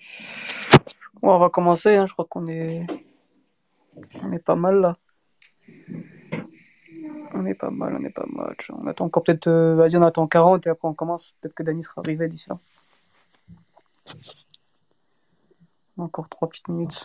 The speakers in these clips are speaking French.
Bon, on va commencer, hein, je crois on est pas mal là. On est pas mal. On attend encore peut-être, vas-y, on attend 40 et après on commence. Peut-être que Dany sera arrivé d'ici là. Encore 3 petites minutes.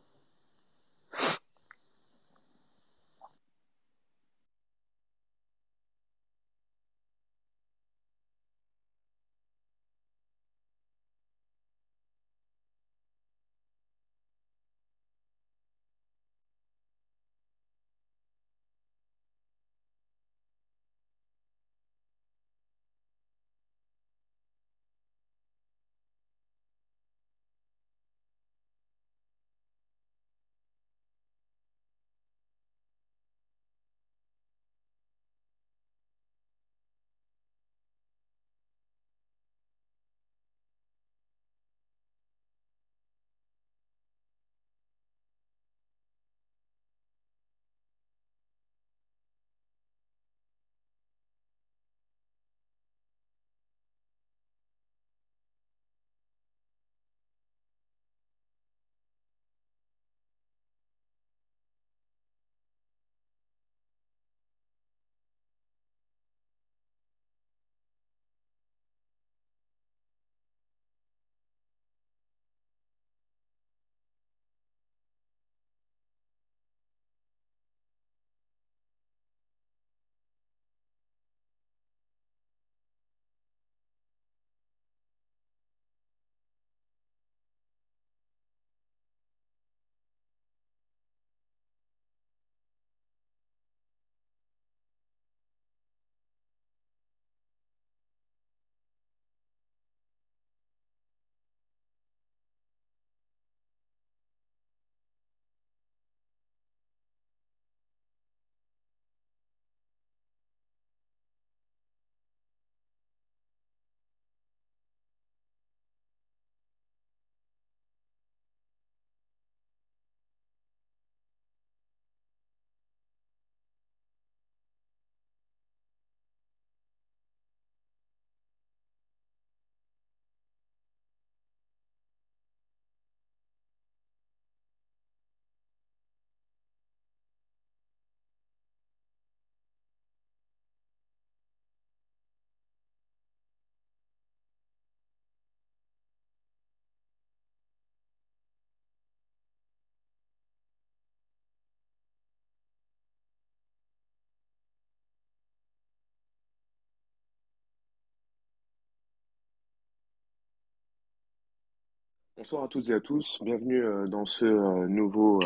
Bonsoir à toutes et à tous, bienvenue dans ce nouveau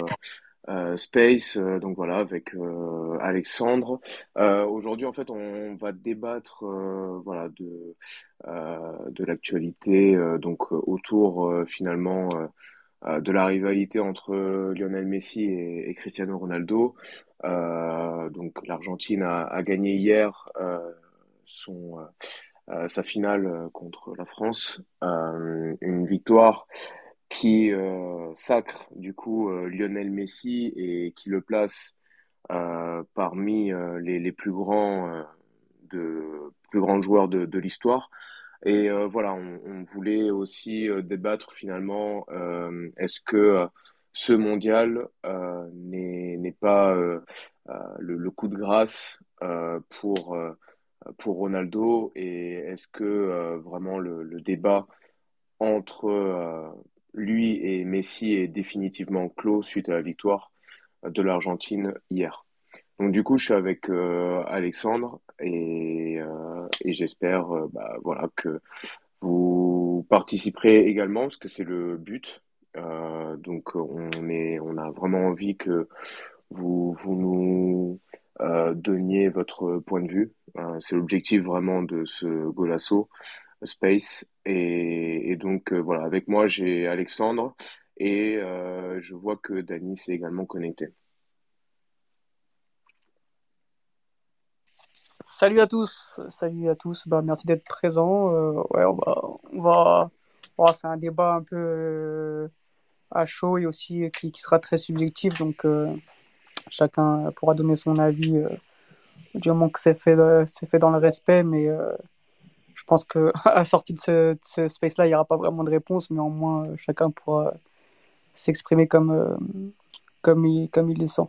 space, donc voilà, avec Alexandre. Aujourd'hui, en fait, on va débattre voilà, de l'actualité autour finalement de la rivalité entre Lionel Messi et Cristiano Ronaldo. Donc l'Argentine a gagné hier sa finale contre la France, une victoire qui sacre du coup Lionel Messi et qui le place parmi les plus grands joueurs de l'histoire. Et voilà, on voulait aussi débattre finalement, est-ce que ce mondial n'est pas le coup de grâce pour Ronaldo, et est-ce que vraiment le débat entre lui et Messi est définitivement clos suite à la victoire de l'Argentine hier. Donc du coup, je suis avec Alexandre et j'espère voilà, que vous participerez également parce que c'est le but. Donc on a vraiment envie que vous nous donniez votre point de vue. C'est l'objectif vraiment de ce Golasso Space. Et donc voilà, avec moi j'ai Alexandre et je vois que Dany s'est également connecté. Salut à tous, salut à tous. Bah, merci d'être présents. Ouais, c'est un débat un peu à chaud et aussi qui sera très subjectif. Donc, chacun pourra donner son avis du moment que c'est fait dans le respect. Mais je pense que à la sortie de ce space-là, il n'y aura pas vraiment de réponse, mais au moins chacun pourra s'exprimer comme il le sent.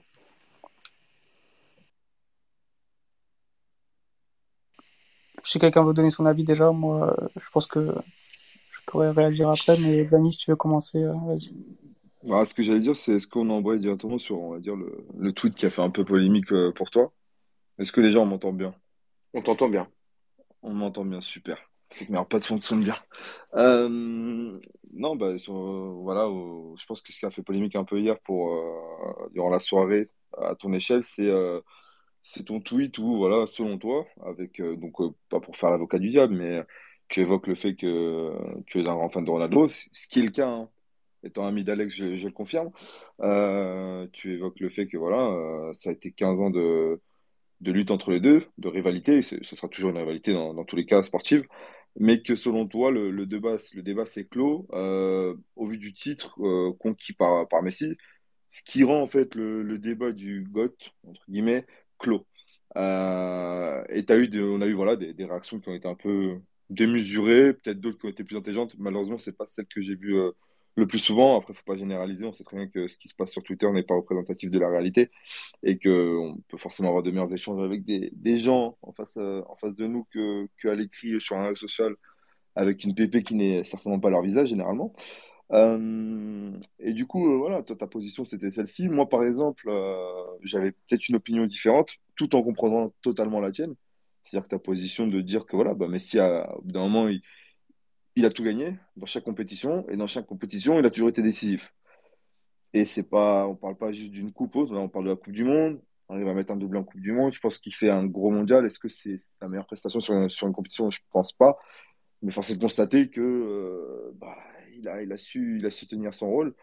Si quelqu'un veut donner son avis déjà, moi, je pense que je pourrais réagir après, mais Dani, si tu veux commencer, vas-y. Ah, ce que j'allais dire, c'est est-ce qu'on embraye directement sur, on va dire, le tweet qui a fait un peu polémique pour toi? Est-ce que déjà on m'entend bien? On t'entend bien. On m'entend bien, super. C'est que mes pas de fonctionne bien. Euh, non, bah, voilà, je pense que ce qui a fait polémique un peu hier durant la soirée à ton échelle, c'est ton tweet où, voilà, selon toi, donc, pas pour faire l'avocat du diable, mais tu évoques le fait que tu es un grand fan de Ronaldo, ce qui est le cas, hein. Étant ami d'Alex, je le confirme. Tu évoques le fait que, voilà, ça a été 15 ans de lutte entre les deux, de rivalité, ce sera toujours une rivalité dans tous les cas sportifs, mais que selon toi, le débat s'est clos au vu du titre conquis par Messi, ce qui rend en fait le débat du GOAT, entre guillemets, clos. Et on a eu voilà, des réactions qui ont été un peu démesurées, peut-être d'autres qui ont été plus intelligentes. Malheureusement, c'est pas celle que j'ai vue le plus souvent. Après, faut pas généraliser. On sait très bien que ce qui se passe sur Twitter n'est pas représentatif de la réalité et qu'on peut forcément avoir de meilleurs échanges avec des gens en face de nous qu'à l'écrit sur un réseau social avec une PP qui n'est certainement pas leur visage généralement. Et du coup, voilà, toi, ta position, c'était celle-ci. Moi, par exemple, j'avais peut-être une opinion différente, tout en comprenant totalement la tienne. C'est-à-dire que ta position de dire que voilà, bah, Messi, au bout d'un moment, il a tout gagné dans chaque compétition, et dans chaque compétition, il a toujours été décisif. Et c'est pas, on parle pas juste d'une coupe autre, là, on parle de la Coupe du Monde. On arrive à mettre un doublé en Coupe du Monde. Je pense qu'il fait un gros mondial. Est-ce que c'est sa meilleure prestation sur une compétition? Je pense pas. Mais force est de constater que bah, il a su tenir son rôle.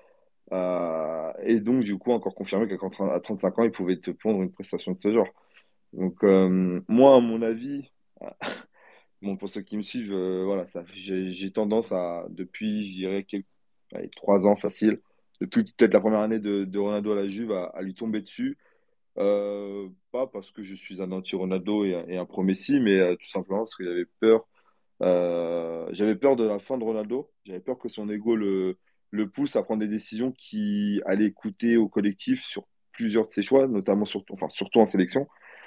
Et donc, du coup, encore confirmé qu'à 35 ans, il pouvait te pondre une prestation de ce genre. Donc, moi, à mon avis, bon, pour ceux qui me suivent, voilà, j'ai tendance depuis, je dirais, 3 ans facile, depuis peut-être la première année de Ronaldo à la Juve, à lui tomber dessus. Pas parce que je suis un anti-Ronaldo et un pro-Messi, mais tout simplement parce que j'avais peur de la fin de Ronaldo. J'avais peur que son ego le pousse à prendre des décisions qui allaient coûter au collectif sur plusieurs de ses choix, notamment surtout en sélection.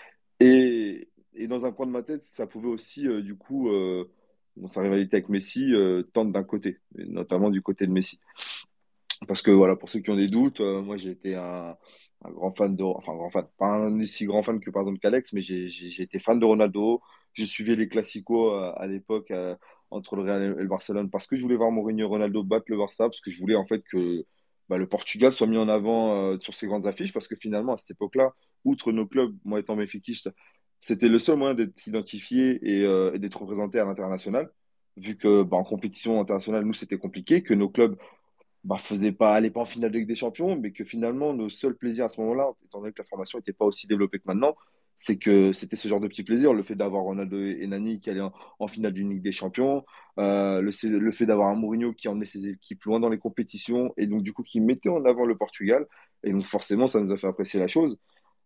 Et dans un coin de ma tête, ça pouvait aussi, du coup, dans sa rivalité avec Messi, tendre d'un côté, et notamment du côté de Messi. Parce que voilà, pour ceux qui ont des doutes, moi j'ai été un grand fan enfin grand fan, pas un si grand fan que par exemple qu'Alex, mais j'ai été fan de Ronaldo. Je suivais les classicos à l'époque entre le Real et le Barcelone parce que je voulais voir Mourinho et Ronaldo battre le Barça, parce que je voulais en fait que bah, le Portugal soit mis en avant sur ces grandes affiches, parce que finalement à cette époque-là, outre nos clubs, moi étant benfiquiste, c'était le seul moyen d'être identifié et d'être représenté à l'international, vu que bah, en compétition internationale, nous c'était compliqué, que nos clubs bah, allaient pas en finale de Ligue des Champions, mais que finalement, nos seuls plaisirs à ce moment-là, étant donné que la formation n'était pas aussi développée que maintenant, c'est que c'était ce genre de petits plaisirs, le fait d'avoir Ronaldo et Nani qui allaient en finale d'une Ligue des Champions, le fait d'avoir un Mourinho qui emmenait ses équipes loin dans les compétitions, et donc du coup qui mettait en avant le Portugal, et donc forcément, ça nous a fait apprécier la chose.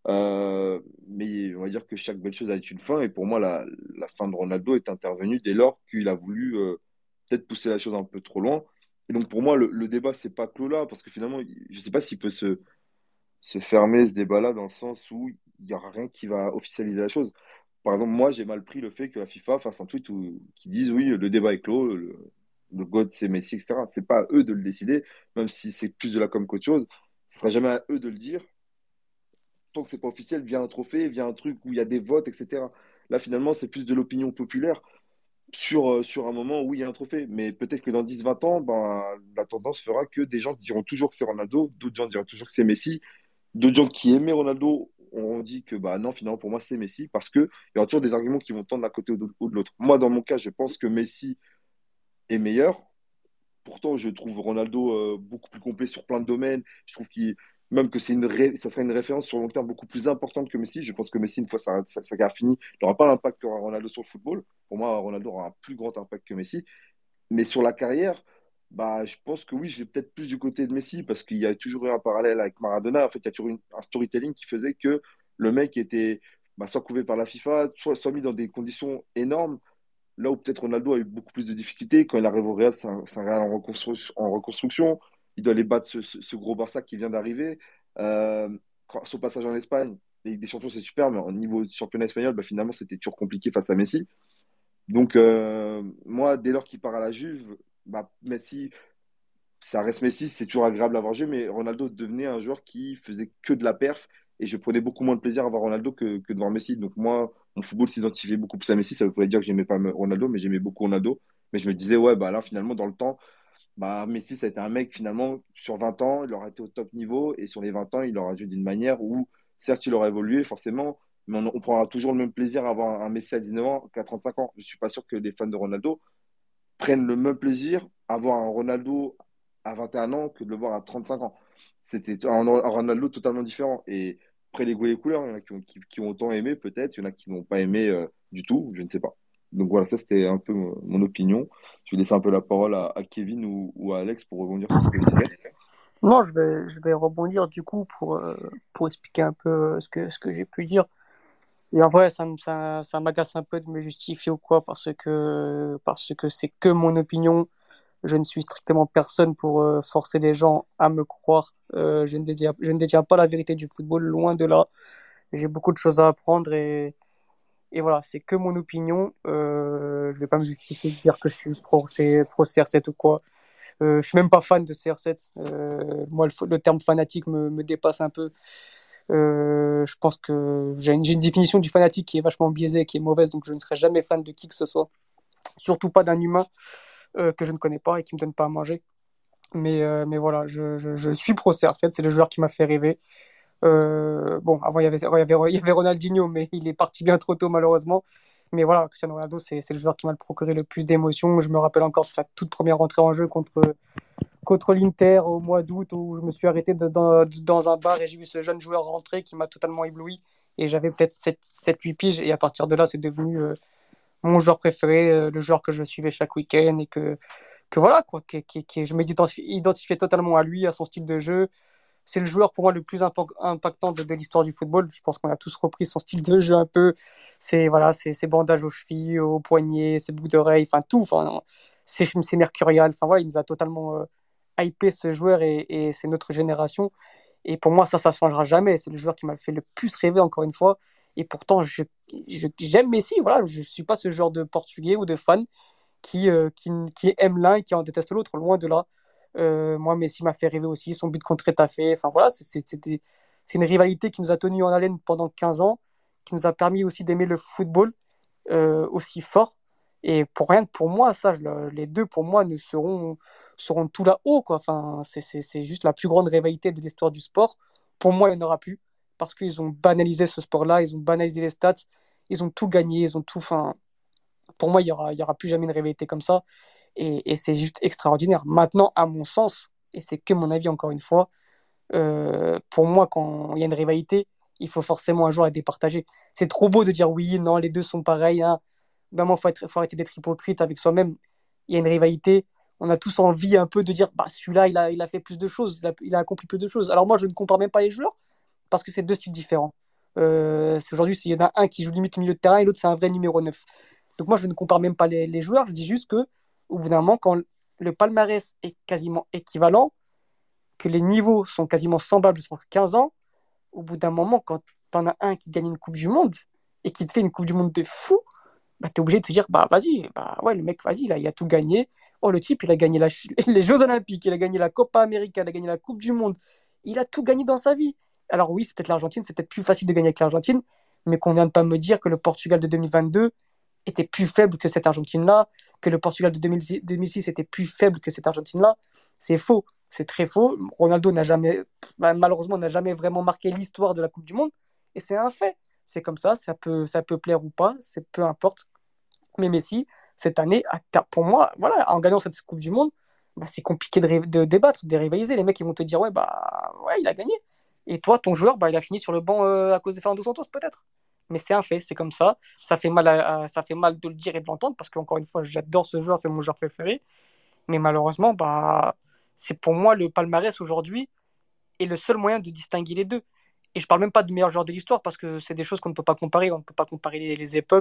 Mais on va dire que chaque belle chose a une fin, et pour moi, la fin de Ronaldo est intervenue dès lors qu'il a voulu peut-être pousser la chose un peu trop loin. Et donc pour moi, le débat, c'est pas clos là, parce que finalement, je sais pas s'il peut se fermer ce débat-là dans le sens où il n'y aura rien qui va officialiser la chose. Par exemple, moi, j'ai mal pris le fait que la FIFA fasse un tweet qui dise oui, le débat est clos, le GOAT c'est Messi, etc. C'est pas à eux de le décider, même si c'est plus de la com qu'autre chose. Ce sera jamais à eux de le dire tant que c'est pas officiel, via un trophée, via un truc où il y a des votes, etc. Là, finalement, c'est plus de l'opinion populaire sur un moment où il y a un trophée. Mais peut-être que dans 10-20 ans, ben, la tendance fera que des gens diront toujours que c'est Ronaldo, d'autres gens diront toujours que c'est Messi, d'autres gens qui aimaient Ronaldo ont dit que bah non, finalement, pour moi, c'est Messi, parce qu'il y aura toujours des arguments qui vont tendre d'un côté ou de l'autre. Moi, dans mon cas, je pense que Messi est meilleur. Pourtant, je trouve Ronaldo beaucoup plus complet sur plein de domaines. Je trouve même que ça serait une référence sur le long terme beaucoup plus importante que Messi. Je pense que Messi, une fois sa carrière finie, il n'aura pas l'impact qu'aura Ronaldo sur le football. Pour moi, Ronaldo aura un plus grand impact que Messi. Mais sur la carrière, bah, je pense que oui, je vais peut-être plus du côté de Messi parce qu'il y a toujours eu un parallèle avec Maradona. En fait, il y a toujours un storytelling qui faisait que le mec était bah, soit couvé par la FIFA, soit mis dans des conditions énormes là où peut-être Ronaldo a eu beaucoup plus de difficultés, quand il arrive au Real, c'est un Real en reconstruction. Il doit aller battre ce gros Barça qui vient d'arriver. Euh, Son passage en Espagne, la Ligue des Champions, c'est super, mais au niveau du championnat espagnol, bah, finalement, c'était toujours compliqué face à Messi. Donc, moi, dès lors qu'il part à la Juve, bah, Messi, ça reste Messi, c'est toujours agréable à voir jouer, mais Ronaldo devenait un joueur qui faisait que de la perf et je prenais beaucoup moins de plaisir à voir Ronaldo que de voir Messi. Donc moi, mon football s'identifiait beaucoup plus à Messi. Ça voulait dire que j'aimais pas Ronaldo, mais j'aimais beaucoup Ronaldo. Mais je me disais, ouais, bah là, finalement, dans le temps, bah, Messi, ça a été un mec, finalement, sur 20 ans, il aura été au top niveau et sur les 20 ans, il aura joué d'une manière où, certes, il aura évolué, forcément, mais on prendra toujours le même plaisir à avoir un Messi à 19 ans qu'à 35 ans. Je suis pas sûr que les fans de Ronaldo prennent le même plaisir à voir un Ronaldo à 21 ans que de le voir à 35 ans. C'était un Ronaldo totalement différent. Et après les goûts et les couleurs, il y en a qui ont autant aimé peut-être, il y en a qui n'ont pas aimé du tout, je ne sais pas. Donc voilà, ça c'était un peu mon opinion. Je vais laisser un peu la parole à Kevin ou à Alex pour rebondir sur ce que je disais. Non, je vais rebondir du coup pour expliquer un peu ce que j'ai pu dire. Et en vrai, ça m'agace un peu de me justifier ou quoi, parce que c'est que mon opinion. Je ne suis strictement personne pour forcer les gens à me croire. Je ne détiens pas la vérité du football, loin de là. J'ai beaucoup de choses à apprendre et voilà, c'est que mon opinion. Je vais pas me justifier de dire que je suis pro CR7 ou quoi. Je suis même pas fan de CR7. Moi, le terme fanatique me dépasse un peu. Je pense que j'ai une définition du fanatique qui est vachement biaisée, qui est mauvaise, donc je ne serai jamais fan de qui que ce soit. Surtout pas d'un humain que je ne connais pas et qui me donne pas à manger. Mais voilà, je suis pro CR7, c'est le joueur qui m'a fait rêver. Bon, avant, il y avait Ronaldinho, mais il est parti bien trop tôt, malheureusement. Mais voilà, Cristiano Ronaldo, c'est le joueur qui m'a procuré le plus d'émotions. Je me rappelle encore de sa toute première entrée en jeu contre l'Inter au mois d'août, où je me suis arrêté dans un bar et j'ai vu ce jeune joueur rentrer qui m'a totalement ébloui. Et j'avais peut-être 7-8 piges. Et à partir de là, c'est devenu mon joueur préféré, le joueur que je suivais chaque week-end et que voilà, quoi, je m'identifiais totalement à lui, à son style de jeu. C'est le joueur pour moi le plus impactant de l'histoire du football. Je pense qu'on a tous repris son style de jeu un peu. C'est voilà, ses bandages aux chevilles, aux poignets, ses boucles d'oreilles, enfin tout. Enfin, c'est mercurial. Enfin voilà, il nous a totalement hypé ce joueur et c'est notre génération. Et pour moi, ça ne changera jamais. C'est le joueur qui m'a fait le plus rêver, encore une fois. Et pourtant, j'aime Messi. Voilà, je ne suis pas ce genre de Portugais ou de fan qui aime l'un et qui en déteste l'autre, loin de là. Moi, Messi m'a fait rêver aussi, son but contre Retafe. Enfin voilà, c'est une rivalité qui nous a tenus en haleine pendant 15 ans, qui nous a permis aussi d'aimer le football aussi fort. Et pour rien que pour moi, ça, les deux, pour moi, seront tout là-haut, quoi. Enfin, c'est juste la plus grande rivalité de l'histoire du sport. Pour moi, il n'y en aura plus, parce qu'ils ont banalisé ce sport-là, ils ont banalisé les stats, ils ont tout gagné, ils ont tout. Enfin, pour moi, il y aura plus jamais une rivalité comme ça. Et c'est juste extraordinaire. Maintenant, à mon sens, et c'est que mon avis encore une fois, pour moi, quand il y a une rivalité, il faut forcément un joueur à départager. C'est trop beau de dire oui, non, les deux sont pareils. Hein. Vraiment, faut arrêter d'être hypocrite avec soi-même. Il y a une rivalité. On a tous envie un peu de dire, bah, celui-là, il a fait plus de choses, il a accompli plus de choses. Alors moi, je ne compare même pas les joueurs parce que c'est deux styles différents. Aujourd'hui, il y en a un qui joue limite milieu de terrain et l'autre, c'est un vrai numéro 9. Donc moi, je ne compare même pas les joueurs. Je dis juste que au bout d'un moment, quand le palmarès est quasiment équivalent, que les niveaux sont quasiment semblables sur 15 ans, au bout d'un moment, quand t'en as un qui gagne une Coupe du Monde et qui te fait une Coupe du Monde de fou, bah, t'es obligé de te dire, bah vas-y, bah ouais, le mec, vas-y, là, il a tout gagné. Oh, le type, il a gagné les Jeux Olympiques, il a gagné la Copa América, il a gagné la Coupe du Monde. Il a tout gagné dans sa vie. Alors oui, c'est peut-être l'Argentine, c'est peut-être plus facile de gagner avec l'Argentine, mais qu'on vient de pas me dire que le Portugal de 2022 était plus faible que cette Argentine-là, que le Portugal de 2006 était plus faible que cette Argentine-là. C'est faux, c'est très faux. Ronaldo n'a jamais, malheureusement, n'a jamais vraiment marqué l'histoire de la Coupe du Monde, et c'est un fait. C'est comme ça peut plaire ou pas, c'est peu importe. Mais Messi, cette année, pour moi, voilà, en gagnant cette Coupe du Monde, bah, c'est compliqué de débattre, de rivaliser. Les mecs, ils vont te dire, ouais, bah, ouais, il a gagné. Et toi, ton joueur, bah, il a fini sur le banc à cause de Fernando Santos, peut-être. Mais c'est un fait, c'est comme ça. Ça fait mal de le dire et de l'entendre parce qu'encore une fois, j'adore ce joueur, c'est mon joueur préféré. Mais malheureusement, bah, c'est pour moi le palmarès aujourd'hui est le seul moyen de distinguer les deux. Et je parle même pas de meilleur joueur de l'histoire parce que c'est des choses qu'on ne peut pas comparer. On ne peut pas comparer les époques.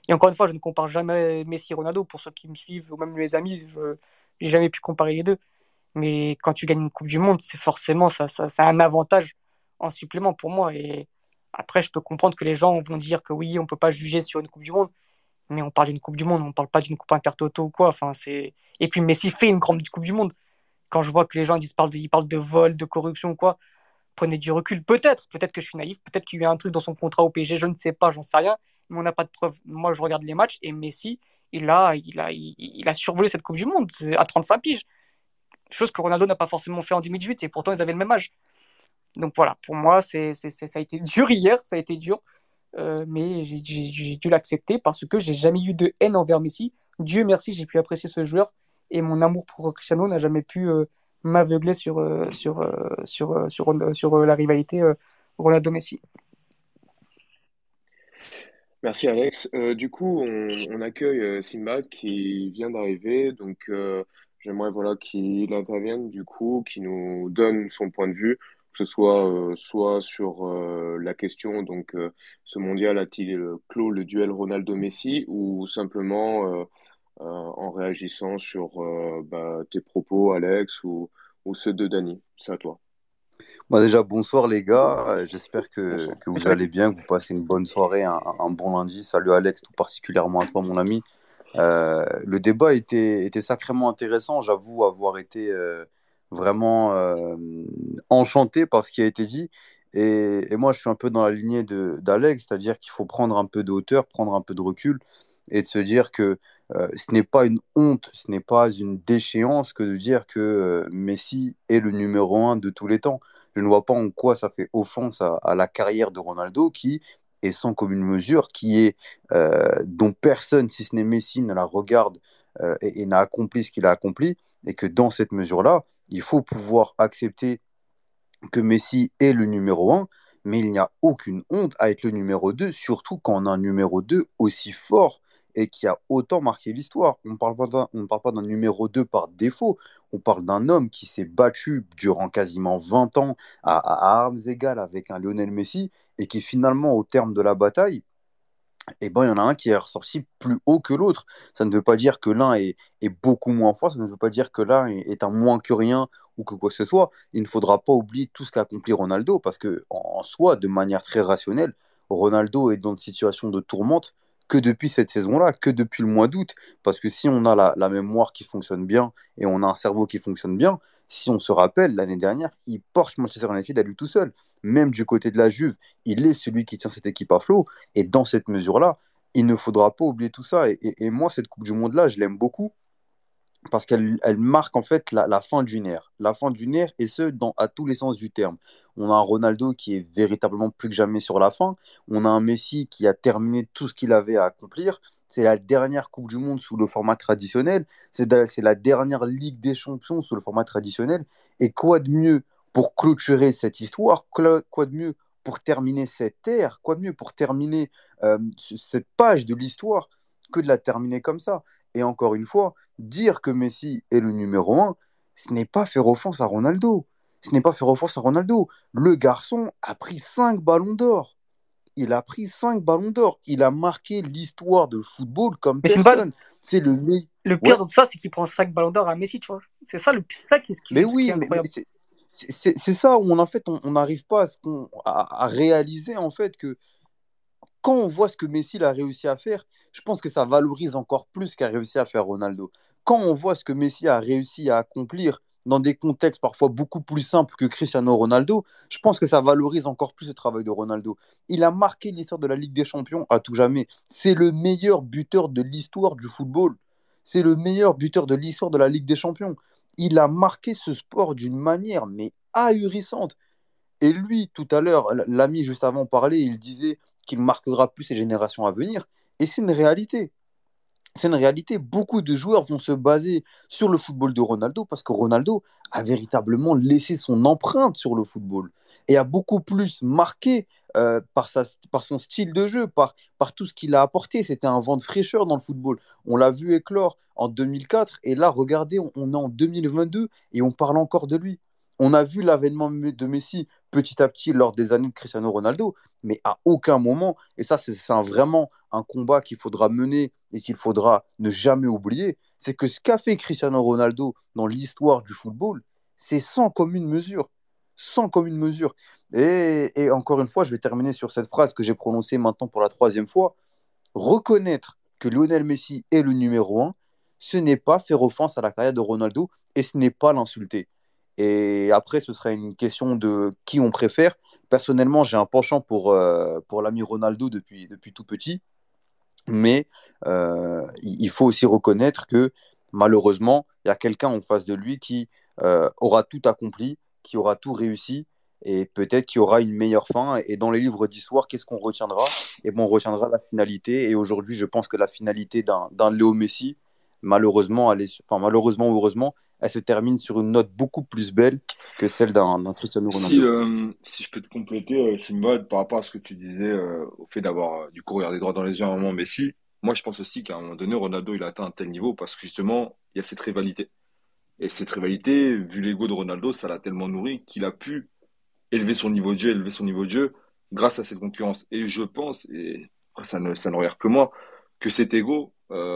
Et encore une fois, je ne compare jamais Messi et Ronaldo. Pour ceux qui me suivent, ou même mes amis, je n'ai jamais pu comparer les deux. Mais quand tu gagnes une Coupe du Monde, c'est forcément ça a un avantage en supplément pour moi. Et après, je peux comprendre que les gens vont dire que oui, on ne peut pas juger sur une Coupe du Monde, mais on parle d'une Coupe du Monde, on ne parle pas d'une Coupe Intertoto ou quoi. Enfin, c'est... Et puis Messi fait une grande Coupe du Monde. Quand je vois que les gens ils parlent de vol, de corruption ou quoi, prenez du recul. Peut-être que je suis naïf, peut-être qu'il y a un truc dans son contrat au PSG, je ne sais pas, j'en sais rien, mais on n'a pas de preuves. Moi, je regarde les matchs et Messi, il a survolé cette Coupe du Monde à 35 piges, chose que Ronaldo n'a pas forcément fait en 2018 et pourtant ils avaient le même âge. Donc voilà, pour moi, ça a été dur hier, ça a été dur, mais j'ai dû l'accepter parce que j'ai jamais eu de haine envers Messi. Dieu merci, j'ai pu apprécier ce joueur et mon amour pour Cristiano n'a jamais pu m'aveugler sur la rivalité Ronaldo-Messi. Merci Alex. Du coup, on accueille Simbad qui vient d'arriver, donc j'aimerais voilà qu'il intervienne du coup, qui nous donne son point de vue, que ce soit soit sur la question donc ce mondial a-t-il clos le duel Ronaldo-Messi ou simplement en réagissant sur tes propos Alex ou ceux de Dany. C'est à toi. Bah déjà, bonsoir les gars. J'espère Bonsoir. que vous allez bien, que vous passez une bonne soirée, un bon lundi. Salut Alex, tout particulièrement à toi, mon ami. Le débat était sacrément intéressant. J'avoue avoir été vraiment enchanté par ce qui a été dit. Et moi, je suis un peu dans la lignée d'Alex, c'est-à-dire qu'il faut prendre un peu de hauteur, prendre un peu de recul et de se dire que ce n'est pas une honte, ce n'est pas une déchéance que de dire que Messi est le numéro un de tous les temps. Je ne vois pas en quoi ça fait offense à la carrière de Ronaldo qui est sans commune mesure, dont personne, si ce n'est Messi, ne la regarde et n'a accompli ce qu'il a accompli, et que dans cette mesure-là, il faut pouvoir accepter que Messi est le numéro un, mais il n'y a aucune honte à être le numéro 2, surtout quand on a un numéro 2 aussi fort et qui a autant marqué l'histoire. On ne parle pas d'un numéro 2 par défaut, on parle d'un homme qui s'est battu durant quasiment 20 ans à armes égales avec un Lionel Messi et qui finalement, au terme de la bataille, et ben, il y en a un qui est ressorti plus haut que l'autre. Ça ne veut pas dire que est beaucoup moins fort, ça ne veut pas dire que l'un est un moins que rien ou que quoi que ce soit. Il ne faudra pas oublier tout ce qu'a accompli Ronaldo, parce que en soi, de manière très rationnelle, Ronaldo est dans une situation de tourmente que depuis cette saison-là, que depuis le mois d'août. Parce que si on a la mémoire qui fonctionne bien et on a un cerveau qui fonctionne bien, si on se rappelle, l'année dernière, il porte Manchester United à lui tout seul. Même du côté de la Juve, il est celui qui tient cette équipe à flot. Et dans cette mesure-là, il ne faudra pas oublier tout ça. Et moi, cette Coupe du Monde-là, je l'aime beaucoup parce qu'elle marque en fait la fin d'une ère. La fin d'une ère, et ce, à tous les sens du terme. On a un Ronaldo qui est véritablement plus que jamais sur la fin. On a un Messi qui a terminé tout ce qu'il avait à accomplir. C'est la dernière Coupe du Monde sous le format traditionnel. C'est la dernière Ligue des Champions sous le format traditionnel. Et quoi de mieux pour clôturer cette histoire? Quoi de mieux pour terminer cette ère? Quoi de mieux pour terminer cette page de l'histoire que de la terminer comme ça? Et encore une fois, dire que Messi est le numéro un, ce n'est pas faire offense à Ronaldo. Ce n'est pas faire offense à Ronaldo. Le garçon a pris 5 ballons d'or. Il a pris 5 ballons d'or. Il a marqué l'histoire de football comme Mais Sinbad, personne. C'est le meilleur. le pire Ouais, de tout ça, c'est qu'il prend 5 ballons d'or à Messi, tu vois. C'est ça, ça mais qui est oui, mais incroyable. c'est ça où on n'arrive pas à réaliser en fait que quand on voit ce que Messi a réussi à faire, je pense que ça valorise encore plus qu'a réussi à faire Ronaldo. Quand on voit ce que Messi a réussi à accomplir dans des contextes parfois beaucoup plus simples que Cristiano Ronaldo, je pense que ça valorise encore plus le travail de Ronaldo. Il a marqué l'histoire de la Ligue des Champions à tout jamais. C'est le meilleur buteur de l'histoire du football. C'est le meilleur buteur de l'histoire de la Ligue des Champions. Il a marqué ce sport d'une manière mais ahurissante. Et lui, tout à l'heure, l'ami juste avant parlait, il disait qu'il marquera plus les générations à venir. Et c'est une réalité. C'est une réalité. Beaucoup de joueurs vont se baser sur le football de Ronaldo parce que Ronaldo a véritablement laissé son empreinte sur le football et a beaucoup plus marqué par son style de jeu, par tout ce qu'il a apporté. C'était un vent de fraîcheur dans le football. On l'a vu éclore en 2004 et là, regardez, on est en 2022 et on parle encore de lui. On a vu l'avènement de Messi petit à petit lors des années de Cristiano Ronaldo, mais à aucun moment, et ça vraiment un combat qu'il faudra mener et qu'il faudra ne jamais oublier, c'est que ce qu'a fait Cristiano Ronaldo dans l'histoire du football, c'est sans commune mesure. Sans commune mesure. Et encore une fois, je vais terminer sur cette phrase que j'ai prononcée maintenant pour la troisième fois. Reconnaître que Lionel Messi est le numéro un, ce n'est pas faire offense à la carrière de Ronaldo et ce n'est pas l'insulter. Et après, ce serait une question de qui on préfère. Personnellement, j'ai un penchant pour l'ami Ronaldo depuis tout petit, mais il faut aussi reconnaître que malheureusement, il y a quelqu'un en face de lui qui aura tout accompli, qui aura tout réussi et peut-être qu'il y aura une meilleure fin. Et dans les livres d'histoire, qu'est-ce qu'on retiendra? Et bon, on retiendra la finalité. Et aujourd'hui, je pense que la finalité d'un Léo Messi, malheureusement, malheureusement ou heureusement, elle se termine sur une note beaucoup plus belle que celle d'un Cristiano Si, Ronaldo. si je peux te compléter, Simba, par rapport à ce que tu disais, au fait d'avoir du coup regardé droit dans les yeux à un moment Messi, moi je pense aussi qu'à un moment donné, Ronaldo il a atteint un tel niveau parce que justement, il y a cette rivalité. Et cette rivalité, vu l'ego de Ronaldo, ça l'a tellement nourri qu'il a pu élever son niveau de jeu grâce à cette concurrence. Et je pense, et après, ça ne regarde que moi, que cet ego,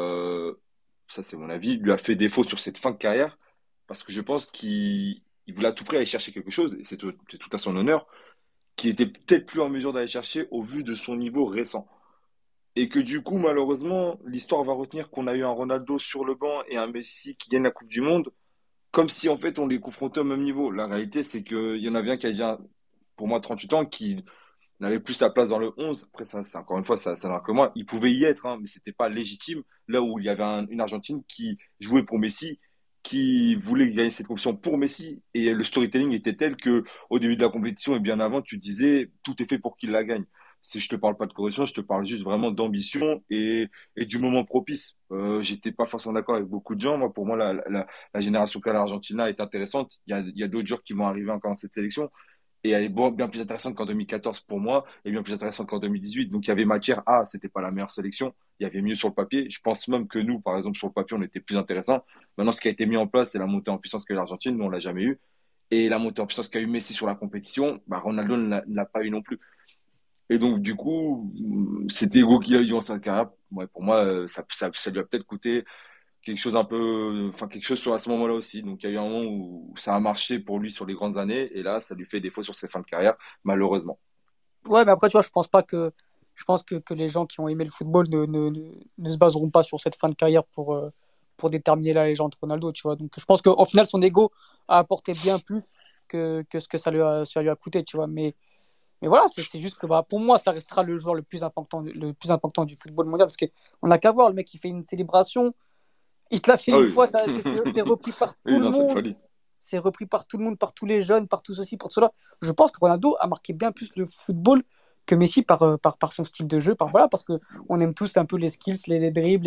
ça c'est mon avis, lui a fait défaut sur cette fin de carrière parce que je pense qu'il voulait à tout prix aller chercher quelque chose, et c'est tout à son honneur, qui était peut-être plus en mesure d'aller chercher au vu de son niveau récent. Et que du coup, malheureusement, l'histoire va retenir qu'on a eu un Ronaldo sur le banc et un Messi qui gagne la Coupe du Monde, comme si en fait on les confrontait au même niveau. La réalité, c'est qu'il y en avait un qui a déjà, pour moi, 38 ans, qui n'avait plus sa place dans le 11. Après, ça, c'est encore une fois, ça n'a que moi. Il pouvait y être, hein, mais c'était pas légitime. Là où il y avait une Argentine qui jouait pour Messi, qui voulait gagner cette compétition pour Messi, et le storytelling était tel que au début de la compétition et bien avant, tu disais tout est fait pour qu'il la gagne. Si je te parle pas de corruption, je te parle juste vraiment d'ambition et du moment propice. J'étais pas forcément d'accord avec beaucoup de gens. Moi, pour moi, la génération qu'a l'Argentina est intéressante. Il y a d'autres joueurs qui vont arriver encore dans cette sélection. Et elle est bien plus intéressante qu'en 2014 pour moi, et bien plus intéressante qu'en 2018. Donc il y avait matière à, c'était pas la meilleure sélection, il y avait mieux sur le papier. Je pense même que nous, par exemple, sur le papier, on était plus intéressant. Maintenant, ce qui a été mis en place, c'est la montée en puissance que l'Argentine, nous, on l'a jamais eu. Et la montée en puissance qu'a eu Messi sur la compétition, bah, Ronaldo ne l'a pas eu non plus. Et donc, du coup, cet ego qu'il a eu dans sa carrière, ouais, pour moi, ça lui a peut-être coûté quelque chose un peu, enfin quelque chose sur à ce moment-là aussi. Donc il y a eu un moment où ça a marché pour lui sur les grandes années, et là, ça lui fait défaut sur ses fins de carrière, malheureusement. Ouais, mais après, tu vois, je pense pas que. Je pense que les gens qui ont aimé le football ne se baseront pas sur cette fin de carrière pour déterminer la légende Ronaldo, tu vois. Donc, je pense qu'au final, son ego a apporté bien plus que ce que ça lui a coûté, tu vois. Mais voilà, c'est juste que bah, pour moi, ça restera le joueur le plus important du football mondial parce qu'on n'a qu'à voir, le mec, il fait une célébration, il te l'a fait Ah une oui, fois, c'est repris par tout oui, le non, c'est une monde. folie. C'est repris par tout le monde, par tous les jeunes, par tout ceci, par tout cela. Je pense que Ronaldo a marqué bien plus le football que Messi par son style de jeu, voilà, parce qu'on aime tous un peu les skills, les dribbles,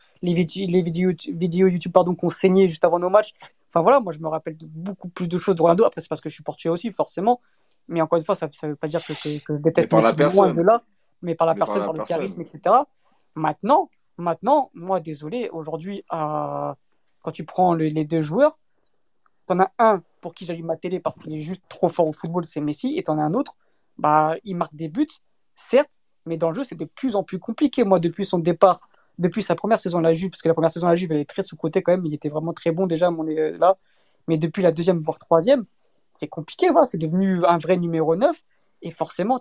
les vidéos YouTube qu'on saignait juste avant nos matchs. Enfin voilà, moi je me rappelle de beaucoup plus de choses de Ronaldo. Après, c'est parce que je suis portugais aussi, forcément. Mais encore une fois, ça ne veut pas dire que je Mais déteste par la Messi, loin de personne, là, mais par la mais par personne, la par le charisme, personne. etc. Maintenant, moi, désolé, aujourd'hui, quand tu prends les deux joueurs, t'en as un pour qui j'allume ma télé parce qu'il est juste trop fort au football, c'est Messi, et t'en as un autre, bah, il marque des buts, certes, mais dans le jeu, c'est de plus en plus compliqué. Moi, depuis son départ, depuis sa première saison à la Juve, parce que la première saison à la Juve, elle est très sous-cotée quand même, il était vraiment très bon déjà, là, mais depuis la deuxième, voire troisième, c'est compliqué, voilà, c'est devenu un vrai numéro 9 et forcément,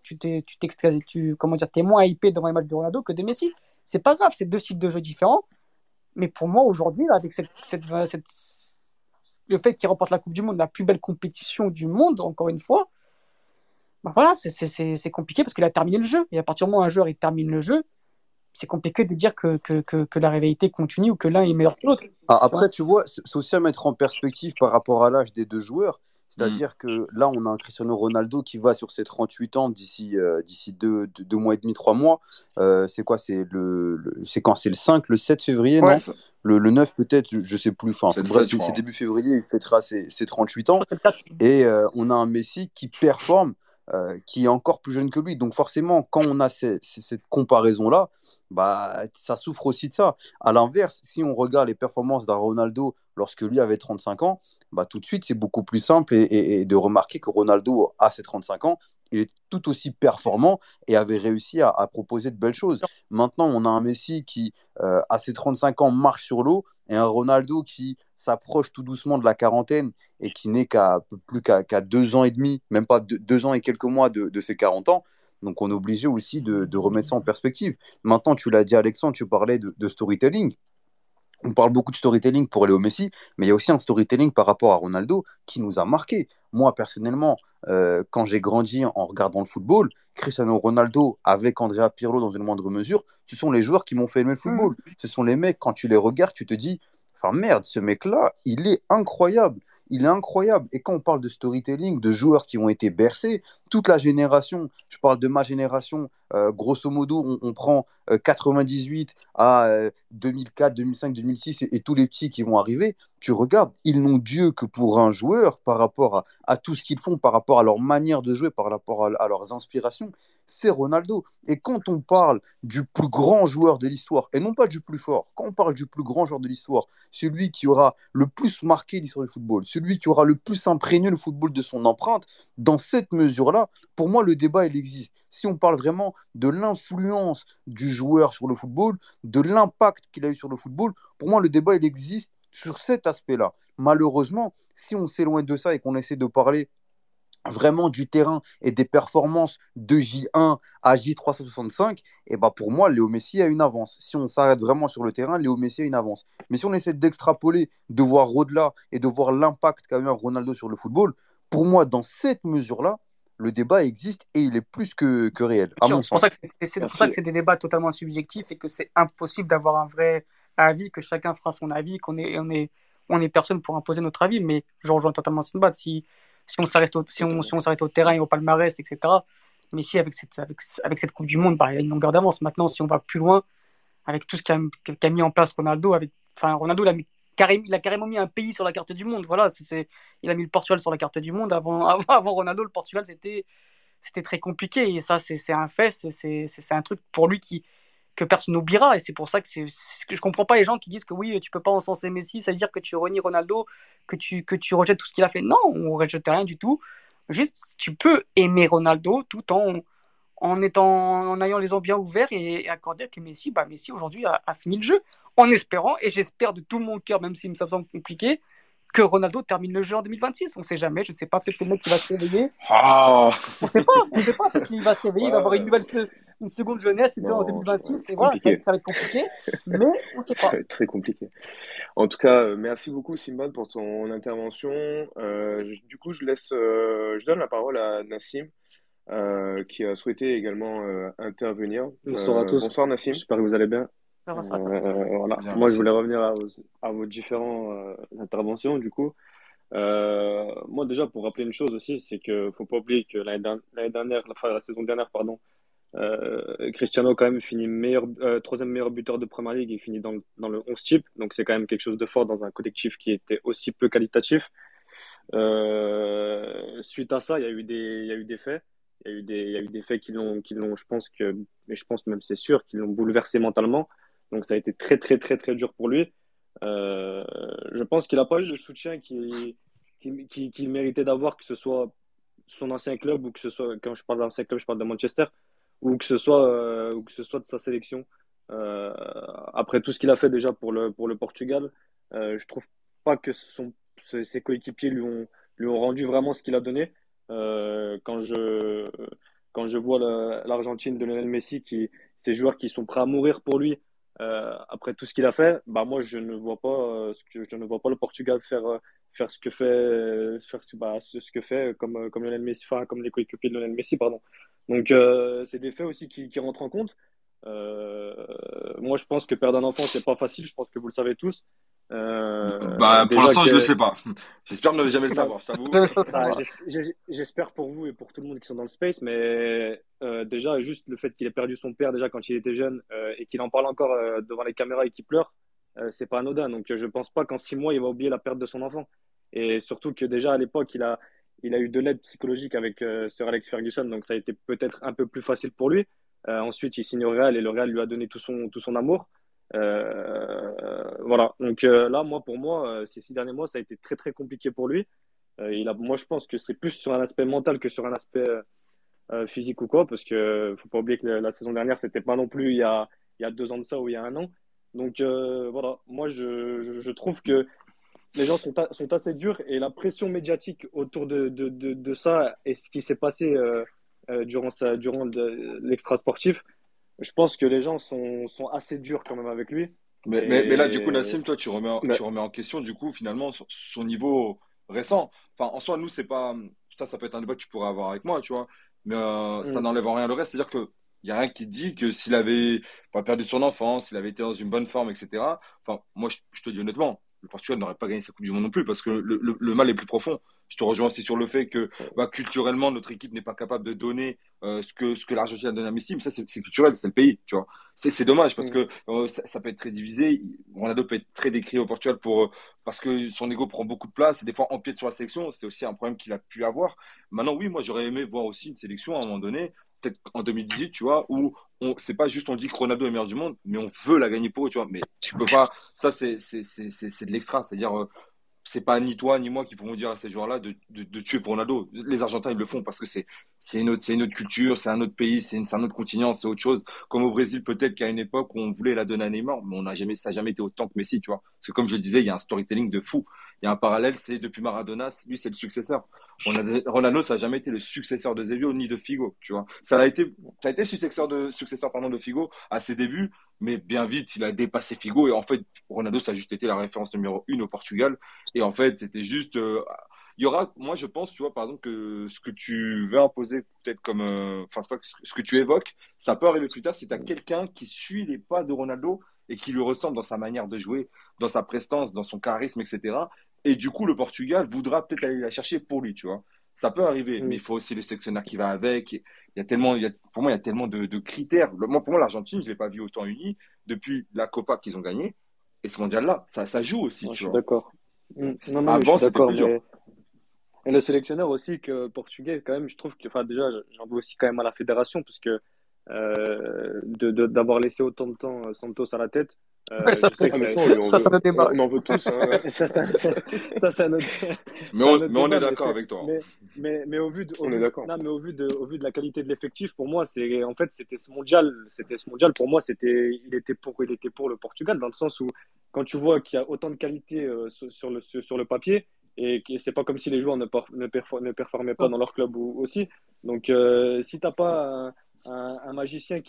comment dire, t'es moins hypé devant les matchs de Ronaldo que de Messi. C'est pas grave, c'est deux styles de jeu différents, mais pour moi, aujourd'hui, avec le fait qu'il remporte la Coupe du Monde, la plus belle compétition du monde, encore une fois, bah voilà, c'est compliqué parce qu'il a terminé le jeu. Et à partir du moment où un joueur il termine le jeu, c'est compliqué de dire que la rivalité continue ou que l'un est meilleur que l'autre. Tu vois. Après, tu vois, c'est aussi à mettre en perspective par rapport à l'âge des deux joueurs. Mm. C'est-à-dire que là, on a un Cristiano Ronaldo qui va sur ses 38 ans d'ici 2 mois et demi, 3 mois. C'est quoi? C'est quand? C'est le 5, le 7 février, Ouais, non? Le 9 peut-être, je sais plus. Enfin, c'est le bref, 7, je c'est crois, hein. début février, il fêtera ses 38 ans. C'est le 4. Et on a un Messi qui performe qui est encore plus jeune que lui. Donc forcément, quand on a cette comparaison-là, bah, ça souffre aussi de ça. À l'inverse, si on regarde les performances d'un Ronaldo lorsque lui avait 35 ans, bah, tout de suite, c'est beaucoup plus simple et de remarquer que Ronaldo, à ses 35 ans, il est tout aussi performant et avait réussi à proposer de belles choses. Maintenant, on a un Messi qui, à ses 35 ans, marche sur l'eau et un Ronaldo qui s'approche tout doucement de la quarantaine et qui n'est qu'à plus qu'à 2 ans et demi, même pas 2 ans et quelques mois de ses 40 ans. Donc on est obligé aussi de remettre ça en perspective. Maintenant, tu l'as dit Alexandre, tu parlais de storytelling. On parle beaucoup de storytelling pour Léo Messi, mais il y a aussi un storytelling par rapport à Ronaldo qui nous a marqué. Moi, personnellement, quand j'ai grandi en regardant le football, Cristiano Ronaldo avec Andrea Pirlo dans une moindre mesure, ce sont les joueurs qui m'ont fait aimer le football. Ce sont les mecs, quand tu les regardes, tu te dis, enfin merde, ce mec-là, il est incroyable. Il est incroyable. Et quand on parle de storytelling, de joueurs qui ont été bercés, toute la génération, je parle de ma génération, grosso modo, on prend 98 à 2004, 2005, 2006 et tous les petits qui vont arriver, tu regardes, ils n'ont Dieu que pour un joueur par rapport à tout ce qu'ils font, par rapport à leur manière de jouer, par rapport à leurs inspirations, c'est Ronaldo. Et quand on parle du plus grand joueur de l'histoire, et non pas du plus fort, quand on parle du plus grand joueur de l'histoire, celui qui aura le plus marqué l'histoire du football, celui qui aura le plus imprégné le football de son empreinte, dans cette mesure-là, pour moi, le débat, il existe. Si on parle vraiment de l'influence du joueur sur le football, de l'impact qu'il a eu sur le football, pour moi, le débat, il existe sur cet aspect-là. Malheureusement, si on s'éloigne de ça et qu'on essaie de parler vraiment du terrain et des performances de J1 à J365, et bah pour moi, Léo Messi a une avance. Si on s'arrête vraiment sur le terrain, Léo Messi a une avance. Mais si on essaie d'extrapoler, de voir au-delà et de voir l'impact qu'a eu un Ronaldo sur le football, pour moi, dans cette mesure-là, le débat existe et il est plus que réel, à Bien sûr, mon c'est pour ça que sens. c'est pour ça que Merci. c'est des débats totalement subjectifs et que c'est impossible d'avoir un vrai avis, que chacun fera son avis, on est personne pour imposer notre avis. Mais je rejoins totalement Sinbad. Si on s'arrête si on s'arrête au terrain et au palmarès, etc. Mais si avec cette Coupe du Monde, bah, il y a une longueur d'avance. Maintenant, si on va plus loin, avec tout ce qu'a mis en place Ronaldo, enfin, Ronaldo, il a carrément mis un pays sur la carte du monde. Voilà, il a mis le Portugal sur la carte du monde. Avant Ronaldo, le Portugal, c'était très compliqué. Et ça, c'est un fait. C'est un truc pour lui que personne n'oubliera. Et c'est pour ça que je comprends pas les gens qui disent que oui, tu peux pas encenser Messi, ça veut dire que tu renies Ronaldo, que tu rejettes tout ce qu'il a fait. Non, on rejette rien du tout. Juste, tu peux aimer Ronaldo tout en ayant les yeux bien ouverts et accorder que Messi aujourd'hui a fini le jeu. En espérant, et j'espère de tout mon cœur, même si ça me semble compliqué, que Ronaldo termine le jeu en 2026. On sait jamais, je sais pas, peut-être que le mec qui va se réveiller. Ah, On sait pas, peut-être qu'il va se réveiller, il va avoir Ouais, une seconde jeunesse, et en non, ouais, 2026, et c'est voilà, compliqué. ça va être compliqué, mais on sait Ça pas. va être très compliqué. En tout cas, merci beaucoup Simon pour ton intervention. Du coup, je donne la parole à Nassim, qui a souhaité également intervenir. Bonsoir à tous, Bonsoir Nassim. j'espère que vous allez bien. Ça va. Voilà. bien, Moi, je merci. voulais revenir à vos différentes interventions, du coup. Moi, déjà, pour rappeler une chose aussi, c'est que faut pas oublier que l'année dernière, la saison dernière, pardon, Cristiano quand même finit troisième meilleur buteur de Premier League, il finit dans le 11 type, donc c'est quand même quelque chose de fort dans un collectif qui était aussi peu qualitatif. Suite à ça, il y a eu des faits. Il y a eu des faits je pense mais je pense même c'est sûr, qui l'ont bouleversé mentalement. Donc ça a été très, très, très, très dur pour lui. Je pense qu'il n'a pas eu le soutien qu'il méritait d'avoir, que ce soit son ancien club ou que ce soit, quand je parle d'ancien club, je parle de Manchester, ou que ce soit de sa sélection. Euh, Après tout ce qu'il a fait déjà pour le Portugal, je trouve pas que ses coéquipiers lui ont rendu vraiment ce qu'il a donné. Euh, quand je, Quand je vois l'Argentine de Lionel Messi, ces joueurs qui sont prêts à mourir pour lui, après tout ce qu'il a fait, bah moi je ne vois pas le Portugal faire ce que fait comme Lionel Messi, enfin comme les coéquipiers de Lionel Messi, pardon. Donc c'est des faits aussi qui rentrent en compte. Euh, Moi je pense que perdre un enfant c'est pas facile, je pense que vous le savez tous. Bah, pour Déjà l'instant, je le que sais pas. J'espère ne jamais le bah, savoir, je t'avoue. Je sens ça. j'espère pour vous et pour tout le monde qui sont dans le space, mais déjà, juste le fait qu'il ait perdu son père déjà quand il était jeune et qu'il en parle encore devant les caméras et qu'il pleure, c'est pas anodin. Donc, je pense pas qu'en 6 mois, il va oublier la perte de son enfant. Et surtout que déjà à l'époque, il a eu de l'aide psychologique avec Sir Alex Ferguson, donc ça a été peut-être un peu plus facile pour lui. Ensuite, il signe au Real et le Real lui a donné tout son amour. Voilà. Donc là, pour moi, ces 6 derniers mois, ça a été très très compliqué pour lui. Moi, je pense que c'est plus sur un aspect mental que sur un aspect physique ou quoi, parce que faut pas oublier que la saison dernière, c'était pas non plus il y a 2 ans de ça ou il y a un an. Donc voilà, moi je trouve que les gens sont assez durs et la pression médiatique autour de ça et ce qui s'est passé durant l'extra sportif, je pense que les gens sont assez durs quand même avec lui. Mais là, du coup, Et Nassim, toi, Mais tu remets en question, du coup, finalement, son niveau récent. Enfin, en soi, nous, c'est pas. Ça peut être un débat que tu pourrais avoir avec moi, tu vois. Mais ça Mm, n'enlève en rien le reste. C'est-à-dire que y a rien qui dit que s'il avait pas perdu son enfance, s'il avait été dans une bonne forme, etc. Enfin, moi, je te dis honnêtement, le Portugal n'aurait pas gagné sa Coupe du Monde non plus parce que le mal est plus profond. Je te rejoins aussi sur le fait que bah, culturellement, notre équipe n'est pas capable de donner ce que l'Argentine a donné à Messi. Mais ça, c'est culturel, c'est le pays, tu vois. C'est dommage parce mm, que ça peut être très divisé. Ronaldo peut être très décrié au Portugal parce que son ego prend beaucoup de place et des fois empiète sur la sélection. C'est aussi un problème qu'il a pu avoir. Maintenant, oui, moi j'aurais aimé voir aussi une sélection à un moment donné, peut-être en 2018, tu vois, où c'est pas juste on dit que Ronaldo est meilleur du monde, mais on veut la gagner pour eux, tu vois. Mais tu peux pas. Ça, c'est de l'extra. C'est-à-dire, c'est pas ni toi ni moi qui pouvons dire à ces joueurs-là de tuer pour Ronaldo. Les Argentins, ils le font parce que c'est une autre culture, c'est un autre pays, c'est un autre continent, c'est autre chose. Comme au Brésil, peut-être qu'à une époque, on voulait la donner à Neymar, mais ça n'a jamais été autant que Messi, tu vois. Parce que comme je le disais, il y a un storytelling de fou. Il y a un parallèle, c'est depuis Maradona, lui, c'est le successeur. Ronaldo, ça n'a jamais été le successeur de Zevio ni de Figo, tu vois. Ça a été successeur, pardon, de Figo à ses débuts, mais bien vite, il a dépassé Figo. Et en fait, Ronaldo, ça a juste été la référence numéro 1 au Portugal. Et en fait, c'était juste. Il y aura, moi, je pense, tu vois, par exemple, que ce que tu veux imposer, peut-être comme. Enfin, c'est pas que ce que tu évoques, ça peut arriver plus tard si tu as quelqu'un qui suit les pas de Ronaldo et qui lui ressemble dans sa manière de jouer, dans sa prestance, dans son charisme, etc. Et du coup, le Portugal voudra peut-être aller la chercher pour lui, tu vois. Ça peut arriver, mais mm. il faut aussi le sélectionneur qui va avec. Il y a tellement, pour moi, il y a tellement de critères. Pour moi, l'Argentine, je ne l'ai pas vu autant unie depuis la Copa qu'ils ont gagnée. Et ce mondial-là, ça joue aussi, Moi, je tu suis vois. d'accord. Non, non, mais je Avant, suis c'était d'accord. plus dur. Et le sélectionneur aussi que portugais, quand même, je trouve que, enfin, déjà, j'en veux aussi quand même à la fédération, parce que d'avoir laissé autant de temps Santos à la tête, Ouais, ça, je sais ah, mais que ça, on lui en ça veut. c'est le débat. On en veut tous, hein. ça, ça, ça, c'est un autre, Mais c'est un autre on est débat, d'accord avec toi. mais On est d'accord. non, mais au vu de la qualité de l'effectif, pour moi, en fait, c'était ce mondial, pour moi, il était pour le Portugal, dans le sens où, quand tu vois qu'il y a autant de qualité sur le papier, et que c'est pas comme si les joueurs ne performaient pas dans leur club aussi. Donc, si t'as pas un magicien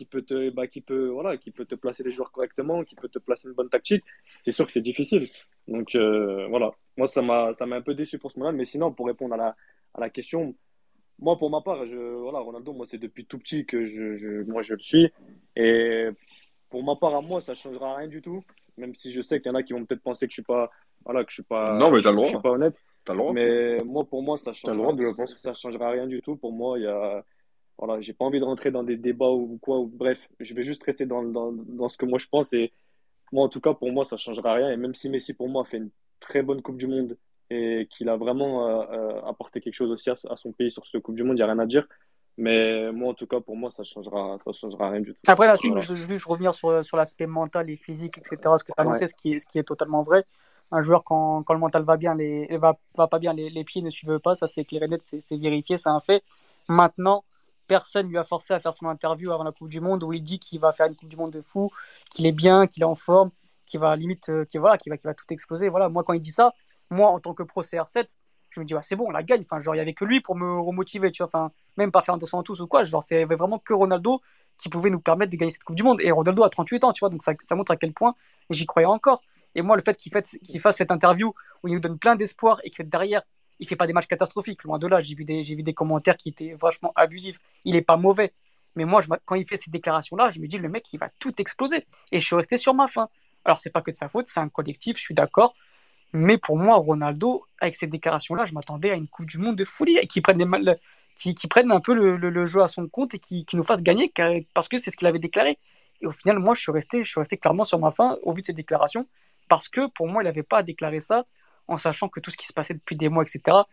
qui peut te placer les joueurs correctement, qui peut te placer une bonne tactique, c'est sûr que c'est difficile. Donc voilà, moi ça m'a un peu déçu pour ce moment-là, mais sinon pour répondre à la question, moi pour ma part, voilà, Ronaldo, moi c'est depuis tout petit que moi je le suis, et pour ma part à moi ça changera rien du tout, même si je sais qu'il y en a qui vont peut-être penser que je suis pas, voilà, que Non, mais t'as le je suis droit. pas honnête, T'as le droit. mais moi pour moi T'as le droit de le penser. ça changera rien du tout. Pour moi il y a, voilà, j'ai pas envie de rentrer dans des débats ou quoi, ou bref, je vais juste rester dans ce que moi je pense. Et moi, en tout cas, pour moi, ça changera rien. Et même si Messi, pour moi, a fait une très bonne Coupe du Monde et qu'il a vraiment apporté quelque chose aussi à son pays sur cette Coupe du Monde, il n'y a rien à dire. Mais moi, en tout cas, pour moi, ça changera rien du tout. Après, là-dessus, Voilà. je veux juste revenir sur l'aspect mental et physique, etc. Ce que tu as Ouais. annoncé, ce qui est totalement vrai. Un joueur, quand le mental va bien, va pas bien, les pieds ne suivent pas. Ça, c'est clair et net, c'est vérifié, c'est un fait. Maintenant, personne lui a forcé à faire son interview avant la Coupe du Monde où il dit qu'il va faire une Coupe du Monde de fou, qu'il est bien, qu'il est en forme, qu'il va limite, qu'il va tout exploser. Voilà, moi, quand il dit ça, moi, en tant que pro CR7, je me dis, ouais, c'est bon, on la gagne. Enfin, genre, il n'y avait que lui pour me remotiver, tu vois. Enfin, même pas faire un 200 tous ou quoi. Genre, c'est vraiment que Ronaldo qui pouvait nous permettre de gagner cette Coupe du Monde. Et Ronaldo a 38 ans, tu vois. Donc, ça montre à quel point j'y croyais encore. Et moi, le fait qu'il fasse cette interview où il nous donne plein d'espoir et que derrière, il fait pas des matchs catastrophiques. Loin de là, j'ai vu des commentaires qui étaient vachement abusifs. Il est pas mauvais. Mais moi, quand il fait ces déclarations-là, je me dis, le mec, il va tout exploser. Et je suis resté sur ma faim. Alors, c'est pas que de sa faute, c'est un collectif, je suis d'accord. Mais pour moi, Ronaldo, avec ces déclarations-là, je m'attendais à une Coupe du Monde de folie, et qui prennent un peu le jeu à son compte et qui nous fassent gagner, parce que c'est ce qu'il avait déclaré. Et au final, moi, je suis resté clairement sur ma faim au vu de ces déclarations, parce que pour moi, il n'avait pas à déclarer ça, en sachant que tout ce qui se passait depuis des mois, etc.,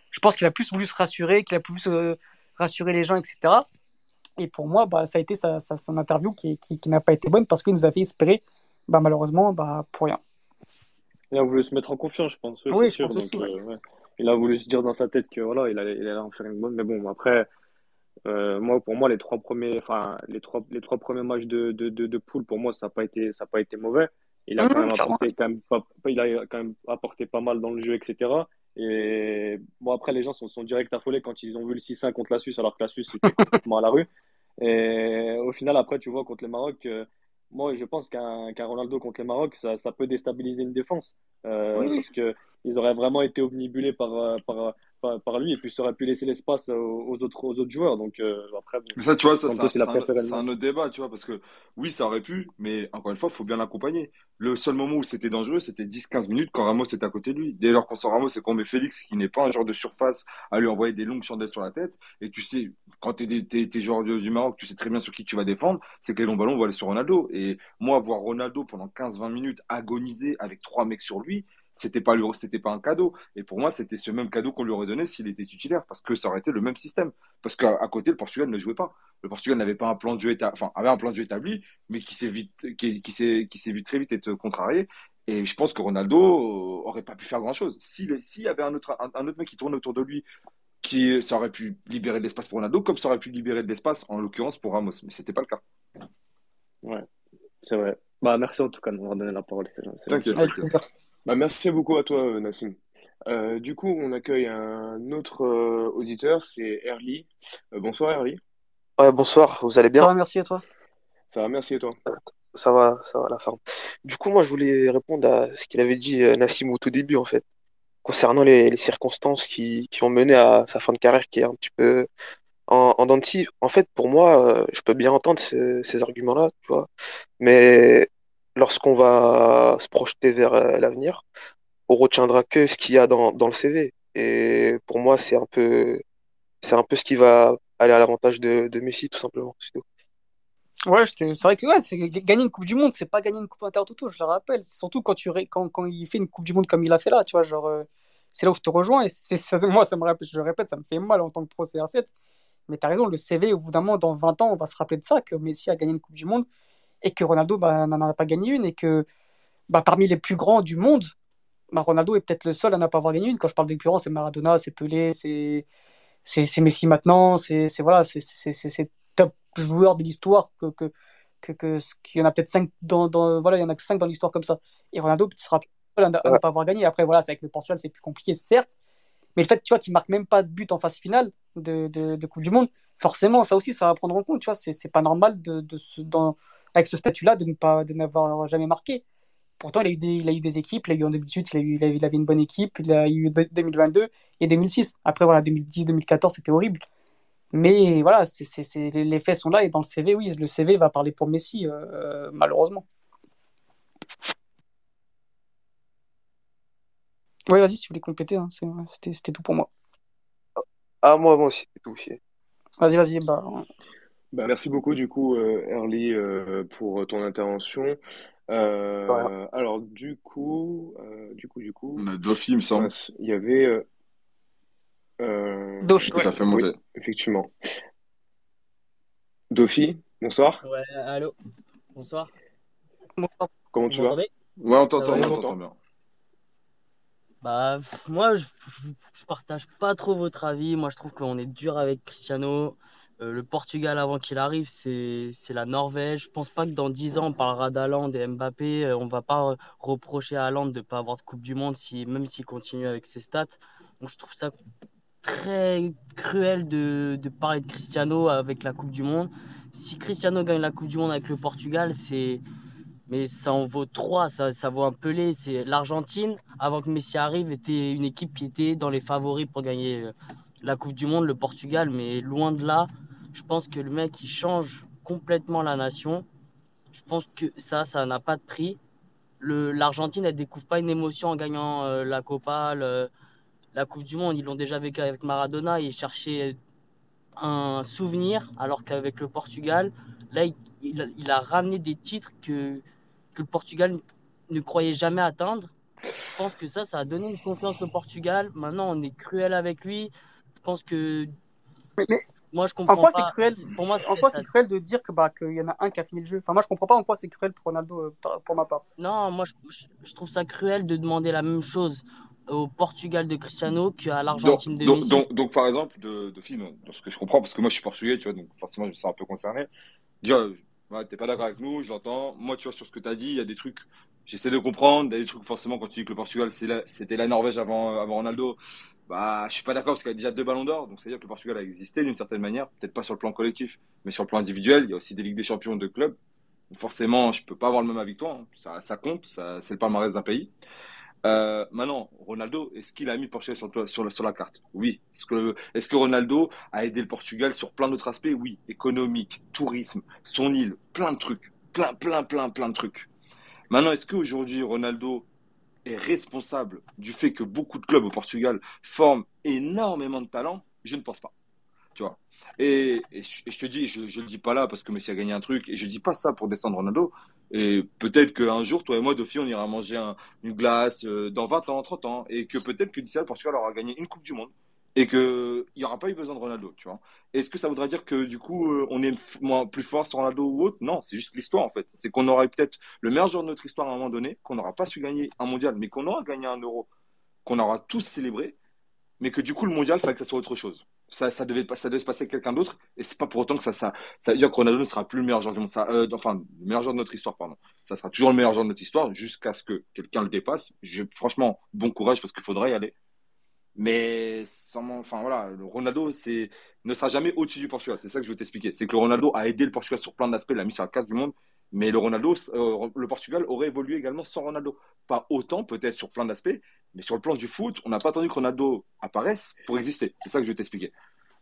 Je pense qu'il a plus voulu se rassurer, qu'il a plus rassurer les gens, etc. Et pour moi, ça a été son interview qui n'a pas été bonne parce qu'il nous a fait espérer, malheureusement, pour rien. Il a voulu se mettre en confiance, je pense, oui, c'est Oui, je sûr. pense Donc, aussi. Ouais. ouais. Il a voulu se dire dans sa tête que voilà, il allait en faire une bonne. Mais bon, après, moi, pour moi, les trois premiers matchs de poule, pour moi, ça a pas été mauvais. Il a quand même Clairement. apporté, il a quand même apporté pas mal dans le jeu, etc. Et bon, après, les gens sont direct affolés quand ils ont vu le 6-1 contre la Suisse, alors que la Suisse était complètement à la rue. Et au final, après, tu vois, contre le Maroc, moi, je pense qu'un Ronaldo contre le Maroc, ça peut déstabiliser une défense. Oui, oui. Parce que ils auraient vraiment été omnibulés par lui, et puis ça aurait pu laisser l'espace aux autres joueurs. Donc, après, bon, Mais ça, tu vois, ça, Santos, il a préféré le c'est un match. autre débat, tu vois, parce que oui, ça aurait pu, mais encore une fois, il faut bien l'accompagner. Le seul moment où c'était dangereux, c'était 10-15 minutes quand Ramos était à côté de lui. Dès lors qu'on sort Ramos et qu'on met Félix, qui n'est pas un genre de surface, à lui envoyer des longues chandelles sur la tête, et tu sais, quand t'es joueur du Maroc, tu sais très bien sur qui tu vas défendre, c'est que les longs ballons vont aller sur Ronaldo. Et moi, voir Ronaldo pendant 15-20 minutes agoniser avec trois mecs sur lui, c'était pas un cadeau. Et pour moi, c'était ce même cadeau qu'on lui aurait donné s'il était titulaire, parce que ça aurait été le même système. Parce qu'à côté, le Portugal ne jouait pas. Le Portugal n'avait pas un plan de jeu enfin, avait un plan de jeu établi, mais qui s'est vu très vite être contrarié. Et je pense que Ronaldo aurait pas pu faire grand-chose. S'il y avait un autre mec qui tournait autour de lui, ça aurait pu libérer de l'espace pour Ronaldo, comme ça aurait pu libérer de l'espace, en l'occurrence, pour Ramos. Mais c'était pas le cas. Ouais, c'est vrai. Bah, merci en tout cas de m'avoir donné la parole, c'est gentil. T'inquiète, Avec t'inquiète. plaisir. Bah, merci beaucoup à toi, Nassim. Du coup, on accueille un autre auditeur, c'est Erly. Bonsoir, Erly. Ouais, bonsoir, vous allez Ça bien? va, merci à toi. Ça va, merci et toi? Ça va la forme. Du coup, moi, je voulais répondre à ce qu'il avait dit Nassim au tout début, en fait, concernant les circonstances qui ont mené à sa fin de carrière, qui est un petit peu en dents de scie. En fait, pour moi, je peux bien entendre ces arguments-là, tu vois, mais lorsqu'on va se projeter vers l'avenir, on retiendra que ce qu'il y a dans le CV. Et pour moi, c'est un peu ce qui va aller à l'avantage de Messi, tout simplement. C'est tout. Ouais, c'est vrai que ouais, gagner une Coupe du Monde, c'est pas gagner une Coupe Intertoto, je le rappelle. C'est surtout quand il fait une Coupe du Monde comme il a fait là, tu vois, genre, c'est là où je te rejoins. Et moi, ça me rappelle, je le répète, ça me fait mal en tant que pro CR7. Mais t'as raison, le CV, au bout d'un moment, dans 20 ans, on va se rappeler de ça, que Messi a gagné une Coupe du Monde et que Ronaldo n'en a pas gagné une et que parmi les plus grands du monde, Ronaldo est peut-être le seul à n'a pas avoir gagné une. Quand je parle des plus grands, c'est Maradona, c'est Pelé, c'est Messi maintenant, voilà, c'est top joueur de l'histoire qu'il y en a peut-être 5 voilà, il y en a que 5 dans l'histoire comme ça. Et Ronaldo sera seul à ne Ouais, pas avoir gagné. Après, voilà, c'est avec le Portugal, c'est plus compliqué, certes. Mais le fait, tu vois, qu'il marque même pas de but en phase finale de Coupe du Monde, forcément, ça aussi, ça va prendre en compte. Tu vois, c'est pas normal avec ce statut-là de n'avoir jamais marqué. Pourtant, il a eu des équipes. Il a eu en 2018, il avait une bonne équipe. Il a eu 2022 et 2006. Après, voilà, 2010, 2014, c'était horrible. Mais voilà, les faits sont là. Et dans le CV, oui, le CV va parler pour Messi, malheureusement. Oui, vas-y, si tu voulais compléter, hein, c'était tout pour moi. ah, moi aussi, c'est tout aussi. Vas-y, Bah, merci beaucoup, du coup, Erly, pour ton intervention. De rien. Alors, du On coup, a Dofi, il me semble, mince, il y avait. Dauphine, que ouais. t'as fait Oui, monter. effectivement. Dofi, bonsoir. Ouais, allô, bonsoir. Bon, Comment Vous tu vas? m'entendez? Ouais, Ça va et On vous? t'entend t'entend. bien. Bah, moi, je partage pas trop votre avis. Moi, je trouve qu'on est dur avec Cristiano. Le Portugal, avant qu'il arrive, c'est la Norvège. Je pense pas que dans 10 ans, on parlera d'Haaland et Mbappé. On va pas reprocher à Haaland de pas avoir de Coupe du Monde, même s'il continue avec ses stats. Donc, je trouve ça très cruel de parler de Cristiano avec la Coupe du Monde. Si Cristiano gagne la Coupe du Monde avec le Portugal, mais ça en vaut trois, ça vaut un Pelé. C'est l'Argentine, avant que Messi arrive, était une équipe qui était dans les favoris pour gagner la Coupe du Monde, le Portugal, mais loin de là. Je pense que le mec, il change complètement la nation. Je pense que ça n'a pas de prix. L'Argentine, elle découvre pas une émotion en gagnant la Copa, la Coupe du Monde. Ils l'ont déjà vécu avec Maradona. Ils cherchaient un souvenir, alors qu'avec le Portugal, là, il a ramené des titres que le Portugal ne croyait jamais atteindre. pense que ça a donné une confiance au Portugal. Maintenant, on est cruel avec lui. Je pense que Mais moi, je en comprends quoi c'est pas. cruel, Pour moi, en quoi c'est cruel de dire que qu'il y en a un qui a fini le jeu? Enfin, moi, je comprends pas en quoi c'est cruel pour Ronaldo, pour ma part. non, moi, je trouve ça cruel de demander la même chose au Portugal de Cristiano qu'à Donc, l'Argentine de donc, Messi. donc, donc, par exemple, de film, dans ce que je comprends, parce que moi je suis portugais, tu vois, donc forcément je me sens un peu concerné. Déjà, ouais, t'es pas d'accord avec nous, je l'entends. Moi, tu vois, sur ce que t'as dit, il y a des trucs, j'essaie de comprendre. Il y a des trucs, forcément, quand tu dis que le Portugal, c'était la Norvège avant Ronaldo, bah, je suis pas d'accord parce qu'il y a déjà 2 ballons d'or. Donc, c'est-à-dire que le Portugal a existé d'une certaine manière, peut-être pas sur le plan collectif, mais sur le plan individuel. Il y a aussi des Ligues des Champions de clubs. Donc, forcément, je peux pas avoir le même avec toi, hein. Ça compte, c'est le palmarès d'un pays. Maintenant, Ronaldo, est-ce qu'il a mis le Portugal sur la carte? Oui. Est-ce que Ronaldo a aidé le Portugal sur plein d'autres aspects? Oui. Économique, tourisme, son île, plein de trucs. Plein, plein, plein, plein de trucs. Maintenant, est-ce qu'aujourd'hui, Ronaldo est responsable du fait que beaucoup de clubs au Portugal forment énormément de talents? Je ne pense pas. Tu vois. Et je te dis, je le dis pas là parce que Messi a gagné un truc, et je dis pas ça pour descendre Ronaldo. Et peut-être qu'un jour, toi et moi, Dofi, on ira manger une glace dans 20 ans, 30 ans, et que peut-être que d'ici là, le Portugal aura gagné une Coupe du Monde, et qu'il n'y aura pas eu besoin de Ronaldo, tu vois. Est-ce que ça voudrait dire que du coup, on est plus fort sur Ronaldo ou autre? Non, c'est juste l'histoire en fait. C'est qu'on aurait peut-être le meilleur joueur de notre histoire à un moment donné, qu'on n'aura pas su gagner un mondial, mais qu'on aura gagné un euro, qu'on aura tous célébré, mais que du coup, le mondial, il fallait que ça soit autre chose. Ça devait se passer avec quelqu'un d'autre, et c'est pas pour autant que ça veut dire que Ronaldo ne sera plus le meilleur joueur du monde. Enfin, le meilleur joueur de notre histoire, pardon. Ça sera toujours le meilleur joueur de notre histoire jusqu'à ce que quelqu'un le dépasse. Franchement, bon courage parce qu'il faudrait y aller. Mais enfin voilà, le Ronaldo ne sera jamais au-dessus du Portugal. C'est ça que je veux t'expliquer. C'est que le Ronaldo a aidé le Portugal sur plein d'aspects, l'a mis sur la carte du monde. Mais le Portugal aurait évolué également sans Ronaldo. Pas autant, peut-être sur plein d'aspects, mais sur le plan du foot, on n'a pas attendu que Ronaldo apparaisse pour exister. C'est ça que je veux t'expliquer.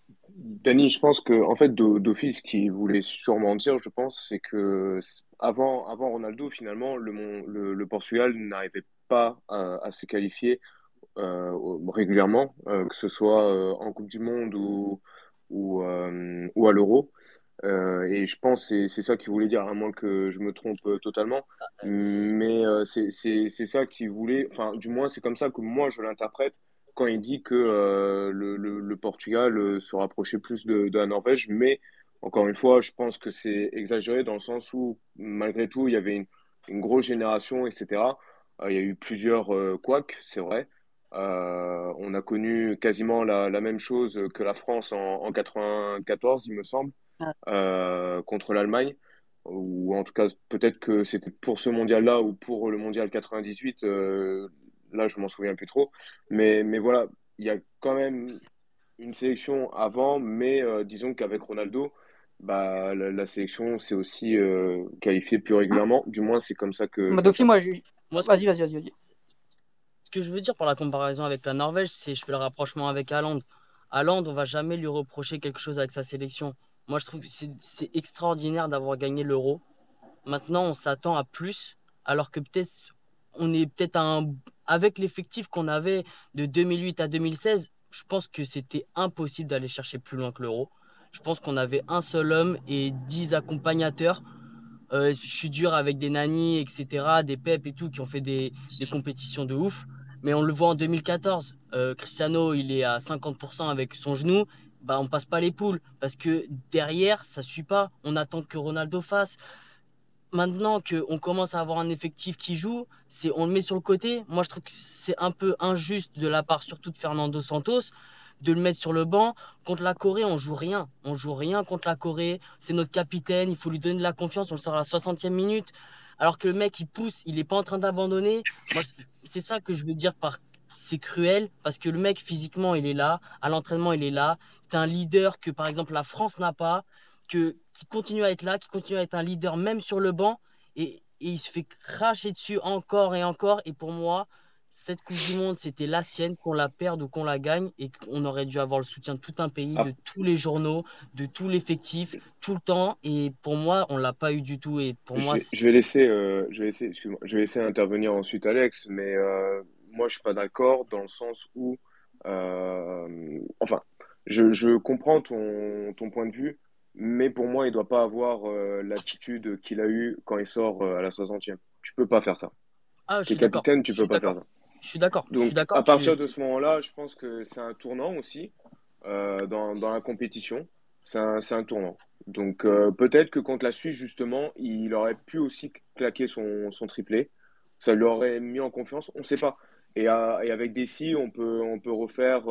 Dani, je pense que en fait d'office qui voulait sûrement dire, je pense, c'est que avant Ronaldo, finalement, le Portugal n'arrivait pas à se qualifier régulièrement, que ce soit en Coupe du Monde ou à l'Euro. Et je pense que c'est ça qu'il voulait dire, à moins que je me trompe totalement. Mais c'est ça qu'il voulait, enfin, du moins, c'est comme ça que moi je l'interprète quand il dit que le Portugal se rapprochait plus de la Norvège. Mais encore une fois, je pense que c'est exagéré dans le sens où, malgré tout, il y avait une grosse génération, etc. Il y a eu plusieurs couacs, c'est vrai. On a connu quasiment la même chose que la France en 94, il me semble, contre l'Allemagne, ou en tout cas peut-être que c'était pour ce mondial-là ou pour le mondial 98, là je m'en souviens plus trop, mais voilà, il y a quand même une sélection avant, mais disons qu'avec Ronaldo, bah, la sélection s'est aussi qualifiée plus régulièrement, du moins c'est comme ça que je Dofi, moi, l'interprète. Moi, vas-y. ce que je veux dire par la comparaison avec la Norvège, c'est je fais le rapprochement avec Haaland. Haaland, on va jamais lui reprocher quelque chose avec sa sélection. Moi, je trouve que c'est extraordinaire d'avoir gagné l'Euro. Maintenant, on s'attend à plus, alors que peut-être on est peut-être avec l'effectif qu'on avait de 2008 à 2016, je pense que c'était impossible d'aller chercher plus loin que l'Euro. Je pense qu'on avait un seul homme et 10 accompagnateurs. Je suis dur avec des Nani, etc., des Pep et tout, qui ont fait des compétitions de ouf. Mais on le voit en 2014. Cristiano, il est à 50% avec son genou. Bah, on passe pas les poules. Parce que derrière, ça suit pas. On attend que Ronaldo fasse. Maintenant qu'on commence à avoir un effectif qui joue, on le met sur le côté. Moi, je trouve que c'est un peu injuste de la part surtout de Fernando Santos de le mettre sur le banc. Contre la Corée, on joue rien. On joue rien contre la Corée. C'est notre capitaine. Il faut lui donner de la confiance. On le sort à la 60e minute. Alors que le mec, il pousse. Il n'est pas en train d'abandonner. Moi, c'est ça que je veux dire par c'est cruel. Parce que le mec, physiquement, il est là. À l'entraînement, il est là. C'est un leader que, par exemple, la France n'a pas. Qui continue à être là, qui continue à être un leader même sur le banc, et il se fait cracher dessus encore et encore. Et pour moi, cette Coupe du Monde, c'était la sienne, qu'on la perde ou qu'on la gagne, et qu'on aurait dû avoir le soutien de tout un pays, Ah, de tous les journaux, de tout l'effectif, tout le temps. Et pour moi, on l'a pas eu du tout. Et pour moi, excuse-moi, je vais laisser intervenir ensuite Alex, mais moi je suis pas d'accord dans le sens où, enfin, je comprends ton point de vue, mais pour moi il doit pas avoir l'attitude qu'il a eue quand il sort à la 60e. Tu peux pas faire ça. ah, je T'es suis d'accord. capitaine, tu Je peux suis pas faire d'accord. ça. Je suis Donc, à d'accord. partir de ce moment-là, je pense que c'est un tournant aussi dans la compétition. C'est un tournant. Donc, peut-être que contre la Suisse, justement, il aurait pu aussi claquer son triplé. Ça lui aurait mis en confiance. On ne sait pas. Et avec Dessy, on peut refaire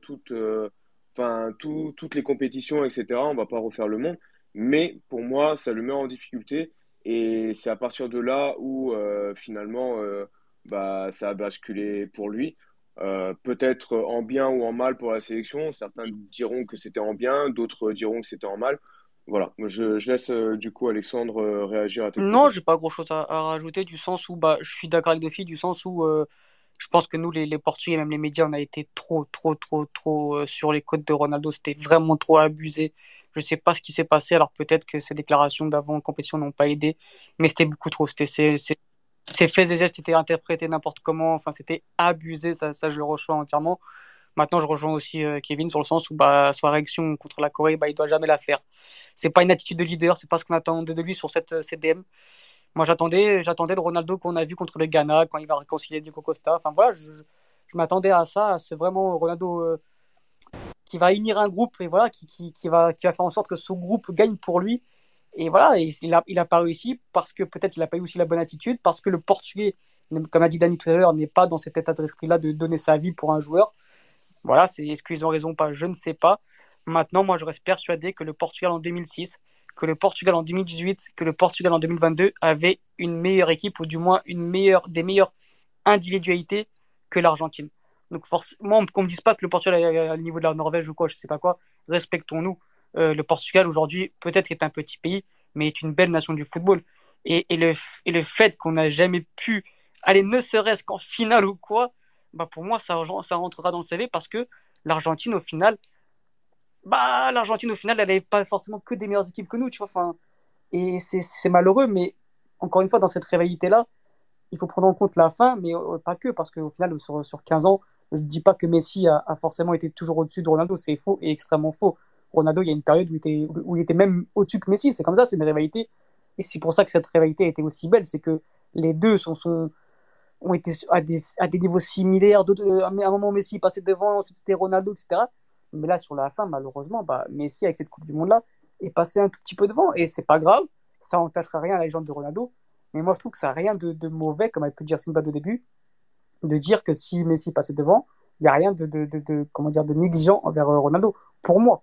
toutes les compétitions, etc. On va pas refaire le monde. Mais pour moi, ça le met en difficulté. Et c'est à partir de là où, finalement, bah, ça a basculé pour lui. Peut-être en bien ou en mal pour la sélection. Certains diront que c'était en bien, d'autres diront que c'était en mal. Voilà, je laisse du coup Alexandre réagir à tes Non, propos. j'ai pas grand-chose à rajouter du sens où bah, je suis d'accord avec Dofi, du sens où je pense que nous, les Portugais, même les médias, on a été trop sur les côtes de Ronaldo. C'était vraiment trop abusé. Je sais pas ce qui s'est passé, alors peut-être que ces déclarations d'avant compétition n'ont pas aidé, mais c'était beaucoup trop. Ces faits et gestes étaient interprétés n'importe comment. Enfin, c'était abusé, ça je le reçois entièrement. Maintenant, je rejoins aussi Kevin sur le sens où bah, sa réaction contre la Corée, bah, il doit jamais la faire. C'est pas une attitude de leader, c'est pas ce qu'on attendait de lui sur cette CDM. Moi, j'attendais le Ronaldo qu'on a vu contre le Ghana quand il va réconcilier Diego Costa. Enfin voilà, je m'attendais à ça. C'est vraiment Ronaldo qui va unir un groupe et voilà, qui va faire en sorte que ce groupe gagne pour lui. Et voilà, il a pas réussi parce que peut-être il a pas eu aussi la bonne attitude, parce que le Portugais, comme a dit Dani tout à l'heure, n'est pas dans cet état d'esprit-là de donner sa vie pour un joueur. Voilà, est-ce qu'ils ont raison ou pas? Je ne sais pas. Maintenant, moi, je reste persuadé que le Portugal en 2006, que le Portugal en 2018, que le Portugal en 2022 avait une meilleure équipe, ou du moins des meilleures individualités que l'Argentine. Donc, forcément, qu'on ne me dise pas que le Portugal est au niveau de la Norvège ou quoi, je ne sais pas quoi, respectons-nous. Le Portugal, aujourd'hui, peut-être est un petit pays, mais est une belle nation du football. Et le fait qu'on n'a jamais pu aller, ne serait-ce qu'en finale ou quoi, bah pour moi, ça rentrera dans le CV parce que l'Argentine, au final, elle n'avait pas forcément que des meilleures équipes que nous, tu vois. Enfin, et c'est malheureux, mais encore une fois, dans cette rivalité-là, il faut prendre en compte la fin, mais pas que, parce qu'au final, sur 15 ans, je ne dis pas que Messi a forcément été toujours au-dessus de Ronaldo, c'est faux et extrêmement faux. Ronaldo, il y a une période où il était même au-dessus que Messi, c'est comme ça, c'est une rivalité. Et c'est pour ça que cette rivalité a été aussi belle, c'est que les deux ont été à des niveaux similaires. À un moment, Messi passait devant, ensuite c'était Ronaldo, etc. Mais là, sur la fin, malheureusement, bah, Messi, avec cette Coupe du Monde-là, est passé un tout petit peu devant. Et c'est pas grave, ça n'entachera rien à la légende de Ronaldo. Mais moi, je trouve que ça n'a rien de mauvais, comme elle peut dire Simba au début, de dire que si Messi passait devant, il n'y a rien comment dire, de négligent envers Ronaldo, pour moi.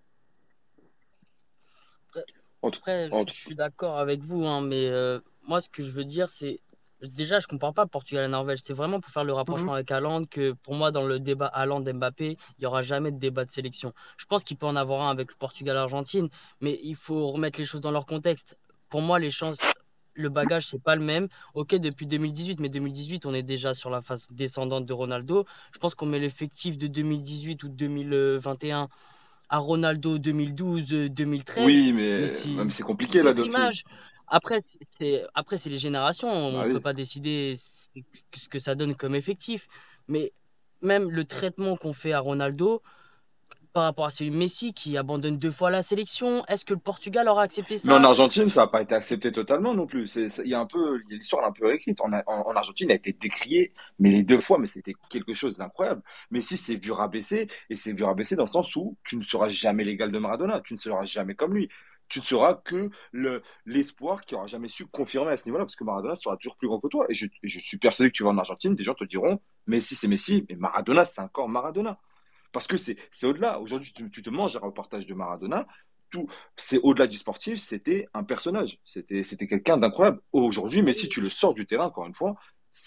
Entre, Après, je entre, suis d'accord avec vous, hein, mais moi, ce que je veux dire, c'est. Déjà, je compare pas Portugal et Norvège. C'est vraiment pour faire le Mm-hmm. rapprochement avec Haaland que, pour moi, dans le débat Haaland-Mbappé, il n'y aura jamais de débat de sélection. Je pense qu'il peut en avoir un avec le Portugal-Argentine, mais il faut remettre les choses dans leur contexte. Pour moi, les chances, le bagage, c'est pas le même. Ok, depuis 2018, mais 2018, on est déjà sur la phase descendante de Ronaldo. Je pense qu'on met l'effectif de 2018 ou 2021 à Ronaldo 2012-2013, Oui, mais mais c'est même c'est compliqué d'autres là-dessus. images. Après, c'est les générations. On Bah ne peut oui. pas décider ce que ça donne comme effectif. Mais même le traitement qu'on fait à Ronaldo par rapport à celui de Messi qui abandonne 2 fois la sélection, est-ce que le Portugal aura accepté Mais en ça? Argentine, ça n'a pas été accepté totalement non plus. Il y a un peu, il y a l'histoire un peu réécrite. En Argentine, a été décrié, mais les 2 fois, mais c'était quelque chose d'incroyable. Messi s'est vu rabaisser, et s'est vu rabaisser dans le sens où tu ne seras jamais l'égal de Maradona, tu ne seras jamais comme lui. Tu ne seras que l'espoir qui aura jamais su confirmer à ce niveau-là, parce que Maradona sera toujours plus grand que toi. Et je suis persuadé que tu vas en Argentine, des gens te diront, Messi c'est Messi, mais Maradona c'est encore Maradona. Parce que c'est au-delà. Aujourd'hui, tu te manges un reportage de Maradona. Tout, c'est au-delà du sportif, c'était un personnage. C'était quelqu'un d'incroyable. Aujourd'hui, mais si tu le sors du terrain, encore une fois,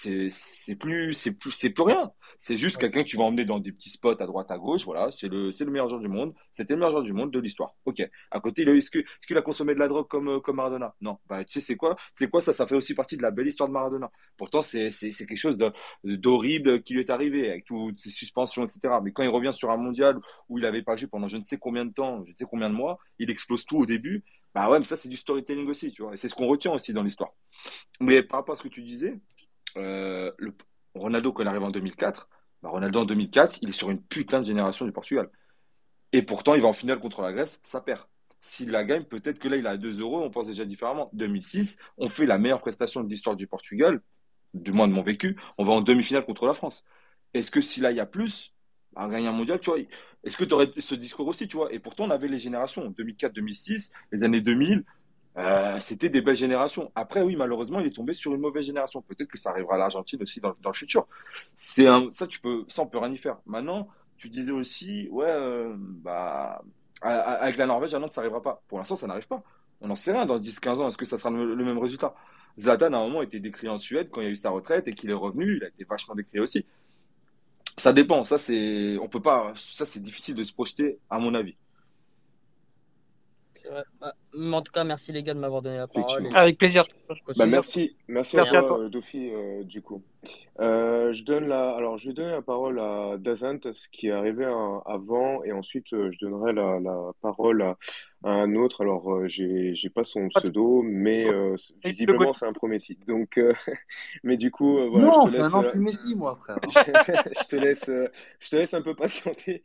c'est plus rien. C'est juste quelqu'un que tu vas emmener dans des petits spots à droite, à gauche. Voilà, c'est le meilleur joueur du monde. C'était le meilleur joueur du monde de l'histoire. Ok. À côté, est-ce qu'il a consommé de la drogue comme Maradona? Non. Bah, tu sais, c'est quoi ça? Ça fait aussi partie de la belle histoire de Maradona. Pourtant, c'est quelque chose d'horrible qui lui est arrivé avec toutes ces suspensions, etc. Mais quand il revient sur un mondial où il n'avait pas joué pendant je ne sais combien de temps, je ne sais combien de mois, il explose tout au début. Bah ouais, mais ça, c'est du storytelling aussi, tu vois. Et c'est ce qu'on retient aussi dans l'histoire. Mais par rapport à ce que tu disais, le Ronaldo, quand il arrive en 2004, bah Ronaldo en 2004, il est sur une putain de génération du Portugal. Et pourtant, il va en finale contre la Grèce, ça perd. S'il la gagne, peut-être que là, il a 2 euros, on pense déjà différemment. 2006, on fait la meilleure prestation de l'histoire du Portugal, du moins de mon vécu, on va en demi-finale contre la France. Est-ce que si là, il y a plus, à gagner un mondial, tu vois, est-ce que tu aurais ce discours aussi, tu vois? Et pourtant, on avait les générations 2004-2006, les années 2000, c'était des belles générations. Après, oui, malheureusement, il est tombé sur une mauvaise génération. Peut-être que ça arrivera à l'Argentine aussi dans le futur. Ça, on peut rien y faire. Maintenant, tu disais aussi, ouais, bah, avec la Norvège, à Nantes, ça n'arrivera pas. Pour l'instant, ça n'arrive pas. On n'en sait rien dans 10-15 ans. Est-ce que ça sera le même résultat? Zlatan, à un moment, était décrié en Suède quand il y a eu sa retraite et qu'il est revenu. Il a été vachement décrié aussi. Ça dépend. On peut pas, ça, c'est difficile de se projeter, à mon avis. C'est vrai. Mais en tout cas, merci les gars de m'avoir donné la parole Effectivement. et Avec plaisir. je Bah, continue. merci à Merci à toi, toi. Dofi, du coup. Je vais donner la parole à Dazant, ce qui est arrivé avant, et ensuite je donnerai la parole à un autre. Alors, j'ai pas son Pas de pseudo, mais souci. Le visiblement gothi. c'est un premier site. Donc, mais du coup, voilà, Non, je suis un anti-Messi, moi, frère. Hein. je te laisse un peu patienter.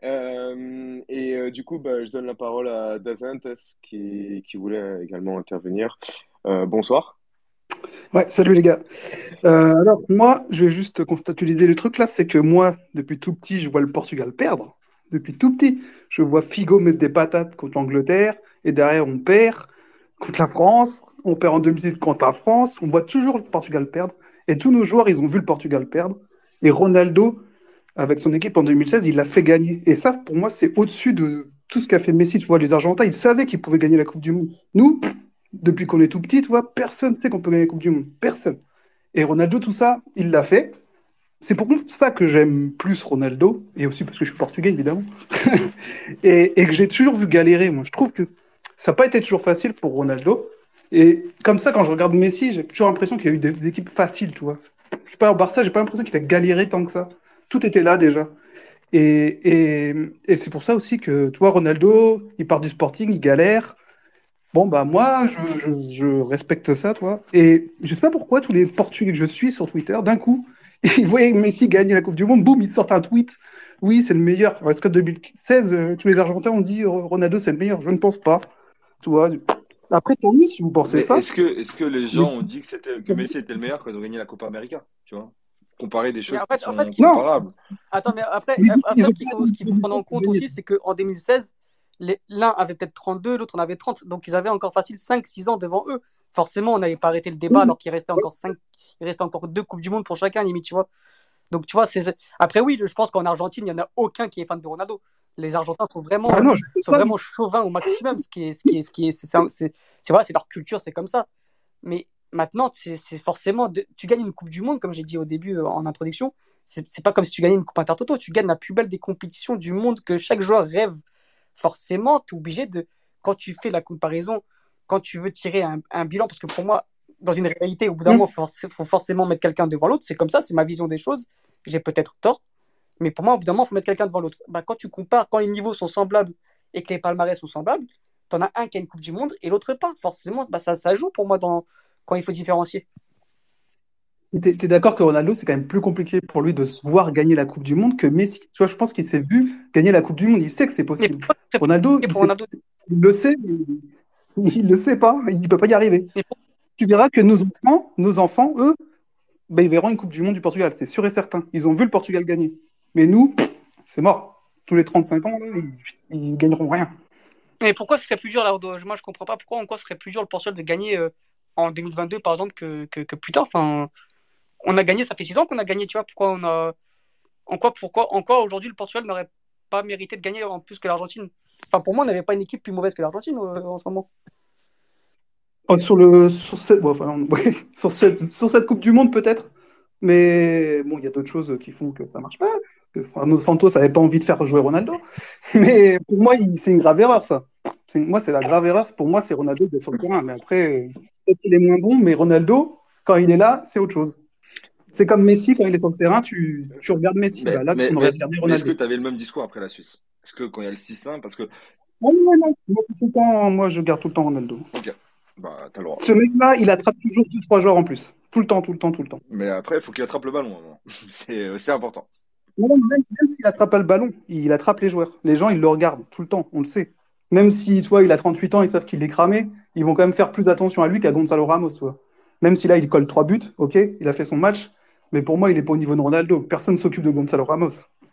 Du coup, bah, je donne la parole à Dazant, qui voulait également intervenir. Bonsoir. Ouais, salut les gars. Alors moi, je vais juste constatualiser le truc là, c'est que moi, depuis tout petit, je vois le Portugal perdre. Depuis tout petit, je vois Figo mettre des patates contre l'Angleterre, et derrière on perd contre la France, on perd en 2006 contre la France, on voit toujours le Portugal perdre, et tous nos joueurs, ils ont vu le Portugal perdre, et Ronaldo, avec son équipe en 2016, il l'a fait gagner. Et ça, pour moi, c'est au-dessus de tout ce qu'a fait Messi. Tu vois, les Argentins, ils savaient qu'ils pouvaient gagner la Coupe du Monde. Nous, depuis qu'on est tout petit, tu vois, personne ne sait qu'on peut gagner la Coupe du Monde. Personne. Et Ronaldo, tout ça, il l'a fait. C'est pour ça que j'aime plus Ronaldo, et aussi parce que je suis portugais, évidemment, et que j'ai toujours vu galérer. Moi, je trouve que ça n'a pas été toujours facile pour Ronaldo. Et comme ça, quand je regarde Messi, j'ai toujours l'impression qu'il y a eu des équipes faciles, tu vois. Je sais pas, au Barça, j'ai pas l'impression qu'il a galéré tant que ça. Tout était là déjà. Et c'est pour ça aussi que, tu vois, Ronaldo, il part du Sporting, il galère. Bon, bah moi, je respecte ça, toi. Et je sais pas pourquoi tous les Portugais que je suis sur Twitter, d'un coup, ils voyaient Messi gagner la Coupe du Monde, boum, ils sortent un tweet. Oui, c'est le meilleur. Est-ce que 2016, tous les Argentins ont dit Ronaldo, c'est le meilleur? Je ne pense pas. Tu vois. Après, tant mieux si vous pensez Mais ça. est-ce que les Mais gens ont dit que Messi était le meilleur quand ils ont gagné la Copa América, tu vois? Comparer des Mais choses qui en fait, sont non, comparables. attends, mais après, ils après ont ce pas qu'il faut prendre en compte gagné. aussi, c'est qu'en 2016, l'un avait peut-être 32, l'autre en avait 30. Donc, ils avaient encore facile 5-6 ans devant eux. Forcément, on n'avait pas arrêté le débat alors qu'il restait encore 5, il restait encore 2 Coupes du Monde pour chacun, limite, tu vois. Donc, tu vois, après, oui, je pense qu'en Argentine, il n'y en a aucun qui est fan de Ronaldo. Les Argentins Ah non, je sais sont pas. vraiment chauvins au maximum. C'est vrai, c'est leur culture, c'est comme ça. Mais maintenant, c'est forcément. Tu gagnes une Coupe du Monde, comme j'ai dit au début en introduction. C'est pas comme si tu gagnais une Coupe Intertoto. Tu gagnes la plus belle des compétitions du monde que chaque joueur rêve. Forcément, tu es obligé de. Quand tu fais la comparaison, quand tu veux tirer un bilan, parce que pour moi, dans une réalité, au bout d'un moment, il faut forcément mettre quelqu'un devant l'autre. C'est comme ça, c'est ma vision des choses. J'ai peut-être tort. Mais pour moi, au bout d'un moment, il faut mettre quelqu'un devant l'autre. Bah, quand tu compares, quand les niveaux sont semblables et que les palmarès sont semblables, tu en as un qui a une Coupe du Monde et l'autre pas. Forcément, bah, ça joue pour moi quand il faut différencier. T'es d'accord que Ronaldo, c'est quand même plus compliqué pour lui de se voir gagner la Coupe du Monde que Messi. Tu vois, je pense qu'il s'est vu gagner la Coupe du Monde. Il sait que c'est Mais possible. pourquoi c'est Ronaldo, compliqué pour Ronaldo? il le sait, mais il le sait pas. Il peut pas y arriver. Mais pour- Tu verras que nos enfants, eux, ben, ils verront une Coupe du Monde du Portugal. C'est sûr et certain. Ils ont vu le Portugal gagner. Mais nous, c'est mort. Tous les 35 ans, là, ils gagneront rien. Mais pourquoi ce serait plus dur là? Moi, je comprends pas pourquoi encore ce serait plus dur le Portugal de gagner en 2022, par exemple, que plus tard. Enfin, on a gagné, ça fait 6 ans qu'on a gagné, tu vois. En quoi aujourd'hui le Portugal n'aurait pas mérité de gagner en plus que l'Argentine? Enfin, pour moi, on n'avait pas une équipe plus mauvaise que l'Argentine en ce moment. Sur cette Coupe du Monde, peut-être. Mais bon, il y a d'autres choses qui font que ça marche pas. Que Fernando Santos n'avait pas envie de faire jouer Ronaldo. Mais pour moi, c'est une grave erreur, ça. Moi, c'est la grave erreur. Pour moi, c'est Ronaldo qui est sur le terrain. Mais après, peut-être qu'il est moins bon. Mais Ronaldo, quand il est là, c'est autre chose. C'est comme Messi, quand il est sur le terrain, tu regardes Messi. Mais, Bah, là, mais, on aurait mais, regardé mais est-ce que Ronaldo. tu avais le même discours après la Suisse? Est-ce que quand il y a le 6-1, parce que, Ah non, non, moi, c'est tout le temps, moi, je garde tout le temps Ronaldo. ok, bah, t'as le droit. Ce mec-là, il attrape toujours 2, 3 joueurs en plus. Tout le temps, tout le temps, tout le temps. Mais après, il faut qu'il attrape le ballon, hein. C'est important. Non, non, même s'il attrape pas le ballon, il attrape les joueurs. Les gens, ils le regardent tout le temps, on le sait. Même si, tu vois, il a 38 ans, ils savent qu'il est cramé, ils vont quand même faire plus attention à lui qu'à Gonzalo Ramos, tu vois. Même si là, il colle 3 buts, ok, il a fait son match. Mais pour moi, il est pas au niveau de Ronaldo. Personne s'occupe de Gonzalo Ramos.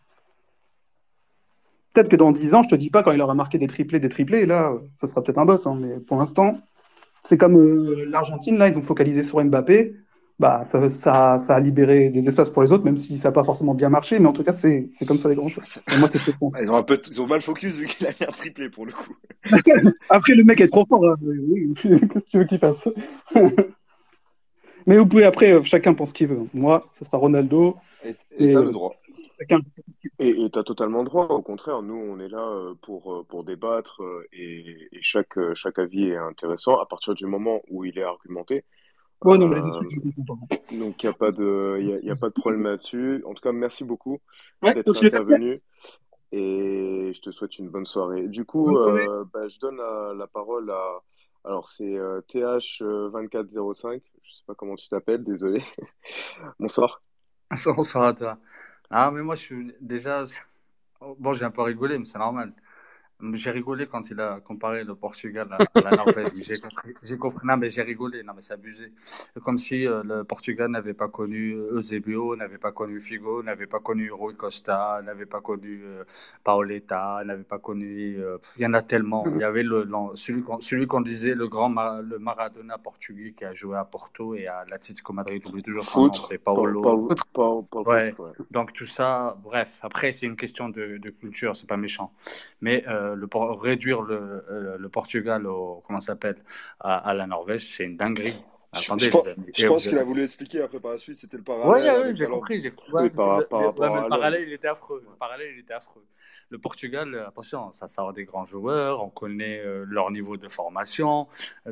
Peut-être que dans 10 ans, je te dis pas, quand il aura marqué des triplés, là, ça sera peut-être un boss, hein, mais pour l'instant, c'est comme l'Argentine, là, ils ont focalisé sur Mbappé. Bah, ça a libéré des espaces pour les autres, même si ça n'a pas forcément bien marché, mais en tout cas, c'est comme ça les grands joueurs. Et moi, c'est ce que je pense. Ils ont mal focus vu qu'il a mis un triplé pour le coup. Après, le mec est trop fort, hein. Oui, qu'est-ce que tu veux qu'il fasse? Mais vous pouvez, après, chacun pense ce qu'il veut. Moi, ce sera Ronaldo. Et t'as le droit. Chacun pense ce qu'il veut. Et tu as totalement le droit. Au contraire, nous, on est là pour débattre et chaque avis est intéressant à partir du moment où il est argumenté. Ouais, non, mais les Euh, insultes, je comprends pas. donc, il n'y a pas y a pas de problème là-dessus. En tout cas, merci beaucoup Ouais, d'être continue comme ça. intervenu et je te souhaite une bonne soirée. Du Bonne coup, soirée. je donne la parole à... Alors, c'est TH2405. Je sais pas comment tu t'appelles, désolé. Bonsoir. Bonsoir à toi. Ah, mais moi, je suis déjà. Bon, j'ai un peu rigolé, mais c'est normal. J'ai rigolé quand il a comparé le Portugal à la Norvège. J'ai compris. Non, mais j'ai rigolé. Non, mais c'est abusé. Comme si le Portugal n'avait pas connu Eusebio, n'avait pas connu Figo, n'avait pas connu Rui Costa, n'avait pas connu Paoletta, n'avait pas connu. Il y en a tellement. Il y avait celui qu'on disait le Maradona portugais qui a joué à Porto et à l'Atlético Madrid. J'oublie toujours son nom. Foutre. C'est Paolo. Pas le Ouais. foutre, ouais. Donc tout ça, bref. Après, c'est une question de culture. C'est pas méchant. Mais réduire le Portugal comment ça s'appelle, à la Norvège, c'est une dinguerie. Attendez, les amis. Je pense qu'il a voulu expliquer après par la suite, c'était le Ouais, parallèle ouais, avec j'ai la langue. compris. Oui, par Mais rapport le à l'homme. parallèle, il était affreux. Le parallèle, il était affreux. Le Portugal, attention, ça sort des grands joueurs. On connaît leur niveau de formation,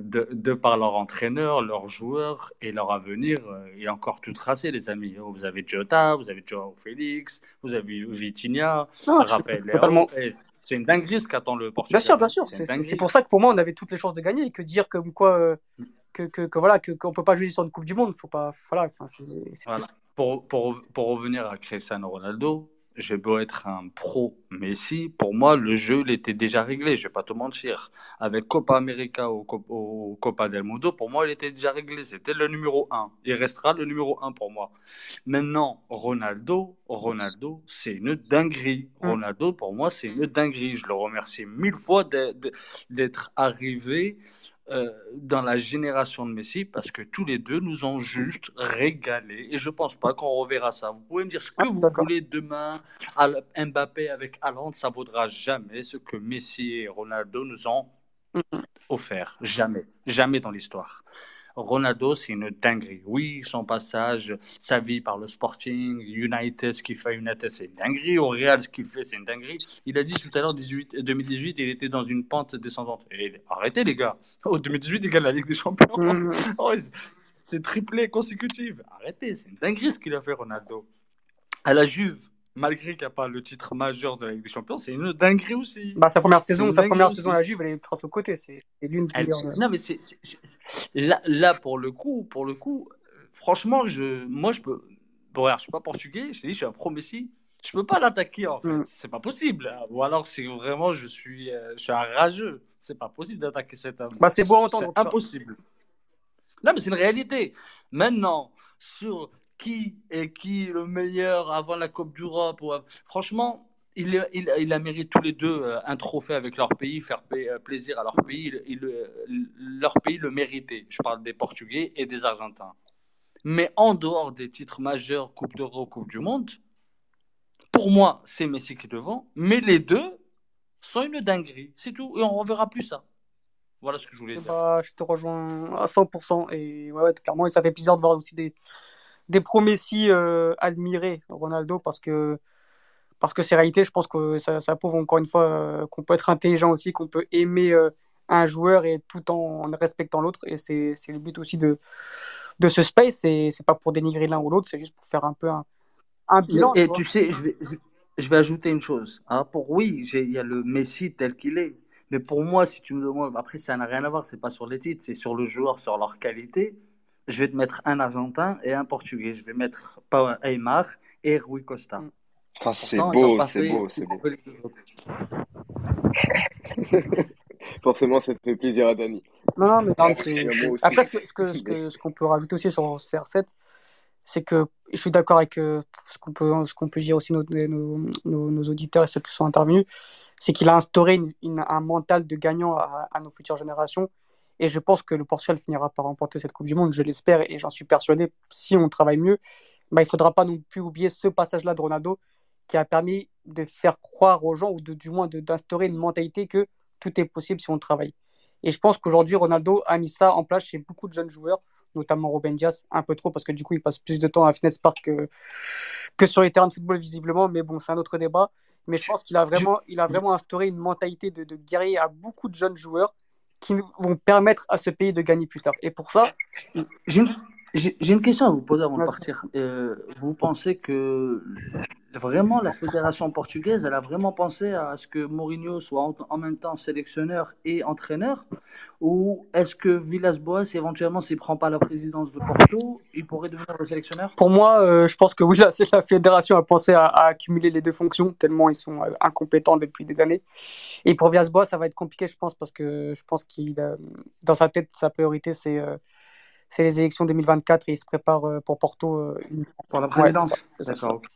de par leur entraîneur, leurs joueurs et leur avenir. Il est encore tout tracé, les amis. Vous avez Jota, vous avez Joao Félix, vous avez Vitinha, Non, je suis Raphaël totalement. Leao. C'est une dinguerie ce qu'attend le Portugal. Bien sûr. C'est une C'est dinguerie. pour ça que pour moi, on avait toutes les chances de gagner et que dire comme quoi voilà qu'on peut pas jouer sur une Coupe du Monde, faut pas. Voilà. Enfin, Voilà. Pour revenir à Cristiano Ronaldo, j'ai beau être un pro Messi, pour moi, le jeu, il était déjà réglé, je vais pas te mentir. Avec Copa América au Copa del Mundo, pour moi, il était déjà réglé. C'était le numéro 1. Il restera le numéro 1 pour moi. Maintenant, Ronaldo, c'est une dinguerie. Ronaldo, pour moi, c'est une dinguerie. Je le remercie 1000 fois d'être arrivé dans la génération de Messi parce que tous les deux nous ont juste régalé et je pense pas qu'on reverra ça. Vous pouvez me dire ce que vous d'accord. voulez demain, Mbappé avec Haaland, ça vaudra jamais ce que Messi et Ronaldo nous ont offert. Jamais dans l'histoire. Ronaldo, c'est une dinguerie. Oui, son passage, sa vie par le Sporting, United, ce qu'il fait à United, c'est une dinguerie. Au Real, ce qu'il fait, c'est une dinguerie. Il a dit tout à l'heure, 2018, il était dans une pente descendante. Et arrêtez, les gars. Oh, 2018, il gagne la Ligue des Champions. Oh, c'est triplé consécutif. Arrêtez, c'est une dinguerie ce qu'il a fait, Ronaldo. À la Juve, malgré qu'il n'y a pas le titre majeur de la Ligue des Champions, c'est une dinguerie aussi. Bah, sa première saison à la Juve, elle est trace aux côtés. C'est l'une des meilleures. Non, mais là pour le coup, franchement, moi, je peux. Bon, regarde, je suis pas portugais, je te dis, je suis un pro Messi. Je peux pas l'attaquer, en fait. C'est pas possible. Ou alors, c'est vraiment, je suis un rageux. C'est pas possible d'attaquer cet homme. Bah, c'est beau à entendre. C'est impossible. Non, mais c'est une réalité. Maintenant, sur qui est le meilleur avant la Coupe d'Europe, franchement, il a mérité tous les deux un trophée avec leur pays, faire plaisir à leur pays. Leur pays le méritait. Je parle des Portugais et des Argentins. Mais en dehors des titres majeurs, Coupe d'Europe, Coupe du Monde, pour moi, c'est Messi qui est devant. Mais les deux sont une dinguerie. C'est tout. Et on ne reverra plus ça. Voilà ce que je voulais dire. Bah, je te rejoins à 100%. Et ouais, clairement, et ça fait plaisir de voir aussi des pro Messi admirer Ronaldo parce que c'est réalité. Je pense que ça prouve encore une fois qu'on peut être intelligent aussi, qu'on peut aimer un joueur et tout en respectant l'autre. Et c'est le but aussi de ce space. Et c'est pas pour dénigrer l'un ou l'autre, c'est juste pour faire un peu un bilan. Et tu sais, je vais ajouter une chose. Hein. Oui, il y a le Messi tel qu'il est. Mais pour moi, si tu me demandes, après, ça n'a rien à voir, c'est pas sur les titres, c'est sur le joueur, sur leur qualité. Je vais te mettre un Argentin et un Portugais. Je vais mettre Aymar et Rui Costa. C'est beau. Forcément, ça te fait plaisir à Dani. Non, mais après, ce qu'on peut rajouter aussi sur CR7, c'est que je suis d'accord avec ce qu'on peut dire aussi nos auditeurs et ceux qui sont intervenus, c'est qu'il a instauré un mental de gagnant à nos futures générations. Et je pense que le Portugal finira par remporter cette Coupe du Monde, je l'espère, et j'en suis persuadé. Si on travaille mieux, bah, il ne faudra pas non plus oublier ce passage-là de Ronaldo qui a permis de faire croire aux gens, ou du moins d'instaurer une mentalité que tout est possible si on travaille. Et je pense qu'aujourd'hui, Ronaldo a mis ça en place chez beaucoup de jeunes joueurs, notamment Ruben Dias, un peu trop, parce que du coup, il passe plus de temps à Fitness Park que sur les terrains de football, visiblement. Mais bon, c'est un autre débat. Mais je pense il a vraiment instauré une mentalité de guerrier à beaucoup de jeunes joueurs qui vont permettre à ce pays de gagner plus tard. Et pour ça, J'ai une, j'ai une question à vous poser avant de ouais, partir. Vous pensez que vraiment la fédération portugaise, elle a vraiment pensé à ce que Mourinho soit en même temps sélectionneur et entraîneur? Ou est-ce que Villas-Boas, éventuellement, s'il ne prend pas la présidence de Porto, il pourrait devenir le sélectionneur? pour moi, je pense que oui, là, c'est la fédération a pensé à accumuler les deux fonctions, tellement ils sont incompétents depuis des années. Et pour Villas-Boas, ça va être compliqué, je pense, parce que je pense dans sa tête, sa priorité, c'est les élections 2024 et il se prépare pour Porto. Pour la Ouais, c'est ça. présidence? D'accord, ok.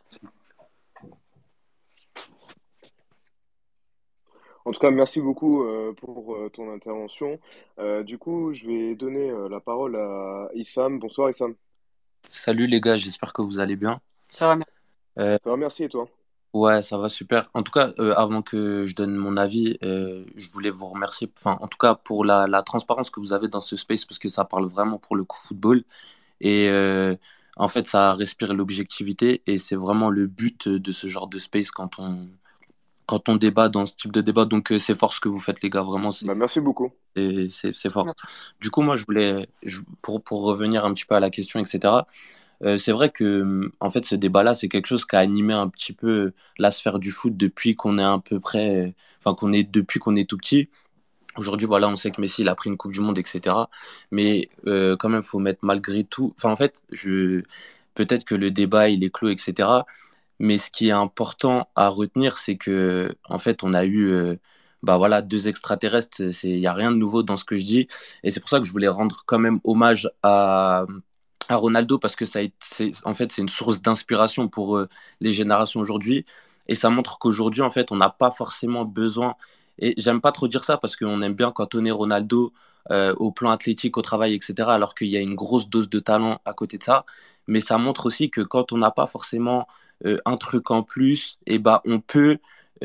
En tout cas, merci beaucoup pour ton intervention. Du coup, je vais donner la parole à Issam. Bonsoir Issam. Salut les gars, j'espère que vous allez bien. Ça va, merci. Euh, Ça va, merci et toi? ouais, ça va super. En tout cas, avant que je donne mon avis, je voulais vous remercier, enfin, en tout cas pour la transparence que vous avez dans ce space, parce que ça parle vraiment pour le coup football. Et en fait, ça respire l'objectivité, et c'est vraiment le but de ce genre de space quand on débat dans ce type de débat. Donc, c'est fort ce que vous faites, les gars, vraiment, Bah, merci beaucoup. c'est fort. Merci. Du coup, moi, pour revenir un petit peu à la question, etc. C'est vrai que en fait ce débat-là c'est quelque chose qui a animé un petit peu la sphère du foot depuis qu'on est à peu près, enfin depuis qu'on est tout petit. Aujourd'hui voilà on sait que Messi il a pris une Coupe du Monde etc. Mais quand même faut mettre malgré tout, enfin en fait peut-être que le débat il est clos etc. Mais ce qui est important à retenir c'est que en fait on a eu bah voilà deux extraterrestres, il y a rien de nouveau dans ce que je dis et c'est pour ça que je voulais rendre quand même hommage à Ronaldo parce que en fait, c'est une source d'inspiration pour les générations aujourd'hui. Et ça montre qu'aujourd'hui, en fait, on n'a pas forcément besoin. Et j'aime pas trop dire ça parce qu'on aime bien cantonner Ronaldo au plan athlétique, au travail, etc. Alors qu'il y a une grosse dose de talent à côté de ça. Mais ça montre aussi que quand on n'a pas forcément un truc en plus, et ben, on peut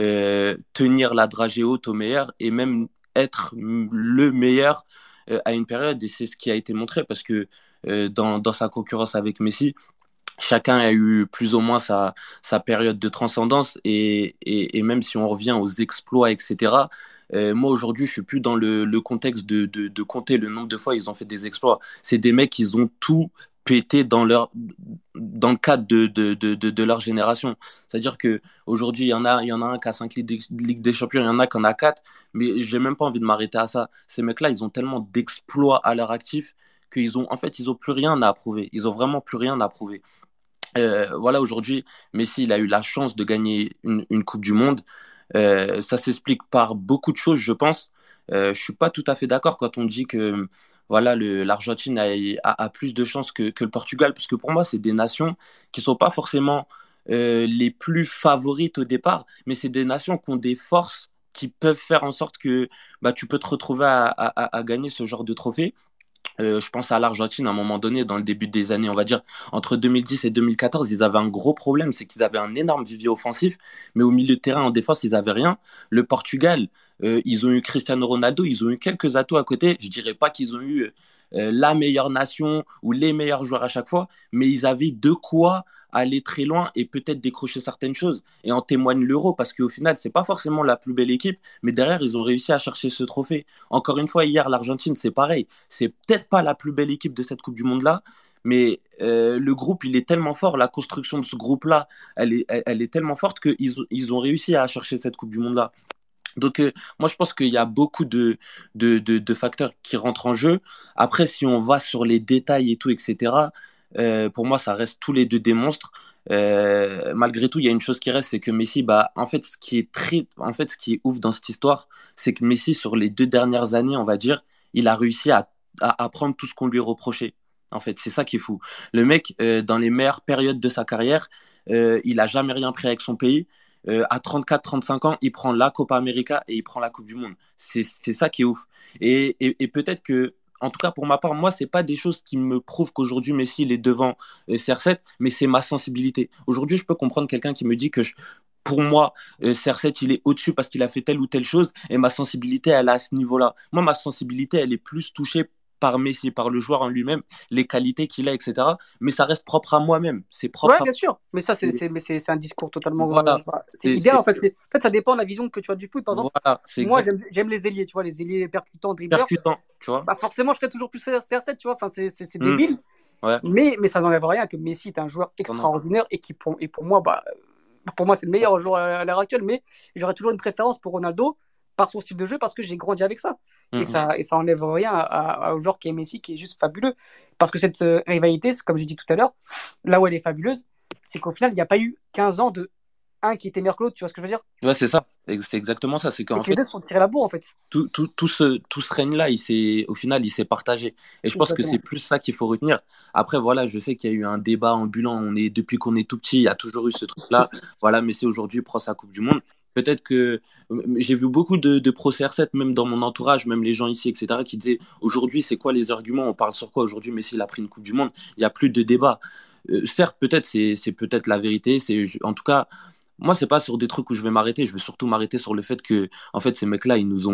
tenir la dragée haute au meilleur et même être le meilleur à une période. Et c'est ce qui a été montré parce que dans sa concurrence avec Messi, chacun a eu plus ou moins sa période de transcendance et même si on revient aux exploits, etc. Moi aujourd'hui, je suis plus dans le contexte de compter le nombre de fois ils ont fait des exploits. C'est des mecs, ils ont tout pété dans le cadre de leur génération. C'est-à-dire que aujourd'hui, il y en a un qui a 5 Ligue des Champions, il y en a qui en a 4, mais j'ai même pas envie de m'arrêter à ça. Ces mecs-là, ils ont tellement d'exploits à leur actif en fait, ils ont plus rien à prouver. Ils ont vraiment plus rien à prouver. Voilà, aujourd'hui, Messi, il a eu la chance de gagner une Coupe du Monde. Ça s'explique par beaucoup de choses, je pense. Je suis pas tout à fait d'accord quand on dit que voilà, l'Argentine a plus de chances que le Portugal, parce que pour moi, c'est des nations qui sont pas forcément les plus favorites au départ, mais c'est des nations qui ont des forces qui peuvent faire en sorte que bah, tu peux te retrouver à gagner ce genre de trophée. Je pense à l'Argentine à un moment donné, dans le début des années, on va dire, entre 2010 et 2014, ils avaient un gros problème, c'est qu'ils avaient un énorme vivier offensif, mais au milieu de terrain, en défense, ils avaient rien. Le Portugal, ils ont eu Cristiano Ronaldo, ils ont eu quelques atouts à côté. Je dirais pas qu'ils ont eu la meilleure nation ou les meilleurs joueurs à chaque fois, mais ils avaient de quoi aller très loin et peut-être décrocher certaines choses. Et en témoigne l'Euro, parce qu'au final, c'est pas forcément la plus belle équipe, mais derrière, ils ont réussi à chercher ce trophée. Encore une fois, hier, l'Argentine, c'est pareil. C'est peut-être pas la plus belle équipe de cette Coupe du Monde-là, mais le groupe, il est tellement fort, la construction de ce groupe-là, elle est tellement forte qu'ils ont réussi à chercher cette Coupe du Monde-là. Donc, moi, je pense qu'il y a beaucoup de facteurs qui rentrent en jeu. Après, si on va sur les détails et tout, etc., pour moi, ça reste tous les deux des monstres. Malgré tout, il y a une chose qui reste, c'est que Messi, bah, en fait, ce qui est ouf dans cette histoire, c'est que Messi, sur les 2 dernières années, on va dire, il a réussi à prendre tout ce qu'on lui reprochait. En fait, c'est ça qui est fou. Le mec, dans les meilleures périodes de sa carrière, il a jamais rien pris avec son pays. À 34-35 ans, il prend la Copa América et il prend la Coupe du Monde. C'est ça qui est ouf. Et peut-être que, en tout cas pour ma part, moi, c'est pas des choses qui me prouvent qu'aujourd'hui Messi il est devant CR7, mais c'est ma sensibilité. Aujourd'hui, je peux comprendre quelqu'un qui me dit que pour moi, CR7, il est au-dessus parce qu'il a fait telle ou telle chose, et ma sensibilité, elle est à ce niveau-là. Moi, ma sensibilité, elle est plus touchée par Messi, par le joueur en lui-même, les qualités qu'il a, etc. Mais ça reste propre à moi-même. C'est Ouais, propre à bien sûr. Mais ça, moi. c'est un discours totalement. Voilà. C'est idéal. En fait, ça dépend de la vision que tu as du foot. Par exemple, Voilà, c'est moi, exact. j'aime les ailiers, tu vois, les ailiers percutants, dribbleurs. Percutant, tu vois. Bah, forcément, je serais toujours plus CR7, tu vois. Enfin, c'est Mm. débile. Ouais. Mais ça n'enlève rien que Messi est un joueur extraordinaire et pour moi, pour moi, c'est le meilleur joueur à l'heure actuelle. Mais j'aurais toujours une préférence pour Ronaldo par son style de jeu parce que j'ai grandi avec ça. Et ça enlève rien au joueur qui est Messi, qui est juste fabuleux. Parce que cette rivalité, comme j'ai dit tout à l'heure, là où elle est fabuleuse, c'est qu'au final, il n'y a pas eu 15 ans de un qui était meilleur que l'autre, tu vois ce que je veux dire? Ouais, c'est ça. C'est exactement ça. C'est Et qu'en que les fait, deux se sont tirés la bourre, en fait. tout ce règne-là, au final, il s'est partagé. Et je pense que Exactement. c'est plus ça qu'il faut retenir. Après, voilà, je sais qu'il y a eu un débat ambulant. Depuis qu'on est tout petit, il y a toujours eu ce truc-là. Voilà, Messi aujourd'hui prend sa Coupe du Monde. Peut-être que j'ai vu beaucoup de pro CR7, même dans mon entourage, même les gens ici, etc., qui disaient aujourd'hui, c'est quoi les arguments? On parle sur quoi aujourd'hui? Messi, il a pris une Coupe du Monde. Il n'y a plus de débat. Certes, peut-être, c'est peut-être la vérité. En tout cas, moi, c'est pas sur des trucs où je vais m'arrêter. Je vais surtout m'arrêter sur le fait que, en fait, ces mecs-là,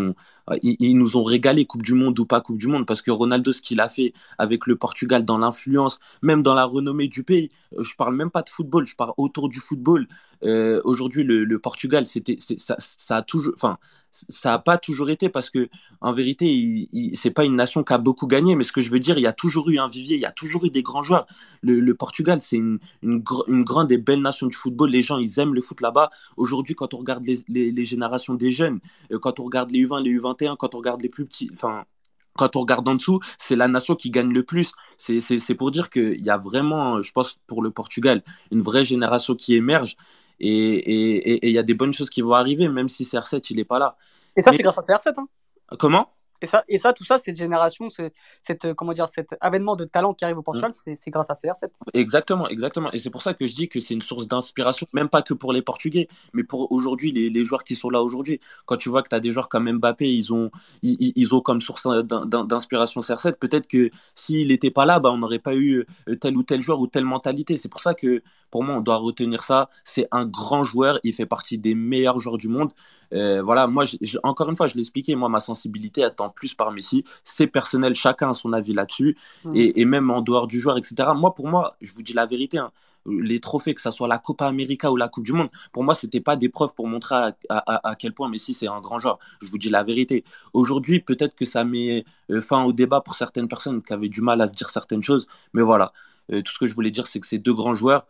ils nous ont régalé Coupe du Monde ou pas Coupe du Monde, parce que Ronaldo, ce qu'il a fait avec le Portugal dans l'influence, même dans la renommée du pays, je parle même pas de football, je parle autour du football. Aujourd'hui, le Portugal, ça a toujours, enfin, ça a pas toujours été parce que, en vérité, c'est pas une nation qui a beaucoup gagné, mais ce que je veux dire, il y a toujours eu un vivier, il y a toujours eu des grands joueurs. Le Portugal, c'est une grande et belle nation du football. Les gens, ils aiment le foot là-bas. Aujourd'hui, quand on regarde les générations des jeunes, quand on regarde les U20, les U21, quand on regarde les plus petits, enfin, quand on regarde en dessous, c'est la nation qui gagne le plus. C'est pour dire qu'il y a vraiment, je pense, pour le Portugal, une vraie génération qui émerge. Et il y a des bonnes choses qui vont arriver, même si CR7, il n'est pas là. Et ça, Mais c'est grâce à CR7, hein. comment? Tout ça, cette génération, comment dire, cet avènement de talent qui arrive au Portugal, c'est grâce à CR7. Exactement, exactement. Et c'est pour ça que je dis que c'est une source d'inspiration, même pas que pour les Portugais, mais pour aujourd'hui, les joueurs qui sont là aujourd'hui. Quand tu vois que tu as des joueurs comme Mbappé, ils ont comme source d'inspiration CR7, peut-être que s'il n'était pas là, bah, on n'aurait pas eu tel ou tel joueur ou telle mentalité. C'est pour ça que pour moi, on doit retenir ça. C'est un grand joueur, il fait partie des meilleurs joueurs du monde. Voilà, moi, encore une fois, je l'ai expliqué, moi, ma sensibilité attend plus par Messi. C'est personnel, chacun a son avis là-dessus. Et même en dehors du joueur, etc. Moi, pour moi, je vous dis la vérité, hein, les trophées, que ce soit la Copa América ou la Coupe du Monde, pour moi, c'était pas des preuves pour montrer à quel point Messi, c'est un grand joueur. Je vous dis la vérité. Aujourd'hui, peut-être que ça met fin au débat pour certaines personnes qui avaient du mal à se dire certaines choses. Mais voilà, tout ce que je voulais dire, c'est que c'est deux grands joueurs.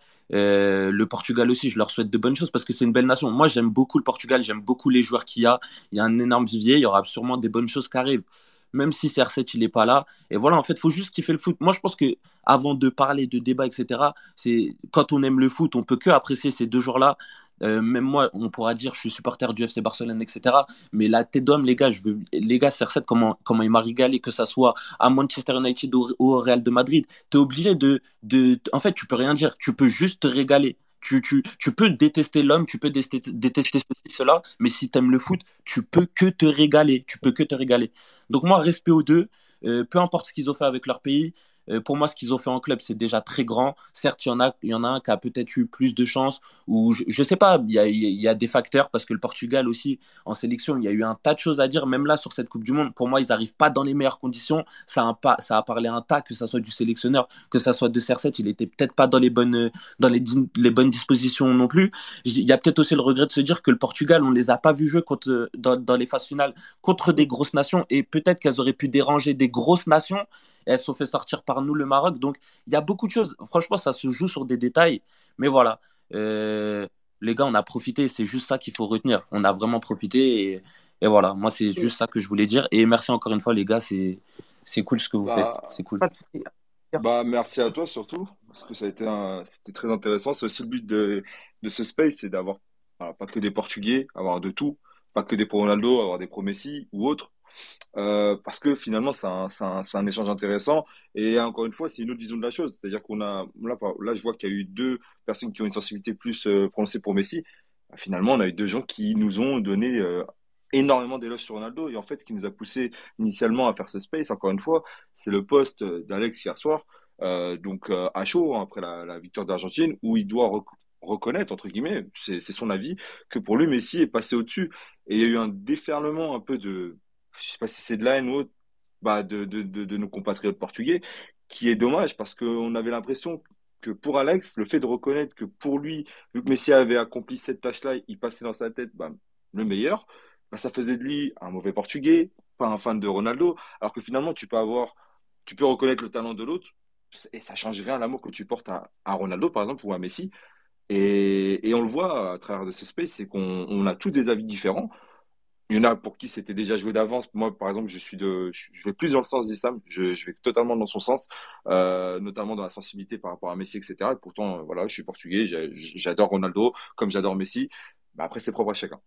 Le Portugal aussi, je leur souhaite de bonnes choses parce que c'est une belle nation. Moi, j'aime beaucoup le Portugal, j'aime beaucoup les joueurs qu'il y a. Il y a un énorme vivier, il y aura sûrement des bonnes choses qui arrivent. Même si CR7 il est pas là. Et voilà, en fait, il faut juste kiffer le foot. Moi, je pense que avant de parler de débat, etc., c'est quand on aime le foot, on peut que apprécier ces deux joueurs-là. Même moi, on pourra dire je suis supporter du FC Barcelone, etc. Mais la tête d'homme, les gars, CR7, comment il m'a régalé, que ça soit à Manchester United ou au Real de Madrid. T'es obligé en fait, tu peux rien dire. Tu peux juste te régaler. Tu peux détester l'homme, tu peux détester ceci, cela, mais si tu aimes le foot, tu peux que te régaler. Tu peux que te régaler. Donc moi, respect aux deux, peu importe ce qu'ils ont fait avec leur pays. Pour moi, ce qu'ils ont fait en club, c'est déjà très grand. Certes, il y en a un qui a peut-être eu plus de chance, ou je sais pas, il y a des facteurs, parce que le Portugal aussi, en sélection, il y a eu un tas de choses à dire, même là, sur cette Coupe du Monde. Pour moi, ils n'arrivent pas dans les meilleures conditions. Ça a parlé un tas, que ça soit du sélectionneur, que ça soit de CR7, il était peut-être pas dans les bonnes dispositions non plus. Il y a peut-être aussi le regret de se dire que le Portugal, on les a pas vus jouer dans les phases finales contre des grosses nations, et peut-être qu'elles auraient pu déranger des grosses nations. Elles se sont fait sortir par nous, le Maroc. Donc, il y a beaucoup de choses. Franchement, ça se joue sur des détails. Mais voilà. Les gars, on a profité. C'est juste ça qu'il faut retenir. On a vraiment profité. Et voilà. Moi, c'est juste ça que je voulais dire. Et merci encore une fois, les gars. C'est cool ce que vous faites. Bah, C'est cool. merci à toi surtout, parce que c'était très intéressant. C'est aussi le but de ce space, c'est d'avoir pas que des Portugais, avoir de tout, pas que des pro Ronaldo, avoir des pro Messi ou autres. parce que finalement, c'est un échange intéressant. Et encore une fois, c'est une autre vision de la chose. C'est-à-dire là, je vois qu'il y a eu deux personnes qui ont une sensibilité plus prononcée pour Messi. Finalement, on a eu deux gens qui nous ont donné énormément d'éloges sur Ronaldo. Et en fait, ce qui nous a poussé initialement à faire ce space, encore une fois, c'est le post d'Alex hier soir, à chaud, hein, après la victoire d'Argentine, où il doit reconnaître, entre guillemets, c'est son avis, que pour lui, Messi est passé au-dessus. Et il y a eu un déferlement un peu je sais pas si c'est de la haine ou autre, de nos compatriotes portugais, qui est dommage parce qu'on avait l'impression que pour Alex, le fait de reconnaître que pour lui, vu que Messi avait accompli cette tâche-là, il passait dans sa tête le meilleur, ça faisait de lui un mauvais portugais, pas un fan de Ronaldo, alors que finalement, tu peux reconnaître le talent de l'autre et ça change rien à l'amour que tu portes à Ronaldo, par exemple, ou à Messi. Et on le voit à travers de ce space, c'est qu'on a tous des avis différents. Il y en a pour qui c'était déjà joué d'avance. Moi, par exemple, je vais plus dans le sens d'Issam. Je vais totalement dans son sens, notamment dans la sensibilité par rapport à Messi, etc. Et pourtant, voilà, je suis portugais, j'adore Ronaldo, comme j'adore Messi. Après, c'est propre à chacun.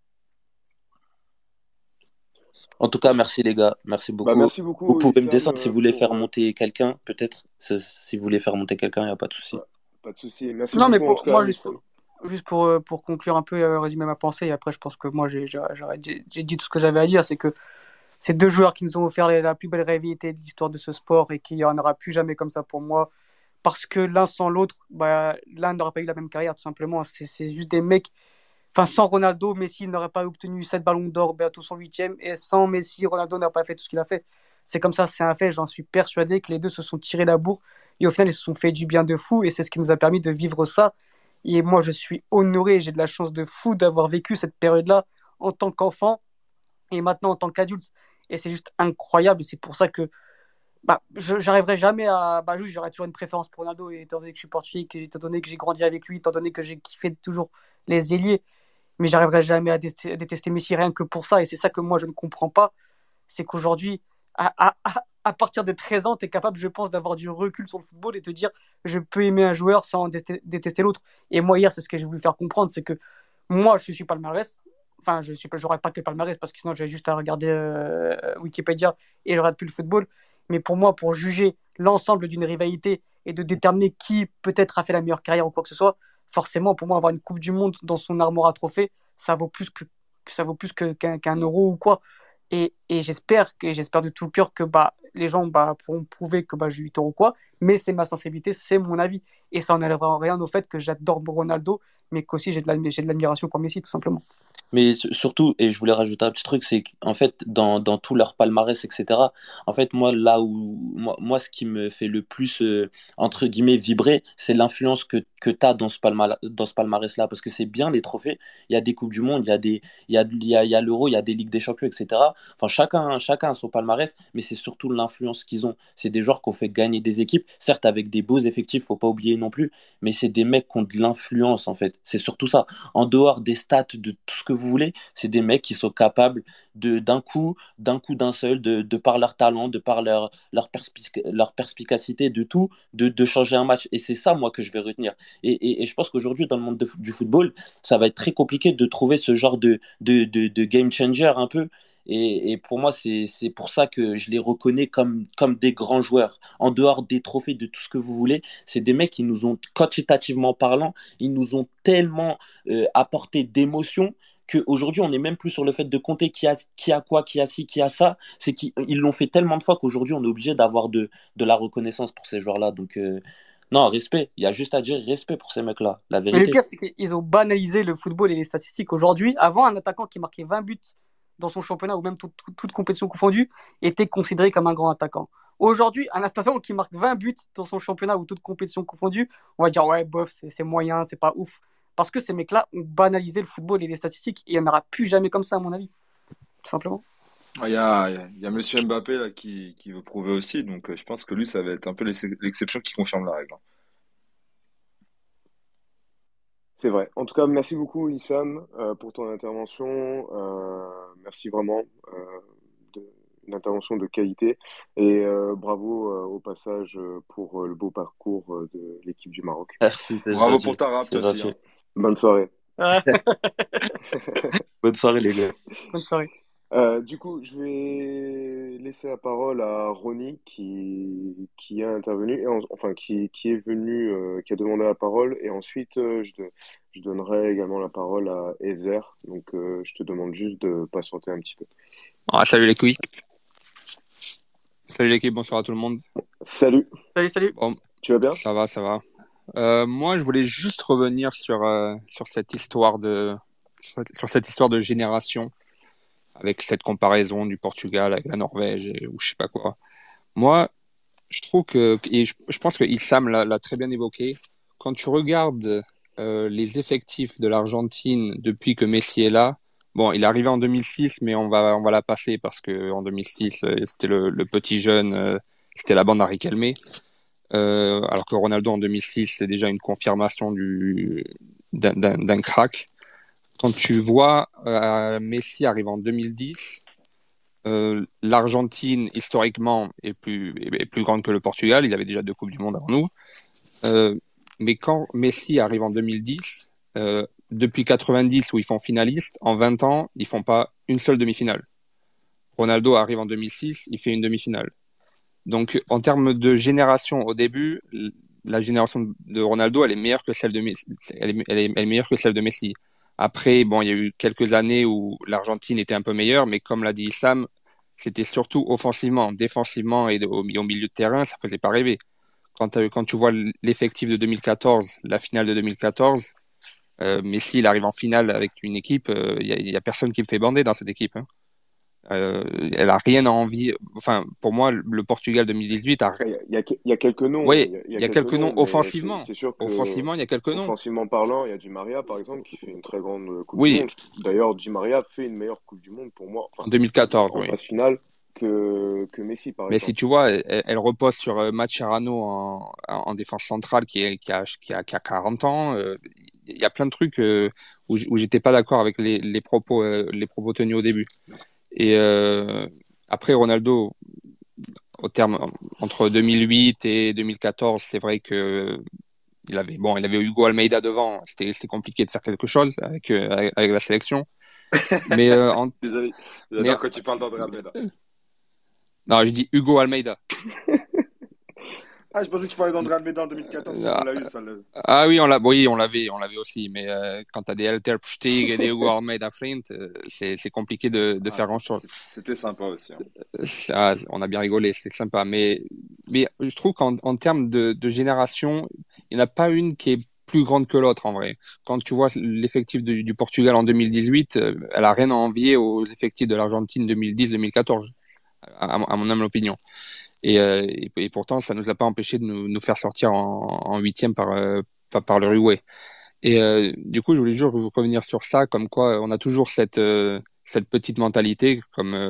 En tout cas, merci les gars, merci beaucoup. Merci Vous beaucoup, pouvez me Issam, descendre si vous voulez faire pour... monter quelqu'un, peut-être. Si vous voulez faire monter quelqu'un, il n'y a pas de souci. Pas de souci. Merci Non, mais beaucoup, en tout cas, moi, Issam. juste pour conclure un peu, résumer ma pensée, et après, je pense que moi, j'ai dit tout ce que j'avais à dire, c'est que ces deux joueurs qui nous ont offert la plus belle rivalité de l'histoire de ce sport et qu'il n'y en aura plus jamais comme ça pour moi, parce que l'un sans l'autre, l'un n'aura pas eu la même carrière, tout simplement. C'est juste des mecs. Enfin, sans Ronaldo, Messi n'aurait pas obtenu 7 ballons d'or, bientôt son 8e. Et sans Messi, Ronaldo n'a pas fait tout ce qu'il a fait. C'est comme ça, c'est un fait. J'en suis persuadé que les deux se sont tirés la bourre. Et au final, ils se sont fait du bien de fou. Et c'est ce qui nous a permis de vivre ça. Et moi, je suis honoré. J'ai de la chance de fou d'avoir vécu cette période-là en tant qu'enfant et maintenant en tant qu'adulte. Et c'est juste incroyable. Et c'est pour ça que j'arriverai jamais à. Juste, j'aurai toujours une préférence pour Ronaldo, étant donné que je suis portugais, étant donné que j'ai grandi avec lui, étant donné que j'ai kiffé toujours les ailiers. Mais j'arriverai jamais à détester Messi rien que pour ça. Et c'est ça que moi, je ne comprends pas. C'est qu'aujourd'hui, à partir de 13 ans, tu es capable, je pense, d'avoir du recul sur le football et te dire je peux aimer un joueur sans détester l'autre. Et moi, hier, c'est ce que j'ai voulu faire comprendre, c'est que moi, je suis palmarès. Enfin, j'aurais pas que palmarès parce que sinon, j'avais juste à regarder Wikipédia et j'aurais plus le football. Mais pour moi, pour juger l'ensemble d'une rivalité et de déterminer qui peut-être a fait la meilleure carrière ou quoi que ce soit, forcément, pour moi, avoir une Coupe du Monde dans son armoire à trophées, ça vaut plus qu'un euro ou quoi. Et j'espère de tout cœur que les gens pourront prouver que j'ai eu tort ou quoi, mais c'est ma sensibilité, c'est mon avis. Et ça n'enlèvera rien au fait que j'adore Ronaldo, mais qu'aussi j'ai de l'admiration pour Messi, tout simplement. Mais surtout, et je voulais rajouter un petit truc, c'est qu'en fait, dans tout leur palmarès, etc., en fait, moi, ce qui me fait le plus, entre guillemets, vibrer, c'est l'influence que tu as dans dans ce palmarès-là. Parce que c'est bien les trophées, il y a des Coupes du Monde, il y a l'Euro, il y a des Ligues des Champions, etc. Enfin, chacun a son palmarès, mais c'est surtout l'influence qu'ils ont. C'est des joueurs qui ont fait gagner des équipes, certes avec des beaux effectifs, faut pas oublier non plus, mais c'est des mecs qui ont de l'influence, en fait. C'est surtout ça. En dehors des stats, de tout ce que vous voulez, c'est des mecs qui sont capables d'un seul, de par leur talent, de par leur perspicacité, de tout, de changer un match. Et c'est ça, moi, que je vais retenir. Et je pense qu'aujourd'hui, dans le monde du football, ça va être très compliqué de trouver ce genre de game changer un peu. Et pour moi, c'est pour ça que je les reconnais comme des grands joueurs. En dehors des trophées, de tout ce que vous voulez, c'est des mecs qui nous ont, quantitativement parlant, ils nous ont tellement apporté d'émotions qu'aujourd'hui, on n'est même plus sur le fait de compter qui a quoi, qui a ci, qui a ça. C'est qu'ils l'ont fait tellement de fois qu'aujourd'hui, on est obligé d'avoir de la reconnaissance pour ces joueurs-là. Donc, non, respect. Il y a juste à dire respect pour ces mecs-là, la Mais le vérité. pire, c'est qu'ils ont banalisé le football et les statistiques. Aujourd'hui, avant, un attaquant qui marquait 20 buts dans son championnat ou même toute compétition confondue était considéré comme un grand attaquant. Aujourd'hui, un attaquant qui marque 20 buts dans son championnat ou toute compétition confondue, on va dire ouais, bof, c'est moyen, c'est pas ouf. Parce que ces mecs-là ont banalisé le football et les statistiques et il n'y en aura plus jamais comme ça, à mon avis. Tout simplement. Il y a Monsieur Mbappé là, qui veut prouver aussi, donc je pense que lui, ça va être un peu l'exception qui confirme la règle. C'est vrai. En tout cas, merci beaucoup, Issam, pour ton intervention. Merci vraiment. Une intervention de qualité. Et bravo au passage pour le beau parcours de l'équipe du Maroc. Merci, c'est Bravo gentil. pour ta rap, C'est aussi. gentil. Bonne soirée. Bonne soirée, les gars. Bonne soirée. Du coup, je vais laisser la parole à Ronnie qui a intervenu, enfin qui est venu, qui a demandé la parole, et ensuite je donnerai également la parole à Ezer. Donc je te demande juste de patienter un petit peu. Ah, salut les couilles. Salut l'équipe, bonsoir à tout le monde. Salut, Salut. Bon, tu vas bien? ça va, ça va. Moi, je voulais juste revenir sur cette histoire sur cette histoire de génération, avec cette comparaison du Portugal avec la Norvège ou je sais pas quoi. Moi, je trouve et je pense que Issam l'a très bien évoqué. Quand tu regardes les effectifs de l'Argentine depuis que Messi est là, bon, il est arrivé en 2006, mais on va la passer parce que en 2006, c'était le petit jeune, c'était la bande à Riquelme. Alors que Ronaldo en 2006, c'est déjà une confirmation d'un crack. Quand tu vois Messi arrive en 2010, l'Argentine, historiquement, est plus grande que le Portugal. Il avait déjà 2 Coupes du Monde avant nous. Euh, mais quand Messi arrive en 2010, depuis 90 où ils font finaliste, en 20 ans, ils font pas une seule demi-finale. Ronaldo arrive en 2006, il fait une demi-finale. Donc, en termes de génération, au début, la génération de Ronaldo, elle est meilleure que celle de Messi. Elle est meilleure que celle de Messi. Après, bon, il y a eu quelques années où l'Argentine était un peu meilleure, mais comme l'a dit Issam, c'était surtout offensivement, défensivement et au milieu de terrain, ça faisait pas rêver. Quand tu vois l'effectif de 2014, la finale de 2014, Messi, il arrive en finale avec une équipe, y a personne qui me fait bander dans cette équipe, hein. Elle a rien à envier. Enfin, pour moi, le Portugal 2018 a. Il y a quelques noms, Oui, il y il a y a quelques quelques noms, noms mais offensivement. c'est sûr que Offensivement, il y a quelques noms. offensivement parlant, il y a Di Maria par exemple qui fait une très grande Coupe du Oui, Monde. D'ailleurs, Di Maria fait une meilleure Coupe du Monde pour moi, en enfin 2014, en oui. phase finale que Messi par Mais si exemple. tu vois, elle repose sur Mascherano en défense centrale qui a 40 ans. Il y a plein de trucs où j'étais pas d'accord avec les propos tenus au début. Et après, Ronaldo, au terme, entre 2008 et 2014, c'est vrai que il avait Hugo Almeida devant. C'était compliqué de faire quelque chose avec la sélection. Mais, Désolé, mais, j'adore quand tu parles d'André Almeida. non, je dis Hugo Almeida. Ah, je pensais que tu parlais d'André Almeida en 2014 parce qu'on l'a eu, ça. Ah oui, on l'avait aussi. Mais quand t'as des Elter Pstig et des Hugo Almeida Flint, c'est compliqué de faire grand-chose. C'était sympa aussi, hein. On a bien rigolé, c'était sympa. Mais je trouve en termes de génération, il n'y en a pas une qui est plus grande que l'autre en vrai. Quand tu vois l'effectif du Portugal en 2018, elle a rien à envier aux effectifs de l'Argentine 2010-2014, à mon humble opinion. Et pourtant, ça nous a pas empêché de nous faire sortir en huitième par l'Uruguay. Et du coup, je voulais juste revenir sur ça, comme quoi on a toujours cette petite mentalité,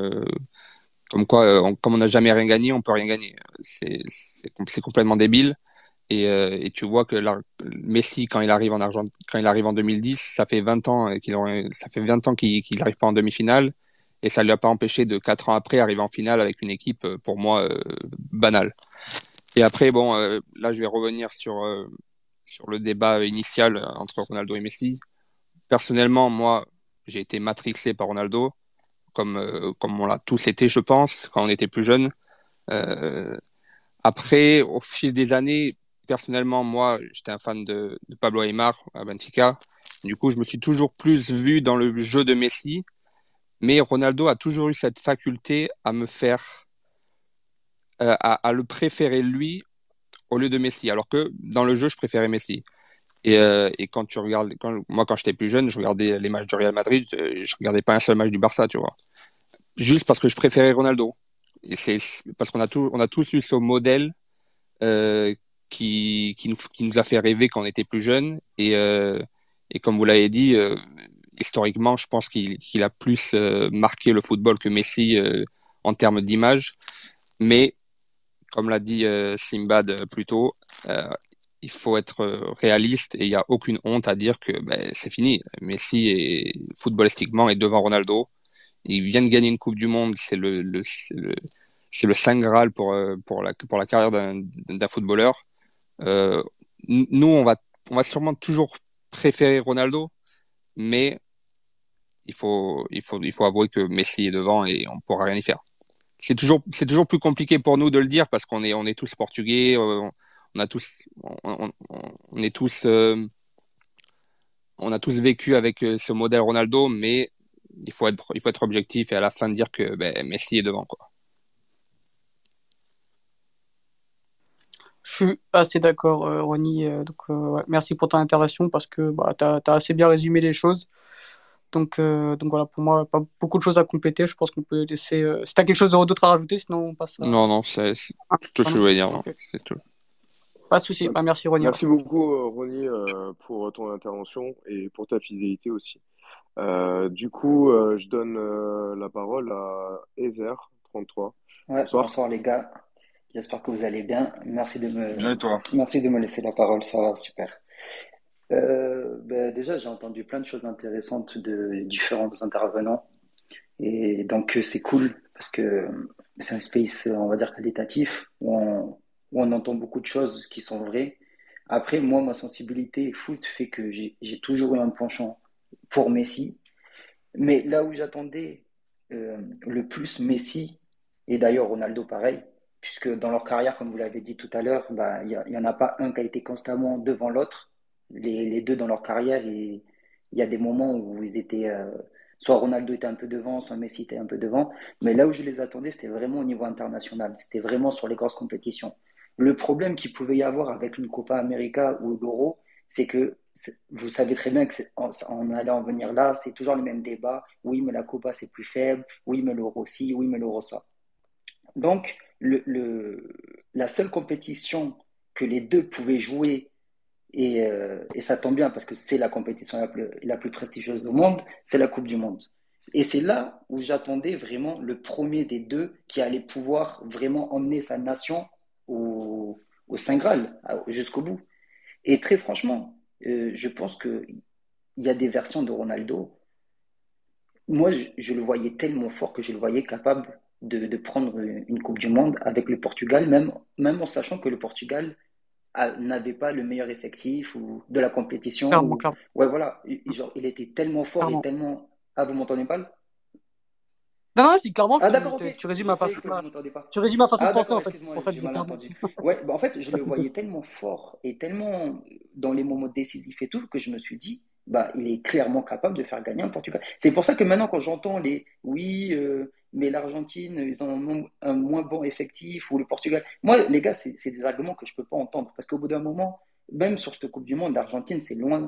comme quoi, comme on n'a jamais rien gagné, on peut rien gagner. C'est complètement débile. Et tu vois que Messi, quand il arrive quand il arrive en 2010, ça fait 20 ans ça fait 20 ans qu'il n'arrive pas en demi-finale. Et ça ne lui a pas empêché de 4 ans après arriver en finale avec une équipe, pour moi, banale. Et après, bon, là, je vais revenir sur le débat initial entre Ronaldo et Messi. Personnellement, moi, j'ai été matrixé par Ronaldo, comme on l'a tous été, je pense, quand on était plus jeune. Euh, Après, au fil des années, personnellement, moi, j'étais un fan de Pablo Aimar à Benfica. Du coup, je me suis toujours plus vu dans le jeu de Messi, mais Ronaldo a toujours eu cette faculté à me faire, à le préférer lui au lieu de Messi, alors que dans le jeu, je préférais Messi. Et quand tu regardes, moi, quand j'étais plus jeune, je regardais les matchs du Real Madrid, je regardais pas un seul match du Barça, tu vois. Juste parce que je préférais Ronaldo. Et c'est parce on a tous eu ce modèle euh, qui nous a fait rêver quand on était plus jeune. Et comme vous l'avez dit, historiquement, je pense qu'il a plus marqué le football que Messi en termes d'image. Mais comme l'a dit Simbad plus tôt, euh, il faut être réaliste et il n'y a aucune honte à dire que ben, c'est fini. Messi footballistiquement est devant Ronaldo. Il vient de gagner une Coupe du Monde, c'est le Saint Graal pour la carrière d'un footballeur. Euh, nous, on va sûrement toujours préférer Ronaldo, mais il faut avouer que Messi est devant et on pourra rien y faire. C'est toujours plus compliqué pour nous de le dire parce qu'on est tous portugais, on a tous, on est tous, on a tous vécu avec ce modèle Ronaldo, mais il faut être objectif et à la fin dire que Messi est devant, quoi. Je suis assez d'accord, Ronny. Ouais, merci pour ton intervention parce que bah, tu as assez bien résumé les choses. Donc voilà, pour moi, pas beaucoup de choses à compléter. Je pense qu'on peut laisser. Si tu as quelque chose d'autre à rajouter, sinon on passe Non, à. non, c'est tout ce que Ah je non? voulais dire, non, Ok. c'est tout. Pas de souci. Bah, merci, Ronny. Merci beaucoup, Ronny, pour ton intervention et pour ta fidélité aussi. Du coup, je donne la parole à Ezer33. Ouais, Bonsoir. bonsoir les gars. J'espère que vous allez bien. Bien et toi? Merci de me laisser la parole, ça va super. Déjà, j'ai entendu plein de choses intéressantes de différents intervenants. Et donc, c'est cool parce que c'est un space, on va dire, qualitatif où on entend beaucoup de choses qui sont vraies. Après, moi, ma sensibilité foot fait que j'ai toujours eu un penchant pour Messi. Mais là où j'attendais le plus Messi, et d'ailleurs Ronaldo pareil, puisque dans leur carrière, comme vous l'avez dit tout à l'heure, bah, il y en a pas un qui a été constamment devant l'autre. Les deux dans leur carrière, il y a des moments où ils étaient, soit Ronaldo était un peu devant, soit Messi était un peu devant. Mais là où je les attendais, c'était vraiment au niveau international. C'était vraiment sur les grosses compétitions. Le problème qu'il pouvait y avoir avec une Copa América ou l'Euro, c'est que vous savez très bien que on allait en venir là, c'est toujours le même débat. Oui, mais la Copa c'est plus faible. Oui, mais l'Euro ci, oui, mais l'Euro ça. Donc, la seule compétition que les deux pouvaient jouer, et ça tombe bien parce que c'est la compétition la plus prestigieuse au monde, c'est la Coupe du Monde. Et c'est là où j'attendais vraiment le premier des deux qui allait pouvoir vraiment emmener sa nation au Saint Graal, jusqu'au bout. Et très franchement, je pense qu'il y a des versions de Ronaldo. Moi, je le voyais tellement fort que je le voyais capable de prendre une Coupe du Monde avec le Portugal, même en sachant que le Portugal n'avait pas le meilleur effectif ou de la compétition. Clairement. Ouais, voilà. Genre, il était tellement fort et Clairement. tellement. Ah, vous m'entendez pas là? Non, je dis clairement, Ah, d'accord, ok. tu résumes J'ai ma cru façon, que vous m'entendez pas. tu résumes ma façon de Ah, penser, d'accord, en fait. C'est excuse-moi, pour ça que je j'ai dis mal clairement. entendu. Ouais, bah, en fait, je Pas le de souci. voyais tellement fort et tellement dans les moments décisifs et tout que je me suis dit, bah, il est clairement capable de faire gagner un Portugal. C'est pour ça que maintenant, quand j'entends les oui, mais l'Argentine, ils ont un moins bon effectif ou le Portugal. Moi, les gars, c'est des arguments que je peux pas entendre parce qu'au bout d'un moment, même sur cette Coupe du Monde, l'Argentine,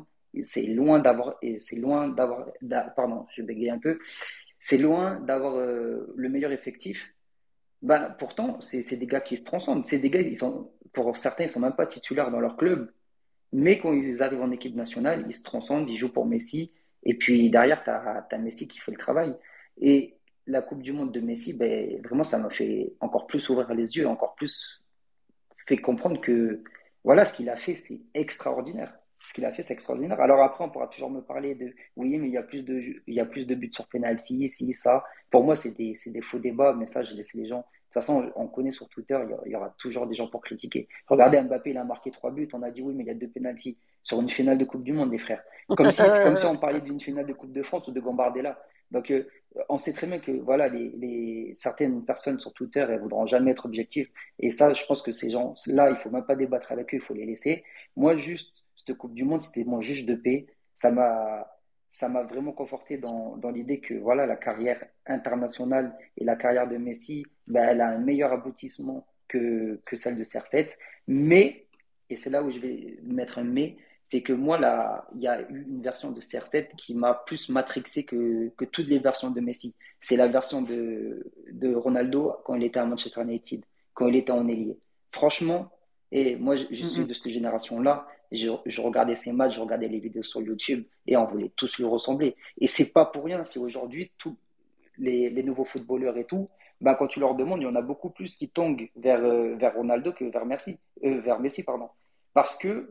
pardon, je bégaye un peu, c'est loin d'avoir le meilleur effectif. Ben, pourtant, c'est des gars qui se transcendent. C'est des gars, pour certains, ils sont même pas titulaires dans leur club. Mais quand ils arrivent en équipe nationale, ils se transcendent, ils jouent pour Messi. Et puis derrière, tu as Messi qui fait le travail. Et la Coupe du Monde de Messi, ben, vraiment, ça m'a fait encore plus ouvrir les yeux, encore plus fait comprendre que voilà, ce qu'il a fait, c'est extraordinaire. Ce qu'il a fait, c'est extraordinaire. Alors après, on pourra toujours me parler de oui, mais il y a plus de buts sur penalty, si, ça. Pour moi, c'est des faux débats, mais ça, je laisse les gens. De toute façon, on connaît sur Twitter, il y aura toujours des gens pour critiquer. Regardez, Mbappé, il a marqué 3 buts. On a dit oui, mais il y a 2 penalties sur une finale de Coupe du Monde, les frères. Comme si on parlait d'une finale de Coupe de France ou de Gambardella. Donc, on sait très bien que voilà, certaines personnes sur Twitter, elles voudront jamais être objectives. Et ça, je pense que ces gens-là, il faut même pas débattre avec eux, il faut les laisser. Moi, juste, cette Coupe du Monde, c'était mon juge de paix. Ça m'a vraiment conforté dans l'idée que voilà, la carrière internationale et la carrière de Messi, ben, elle a un meilleur aboutissement que celle de CR7. Mais, et c'est là où je vais mettre un mais, c'est que moi, là, il y a eu une version de CR7 qui m'a plus matrixé que toutes les versions de Messi. C'est la version de Ronaldo quand il était à Manchester United, quand il était en ailier. Franchement, et moi, je suis de cette génération-là. Je regardais ses matchs, je regardais les vidéos sur YouTube et on voulait tous lui ressembler. Et c'est pas pour rien si aujourd'hui, tous les nouveaux footballeurs et tout, bah, quand tu leur demandes, il y en a beaucoup plus qui tongent vers Ronaldo que vers Messi, pardon. Parce que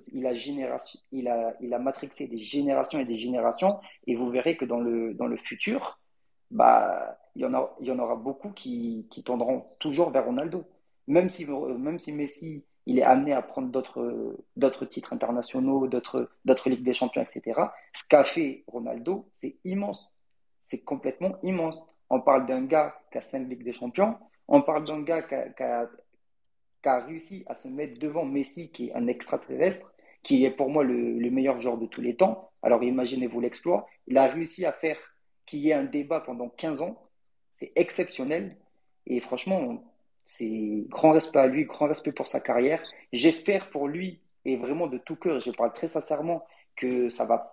il a matrixé des générations et des générations, et vous verrez que dans le futur, bah, il y en aura beaucoup qui tendront toujours vers Ronaldo. Même si Messi, il est amené à prendre d'autres titres internationaux, d'autres Ligues des Champions, etc. Ce qu'a fait Ronaldo, c'est immense. c'est complètement immense. On parle d'un gars qui a 5 Ligues des Champions, on parle d'un gars qui a réussi à se mettre devant Messi, qui est un extraterrestre, qui est pour moi le meilleur joueur de tous les temps. Alors imaginez-vous l'exploit. Il a réussi à faire qu'il y ait un débat pendant 15 ans. C'est exceptionnel. Et franchement, c'est grand respect à lui, grand respect pour sa carrière. J'espère pour lui, et vraiment de tout cœur, et je parle très sincèrement, que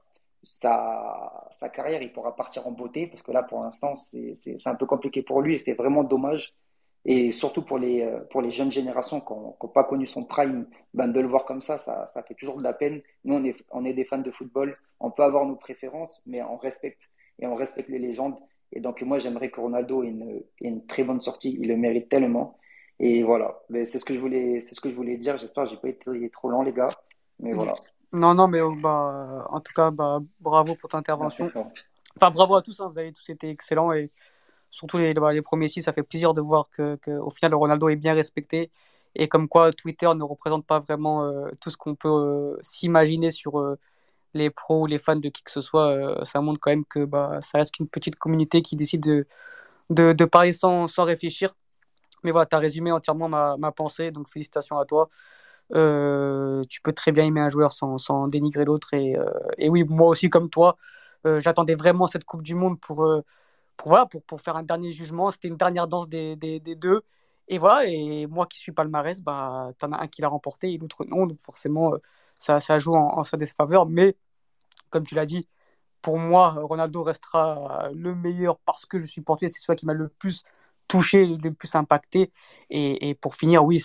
sa carrière, il pourra partir en beauté, parce que là, pour l'instant, c'est un peu compliqué pour lui, et c'est vraiment dommage. Et surtout pour les jeunes générations qui n'ont pas connu son prime, ben de le voir comme ça fait toujours de la peine. Nous, on est des fans de football, on peut avoir nos préférences, mais on respecte les légendes. Et donc, moi, j'aimerais que Ronaldo ait une très bonne sortie. Il le mérite tellement. Et voilà. Mais c'est ce que je voulais dire. J'espère que j'ai pas été trop lent, les gars. Mais voilà. Non, non, mais en tout cas, bravo pour ta Merci, intervention. frère. Enfin, bravo à tous, hein, vous avez tous été excellents et surtout les premiers six, ça fait plaisir de voir au final, le Ronaldo est bien respecté et comme quoi Twitter ne représente pas vraiment tout ce qu'on peut s'imaginer sur les pros ou les fans de qui que ce soit. Ça montre quand même que ça reste qu'une petite communauté qui décide de parler sans réfléchir. Mais voilà, tu as résumé entièrement ma pensée, donc félicitations à toi. Tu peux très bien aimer un joueur sans dénigrer l'autre. Et oui, moi aussi, comme toi, j'attendais vraiment cette Coupe du Monde voilà, pour faire un dernier jugement. C'était une dernière danse des deux. Et voilà, et moi qui suis palmarès, t'en as un qui l'a remporté et l'autre non. Donc forcément, ça joue en sa défaveur. Mais comme tu l'as dit, pour moi, Ronaldo restera le meilleur parce que je suis portier. C'est celui qui m'a le plus touché, le plus impacté. Et pour finir, oui,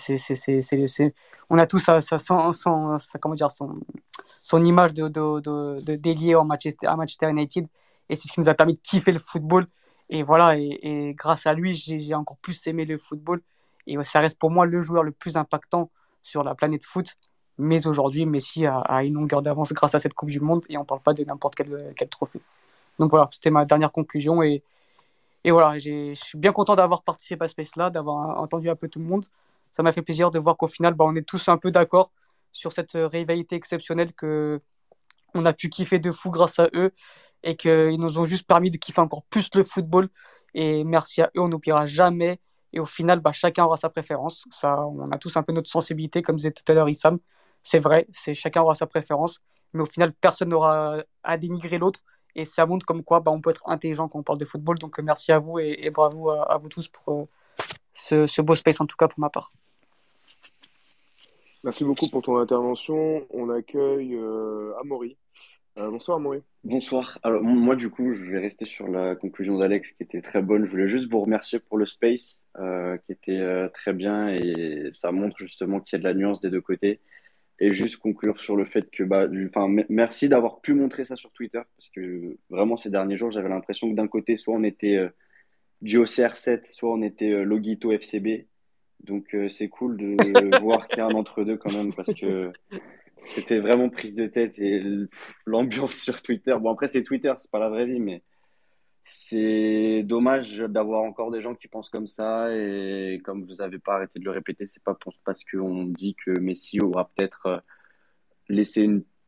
on a tous comment dire, son image d'ailier à Manchester United. Et c'est ce qui nous a permis de kiffer le football. Et voilà, et grâce à lui, j'ai encore plus aimé le football. Et ça reste pour moi le joueur le plus impactant sur la planète foot. Mais aujourd'hui, Messi a une longueur d'avance grâce à cette Coupe du Monde et on ne parle pas de n'importe quel trophée. Donc voilà, c'était ma dernière conclusion. Et voilà, je suis bien content d'avoir participé à ce space-là, d'avoir entendu un peu tout le monde. Ça m'a fait plaisir de voir qu'au final, on est tous un peu d'accord sur cette rivalité exceptionnelle que on a pu kiffer de fou grâce à eux et qu'ils nous ont juste permis de kiffer encore plus le football. Et merci à eux, on n'oubliera jamais. Et au final, chacun aura sa préférence. Ça, on a tous un peu notre sensibilité, comme disait tout à l'heure Issam. C'est vrai, chacun aura sa préférence. Mais au final, personne n'aura à dénigrer l'autre. Et ça montre comme quoi on peut être intelligent quand on parle de football. Donc merci à vous et bravo à vous tous pour ce beau space, en tout cas pour ma part. Merci beaucoup pour ton intervention. On accueille Amaury. Bonsoir Amaury. Bonsoir. Alors, moi, du coup, je vais rester sur la conclusion d'Alex qui était très bonne. Je voulais juste vous remercier pour le space qui était très bien et ça montre justement qu'il y a de la nuance des deux côtés. Et juste conclure sur le fait que, merci d'avoir pu montrer ça sur Twitter parce que vraiment ces derniers jours, j'avais l'impression que d'un côté, soit on était Duo CR7, soit on était Logito FCB. Donc, c'est cool de voir qu'il y a un entre-deux quand même parce que c'était vraiment prise de tête et l'ambiance sur Twitter. Bon, après, c'est Twitter, c'est pas la vraie vie, mais c'est dommage d'avoir encore des gens qui pensent comme ça. Et comme vous avez pas arrêté de le répéter, c'est pas parce qu'on dit que Messi aura peut-être laissé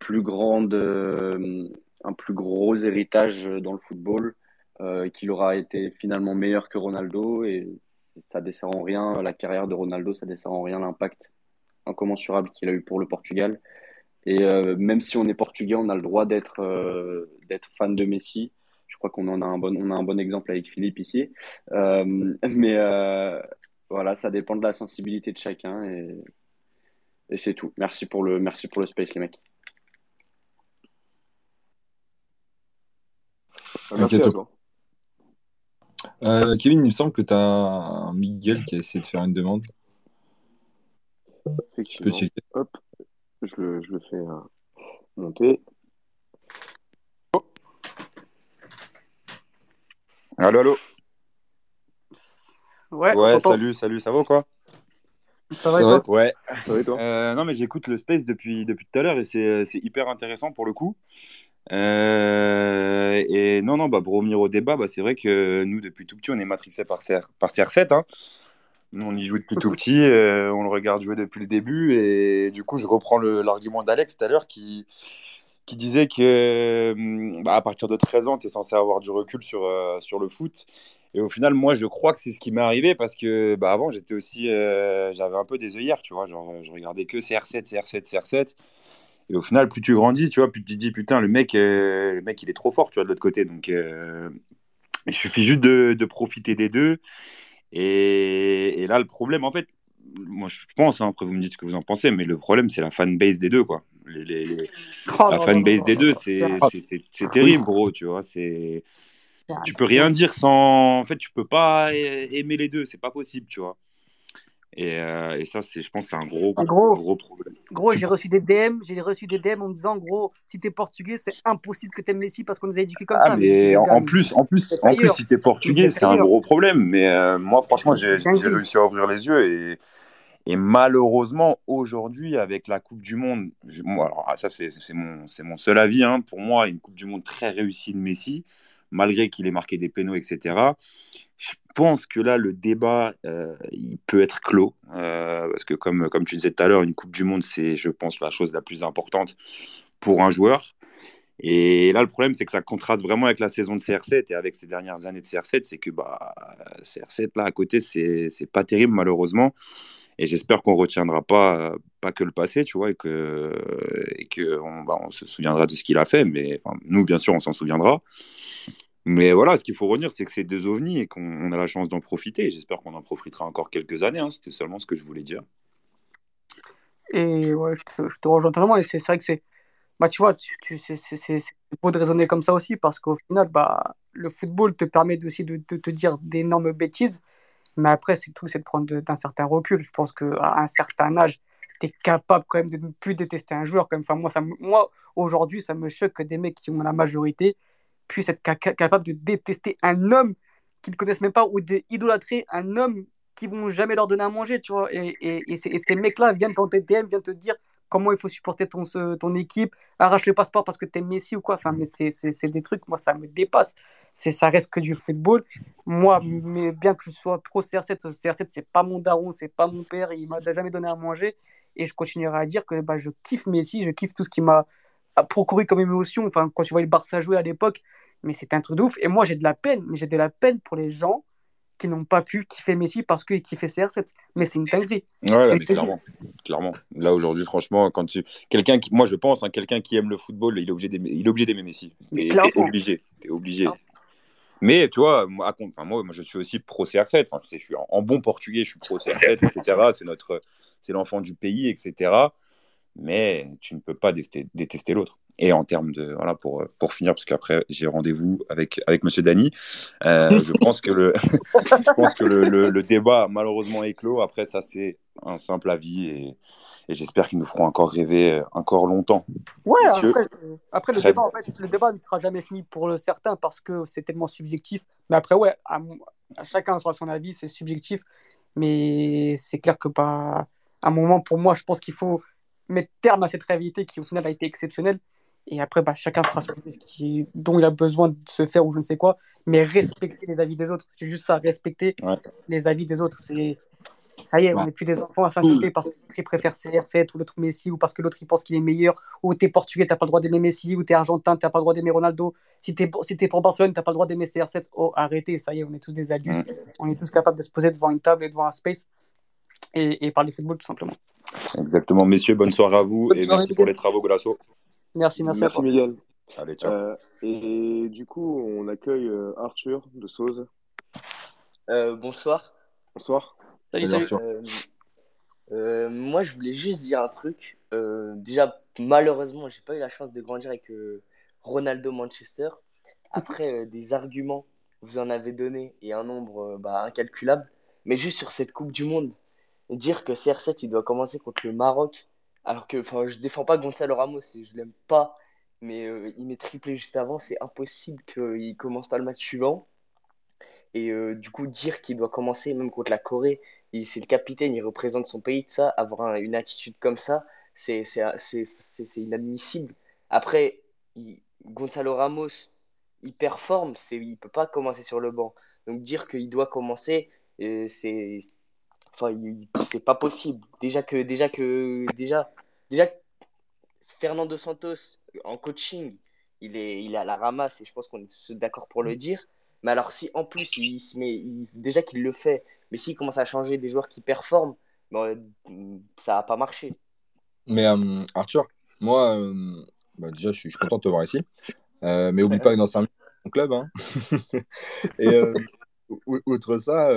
un plus gros héritage dans le football, qu'il aura été finalement meilleur que Ronaldo. Et ça dessert en rien la carrière de Ronaldo, ça dessert en rien l'impact incommensurable qu'il a eu pour le Portugal. Et même si on est portugais, on a le droit d'être fan de Messi. Je crois qu'on on a un bon exemple avec Philippe ici. Mais voilà, ça dépend de la sensibilité de chacun et c'est tout. Merci pour le space, les mecs. Merci à toi. Kevin, il me semble que tu as un Miguel qui a essayé de faire une demande. Tu peux Effectivement. checker. Hop, je le fais monter. Allô, allô. Ouais, Ouais, salut, ça va ou quoi? Ça va et toi? Ouais. Ça va et toi? Non, mais j'écoute le space depuis tout à l'heure et c'est hyper intéressant pour le coup. Et non, pour revenir au débat, c'est vrai que nous, depuis tout petit, on est matrixé par CR7. Hein. Nous, on y joue depuis tout petit, on le regarde jouer depuis le début. Et du coup, je reprends l'argument d'Alex tout à l'heure qui qui disait que à partir de 13 ans, tu es censé avoir du recul sur le foot. Et au final, moi, je crois que c'est ce qui m'est arrivé parce que avant, j'étais aussi, j'avais un peu des œillères, tu vois. Genre, je regardais que CR7, CR7, CR7. Et au final, plus tu grandis, tu vois, plus tu te dis, putain, le mec, il est trop fort, tu vois, de l'autre côté. Donc, il suffit juste de profiter des deux. Et là, le problème, en fait, moi, je pense, hein, après, vous me dites ce que vous en pensez, mais le problème, c'est la fanbase des deux, quoi. Oh La là là là fanbase là des là deux, là, c'est terrible, gros, tu vois. Tu peux rien dire sans. En fait, tu peux pas aimer les deux, c'est pas possible, tu vois. Et ça, je pense, c'est un gros, Mais gros, gros problème. gros, j'ai reçu des DM en me disant, gros, si t'es portugais, c'est impossible que t'aimes Messi parce qu'on nous a éduqués comme Ah, ça. Mais j'ai dit, mais les gars, en mais plus, en vous plus, êtes en plus, ailleurs. si t'es Vous portugais, êtes c'est un ailleurs. gros problème. Mais moi, franchement, C'est une j'ai dinguerie. réussi à ouvrir les yeux. Et malheureusement, aujourd'hui, avec la Coupe du Monde, moi, alors, ça, c'est mon seul avis, hein, pour moi, une Coupe du Monde très réussie de Messi, malgré qu'il ait marqué des pénaux, etc. Je pense que là, le débat, il peut être clos. Parce que, comme tu disais tout à l'heure, une Coupe du Monde, c'est, je pense, la chose la plus importante pour un joueur. Et là, le problème, c'est que ça contraste vraiment avec la saison de CR7 et avec ces dernières années de CR7, c'est que CR7, là, à côté, c'est pas terrible, malheureusement. Et j'espère qu'on retiendra pas que le passé, tu vois, et que on se souviendra de ce qu'il a fait. Mais enfin, nous, bien sûr, on s'en souviendra. Mais voilà, ce qu'il faut retenir, c'est que c'est deux ovnis et qu'on a la chance d'en profiter. Et j'espère qu'on en profitera encore quelques années, hein. C'était seulement ce que je voulais dire. Et ouais, je te rejoins totalement. Et c'est vrai que c'est. Bah, tu vois, c'est beau de raisonner comme ça aussi parce qu'au final, bah, le football te permet aussi de te dire d'énormes bêtises. Mais après, c'est tout, c'est de prendre d'un certain recul. Je pense qu'à un certain âge, tu es capable quand même de ne plus détester un joueur. Quand même. Enfin, moi, aujourd'hui, ça me choque que des mecs qui ont la majorité puissent être capables de détester un homme qu'ils ne connaissent même pas ou d'idolâtrer un homme qui vont jamais leur donner à manger, tu vois. Et ces mecs-là viennent dans tes DM, viennent te dire comment il faut supporter ton équipe, arrache le passeport parce que t'es Messi ou quoi. Enfin, mais c'est des trucs, moi, ça me dépasse. Ça reste que du football. Moi, mais bien que je sois pro CR7, CR7, c'est pas mon daron, c'est pas mon père, il m'a jamais donné à manger. Et je continuerai à dire que bah, je kiffe Messi, je kiffe tout ce qui m'a procuré comme émotion. Enfin, quand tu voyais le Barça jouer à l'époque, mais c'était un truc de ouf. Et moi, j'ai de la peine, mais j'ai de la peine pour les gens qui n'ont pas pu kiffer Messi parce qu'ils kiffaient CR7. Mais c'est une dinguerie. Ouais, C'est là, une mais dinguerie. clairement. Là, aujourd'hui, franchement, moi, je pense, hein, quelqu'un qui aime le football, il est obligé d'aimer Messi. Mais T'es clairement. obligé. T'es obligé. Mais tu vois, moi, je suis aussi pro CR7. Enfin, je suis en bon portugais, je suis pro CR7, etc. C'est l'enfant du pays, etc. Mais tu ne peux pas détester l'autre. Et en termes de, voilà, pour finir, parce qu'après j'ai rendez-vous avec Monsieur Dany, je pense que le débat malheureusement est clos. Après ça, c'est un simple avis et j'espère qu'ils nous feront encore rêver encore longtemps. Ouais, Messieurs, après le très débat, bien. en fait, le débat ne sera jamais fini pour le certain parce que c'est tellement subjectif. Mais après, ouais, à chacun sera son avis, c'est subjectif. Mais c'est clair que à un moment, pour moi, je pense qu'il faut mettre terme à cette réalité qui, au final, a été exceptionnelle. Et après, bah, chacun fera ce dont il a besoin de se faire ou je ne sais quoi. Mais respecter les avis des autres. C'est juste ça, respecter Ouais. les avis des autres. Ça y est, on Bah, n'est plus des enfants à s'insulter parce que l'autre il préfère CR7 ou l'autre Messi ou parce que l'autre il pense qu'il est meilleur ou t'es portugais, t'as pas le droit d'aimer Messi ou t'es argentin, t'as pas le droit d'aimer Ronaldo. Si t'es pour Barcelone, t'as pas le droit d'aimer CR7. Oh, arrêtez, ça y est, on est tous des adultes. On est tous capables de se poser devant une table et devant un space et parler football tout simplement. Exactement, messieurs, bonne soirée à vous Bonne et soirée, merci pour Miguel. les travaux, Golasso. Merci à Merci toi. Miguel. Allez, ciao. Et du coup, on accueille Arthur de Sauze. Bonsoir. Bonsoir. Salut, salut salut. Arthur. Moi, je voulais juste dire un truc. Déjà, malheureusement, j'ai pas eu la chance de grandir avec Ronaldo Manchester. Après, des arguments, vous en avez donné et un nombre incalculable. Mais juste sur cette Coupe du Monde, dire que CR7 il doit commencer contre le Maroc, alors que, enfin, je défends pas Gonzalo Ramos et je l'aime pas, mais il met triplé juste avant, c'est impossible qu'il commence pas le match suivant. Et du coup, dire qu'il doit commencer même contre la Corée, c'est le capitaine, il représente son pays, de ça, avoir une attitude comme ça, c'est inadmissible. Après, Gonzalo Ramos, il performe, il peut pas commencer sur le banc. Donc dire qu'il doit commencer, c'est enfin, c'est pas possible. Déjà, Fernando Santos, en coaching, il est à la ramasse et je pense qu'on est tous d'accord pour le dire. Mais alors, si en plus, déjà qu'il le fait, mais s'il commence à changer des joueurs qui performent, bon, ça va pas marcher. Mais Arthur, moi, déjà, je suis content de te voir ici. Mais oublie pas que dans 5 minutes, c'est ton club. Hein. Et outre ça,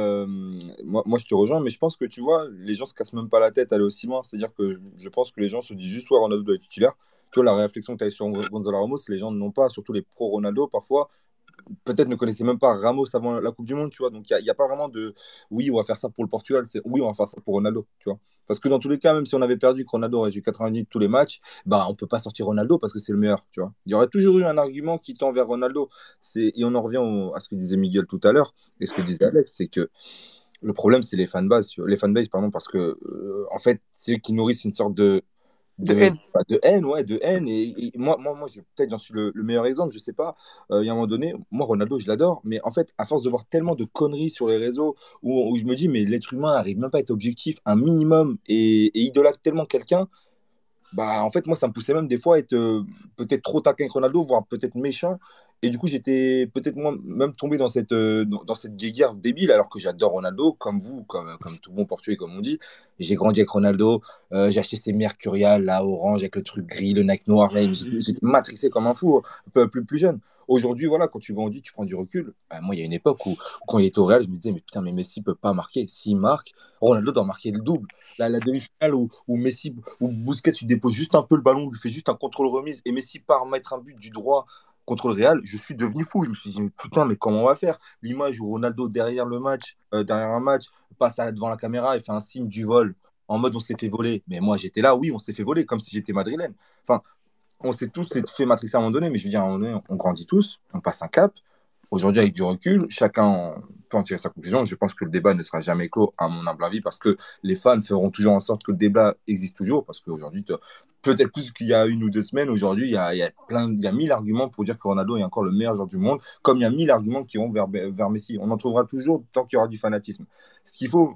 moi, je te rejoins, mais je pense que tu vois, les gens se cassent même pas la tête à aller aussi loin. C'est-à-dire que je pense que les gens se disent juste, ouais, Ronaldo doit être titulaire. Tu vois, la réflexion que tu as sur Gonzalo Ramos, les gens n'ont pas, surtout les pro-Ronaldo, parfois peut-être ne connaissaient même pas Ramos avant la Coupe du Monde, tu vois. Donc, il y a pas vraiment de oui, on va faire ça pour le Portugal, c'est oui, on va faire ça pour Ronaldo, tu vois. Parce que dans tous les cas, même si on avait perdu, que Ronaldo aurait joué 90 de tous les matchs, bah, on peut pas sortir Ronaldo parce que c'est le meilleur, tu vois. Il y aurait toujours eu un argument qui tend vers Ronaldo. Et on en revient à ce que disait Miguel tout à l'heure et ce que disait Alex, c'est que le problème, c'est les fanbases, pardon, parce que en fait, c'est eux qui nourrissent une sorte De haine. de haine, ouais, de haine. Et moi peut-être j'en suis le meilleur exemple, je sais pas. Il y a un moment donné, moi, Ronaldo, je l'adore, mais en fait, à force de voir tellement de conneries sur les réseaux où je me dis, mais l'être humain arrive même pas à être objectif, un minimum, et idolâtre tellement quelqu'un, bah, en fait, moi, ça me poussait même des fois à être peut-être trop taquin avec Ronaldo, voire peut-être méchant. Et du coup, j'étais peut-être moi même tombé dans cette guéguerre débile, alors que j'adore Ronaldo, comme vous, comme tout bon Portugais, comme on dit. J'ai grandi avec Ronaldo, j'ai acheté ses Mercurial, là, orange, avec le truc gris, le Nike noir. Là, j'étais matrixé comme un fou, un peu plus jeune. Aujourd'hui, voilà, quand tu grandis, tu prends du recul. Bah, moi, il y a une époque où quand il était au Real, je me disais, mais putain, mais Messi peut pas marquer. S'il marque, Ronaldo doit marquer le double. La demi-finale où Messi, où Busquets, tu déposes juste un peu le ballon, lui fait juste un contrôle remise et Messi part mettre un but du droit contre le Real, je suis devenu fou. Je me suis dit, mais putain, mais comment on va faire? L'image où Ronaldo derrière le match, derrière un match, passe devant la caméra et fait un signe du vol en mode on s'est fait voler. Mais moi j'étais là, oui, on s'est fait voler, comme si j'étais madrilène. Enfin, on s'est tous fait matrixer à un moment donné, mais je veux dire, à un moment donné, on grandit tous, on passe un cap. Aujourd'hui, avec du recul, chacun peut en tirer sa conclusion. Je pense que le débat ne sera jamais clos, à mon humble avis, parce que les fans feront toujours en sorte que le débat existe toujours. Parce qu'aujourd'hui, peut-être plus qu'il y a 1 ou 2 semaines, aujourd'hui, il y a 1000 arguments pour dire que Ronaldo est encore le meilleur joueur du monde, comme il y a 1000 arguments qui vont vers Messi. On en trouvera toujours tant qu'il y aura du fanatisme. Ce qu'il faut,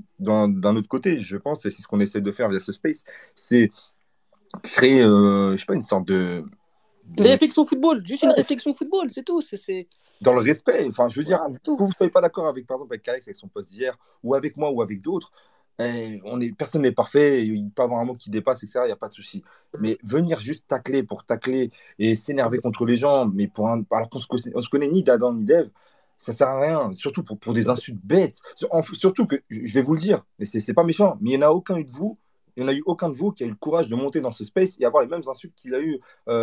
d'un autre côté, je pense, et c'est ce qu'on essaie de faire via ce space, c'est créer, je sais pas, une sorte Une réflexion football, juste une réflexion football, c'est tout. dans le respect. Enfin, je veux dire, Voilà, c'est que tout. vous ne soyez pas d'accord avec, par exemple, avec Alex, avec son poste d'hier, ou avec moi, ou avec d'autres, personne n'est parfait, il peut y avoir un mot qui dépasse, etc., il n'y a pas de souci. Mais venir juste tacler pour tacler et s'énerver contre les gens, mais alors qu'on se connaît ni d'Adam ni d'Ève, ça sert à rien, surtout pour des insultes bêtes. Surtout que, je vais vous le dire, mais c'est pas méchant, mais il n'y en a aucun de vous. Il n'y en a eu aucun de vous qui a eu le courage de monter dans ce space et avoir les mêmes insultes qu'il a eu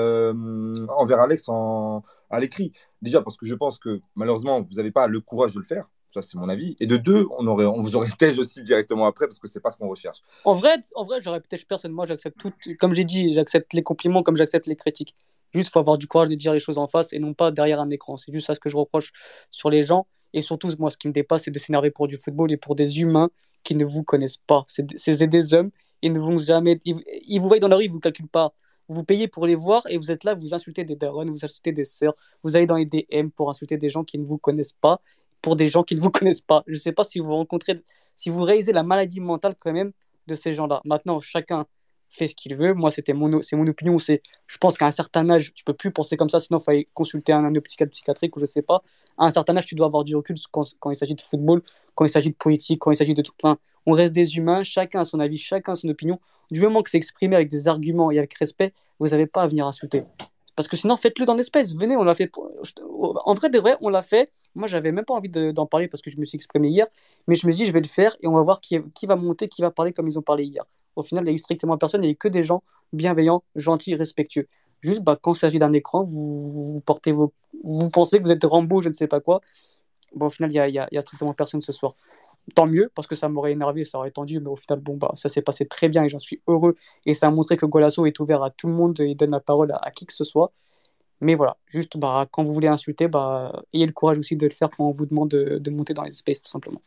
envers Alex à l'écrit. Déjà parce que je pense que malheureusement, vous n'avez pas le courage de le faire. Ça, c'est mon avis. Et de deux, on vous aurait tège aussi directement après parce que c'est pas ce qu'on recherche. En vrai, j'aurais peut-être personne. Moi, j'accepte tout. Comme j'ai dit, j'accepte les compliments comme j'accepte les critiques. Juste, il faut avoir du courage de dire les choses en face et non pas derrière un écran. C'est juste ça ce que je reproche sur les gens. Et surtout, moi, ce qui me dépasse, c'est de s'énerver pour du football et pour des humains qui ne vous connaissent pas. C'est des hommes. Ils ne vont jamais. Ils vous voient dans la rue, ils ne vous calculent pas. Vous payez pour les voir et vous êtes là, vous insultez des darons, vous insultez des sœurs, vous allez dans les DM pour insulter des gens qui ne vous connaissent pas, pour des gens qui ne vous connaissent pas. Je ne sais pas si vous rencontrez, si vous réalisez la maladie mentale quand même de ces gens-là. Maintenant, chacun fait ce qu'il veut. Moi, c'est mon opinion. Je pense qu'à un certain âge, tu peux plus penser comme ça, sinon il faut consulter un psychiatre psychiatrique ou je sais pas. À un certain âge, tu dois avoir du recul quand il s'agit de football, quand il s'agit de politique, quand il s'agit de tout. Enfin, on reste des humains, chacun a son avis, chacun a son opinion. Du moment que c'est exprimé avec des arguments et avec respect, vous n'avez pas à venir insulter. Parce que sinon, faites-le dans l'espèce. Venez, on l'a fait. En vrai, de vrai, on l'a fait. Moi, j'avais même pas envie d'en parler parce que je me suis exprimé hier. Mais je me suis dit, je vais le faire et on va voir qui va monter, qui va parler comme ils ont parlé hier. Au final, il n'y a eu strictement personne. Il n'y a eu que des gens bienveillants, gentils, respectueux. Juste, quand il s'agit d'un écran, vous pensez que vous êtes Rambo, je ne sais pas quoi. Au final, il y a strictement personne ce soir. Tant mieux, parce que ça m'aurait énervé, ça aurait tendu, mais au final, ça s'est passé très bien et j'en suis heureux. Et ça a montré que Golasso est ouvert à tout le monde et donne la parole à qui que ce soit. Mais voilà, juste quand vous voulez insulter, ayez le courage aussi de le faire quand on vous demande de monter dans les spaces, tout simplement.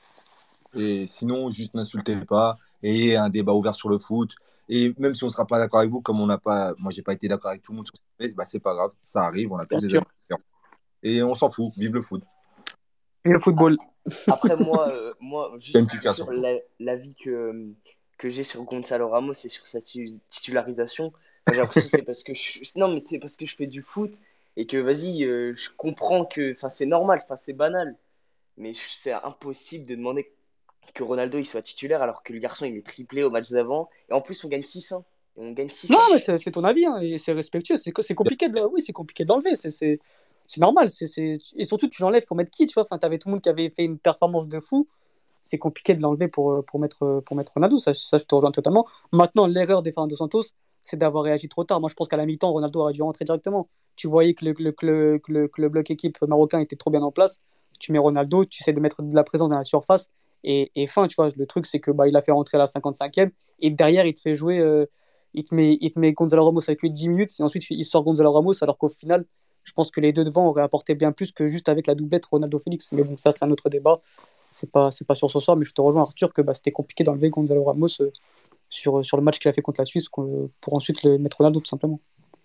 Et sinon, juste n'insultez pas, ayez un débat ouvert sur le foot. Et même si on ne sera pas d'accord avec vous, comme moi, j'ai pas été d'accord avec tout le monde sur ce space, c'est pas grave, ça arrive, on a tous des avis différents. Et on s'en fout, vive le foot. Le football. Après, moi juste sur l'avis que j'ai sur Gonzalo Ramos et sur sa titularisation, Enfin, j'ai l'impression que c'est parce que non, mais c'est parce que je fais du foot et que vas-y, je comprends que, enfin, c'est normal, enfin, c'est banal, mais c'est impossible de demander que Ronaldo il soit titulaire alors que le garçon il est triplé au match d'avant et en plus on gagne 6-1. Et on gagne Non, 6-1. mais c'est ton avis, hein, et c'est respectueux. C'est compliqué oui, c'est compliqué de l'enlever. C'est normal. Et surtout, tu l'enlèves, faut mettre qui, tu vois? Enfin, t'avais tout le monde qui avait fait une performance de fou. C'est compliqué de l'enlever pour mettre Ronaldo. Ça, je te rejoins totalement. Maintenant, l'erreur des fans de Santos, c'est d'avoir réagi trop tard. Moi, je pense qu'à la mi-temps, Ronaldo aurait dû rentrer directement. Tu voyais que le bloc équipe marocain était trop bien en place. Tu mets Ronaldo, tu essaies de mettre de la présence dans la surface. Et fin, tu vois, le truc, c'est que bah, il a fait rentrer à la 55e. Et derrière, il te fait jouer. Il te met Gonzalo Ramos avec lui 10 minutes. Et ensuite, il sort Gonzalo Ramos. Alors qu'au final, je pense que les deux devant auraient apporté bien plus que juste avec la doublette Ronaldo-Félix. Mais bon, ça, c'est un autre débat. C'est pas sur ce soir, mais je te rejoins, Arthur, que bah, c'était compliqué d'enlever Gonzalo Ramos sur le match qu'il a fait contre la Suisse pour ensuite le mettre Ronaldo, tout simplement.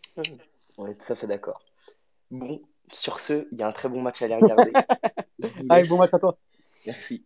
On est tout à fait d'accord. Bon, sur ce, il y a un très bon match à aller regarder. Je vous Allez, bon laisse. match à toi. Merci.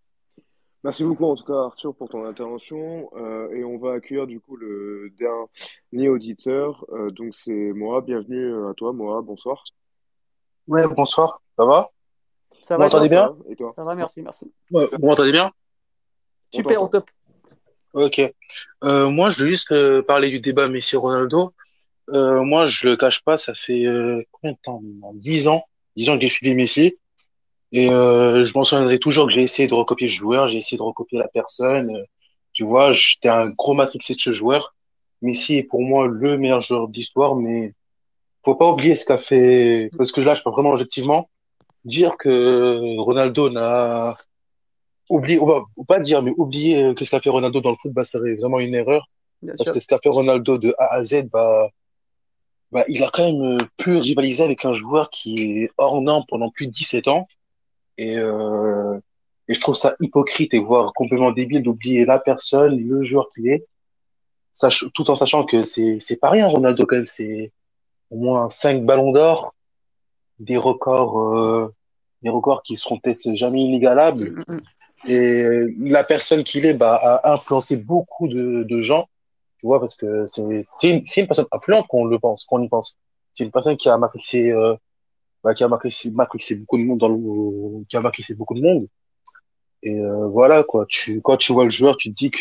Merci beaucoup en tout cas Arthur pour ton intervention et on va accueillir du coup le dernier auditeur. Donc c'est Moa, bienvenue à toi Moa, bonsoir. Ouais, bonsoir, ça va? Ça Vous va et toi? m'entendez bien? Et toi? Ça va, merci, merci. Ouais, vous m'entendez bien? On Super, au t'entend. top. Ok. Moi, je veux juste parler du débat Messi-Ronaldo. Moi, je le cache pas, ça fait combien de temps? 10 ans. 10 ans que j'ai suivi Messi. Et je m'en souviendrai toujours que j'ai essayé de recopier le joueur, j'ai essayé de recopier la personne. Tu vois, j'étais un gros matrixé de ce joueur. Messi est pour moi le meilleur joueur d'histoire, mais faut pas oublier ce qu'a fait, parce que là, je parle vraiment objectivement, dire que Ronaldo n'a oublié, on va pas dire, mais oublier que ce qu'a fait Ronaldo dans le foot, bah, ça serait vraiment une erreur. Bien Parce sûr. que ce qu'a fait Ronaldo de A à Z, bah, il a quand même pu rivaliser avec un joueur qui est hors norme pendant plus de 17 ans. Et, euh, et je trouve ça hypocrite et voire complètement débile d'oublier la personne, le joueur qu'il est, tout en sachant que c'est pas rien, Ronaldo, quand même. C'est au moins 5 ballons d'or, des records, des records qui seront peut-être jamais inégalables. Et la personne qu'il est, bah, a influencé beaucoup de gens, tu vois, parce que c'est une personne influente qu'on y pense. C'est une personne qui a matrixé, qui a matrixé beaucoup de monde qui a matrixé beaucoup de monde. Et voilà, quoi. Quand tu vois le joueur, tu te dis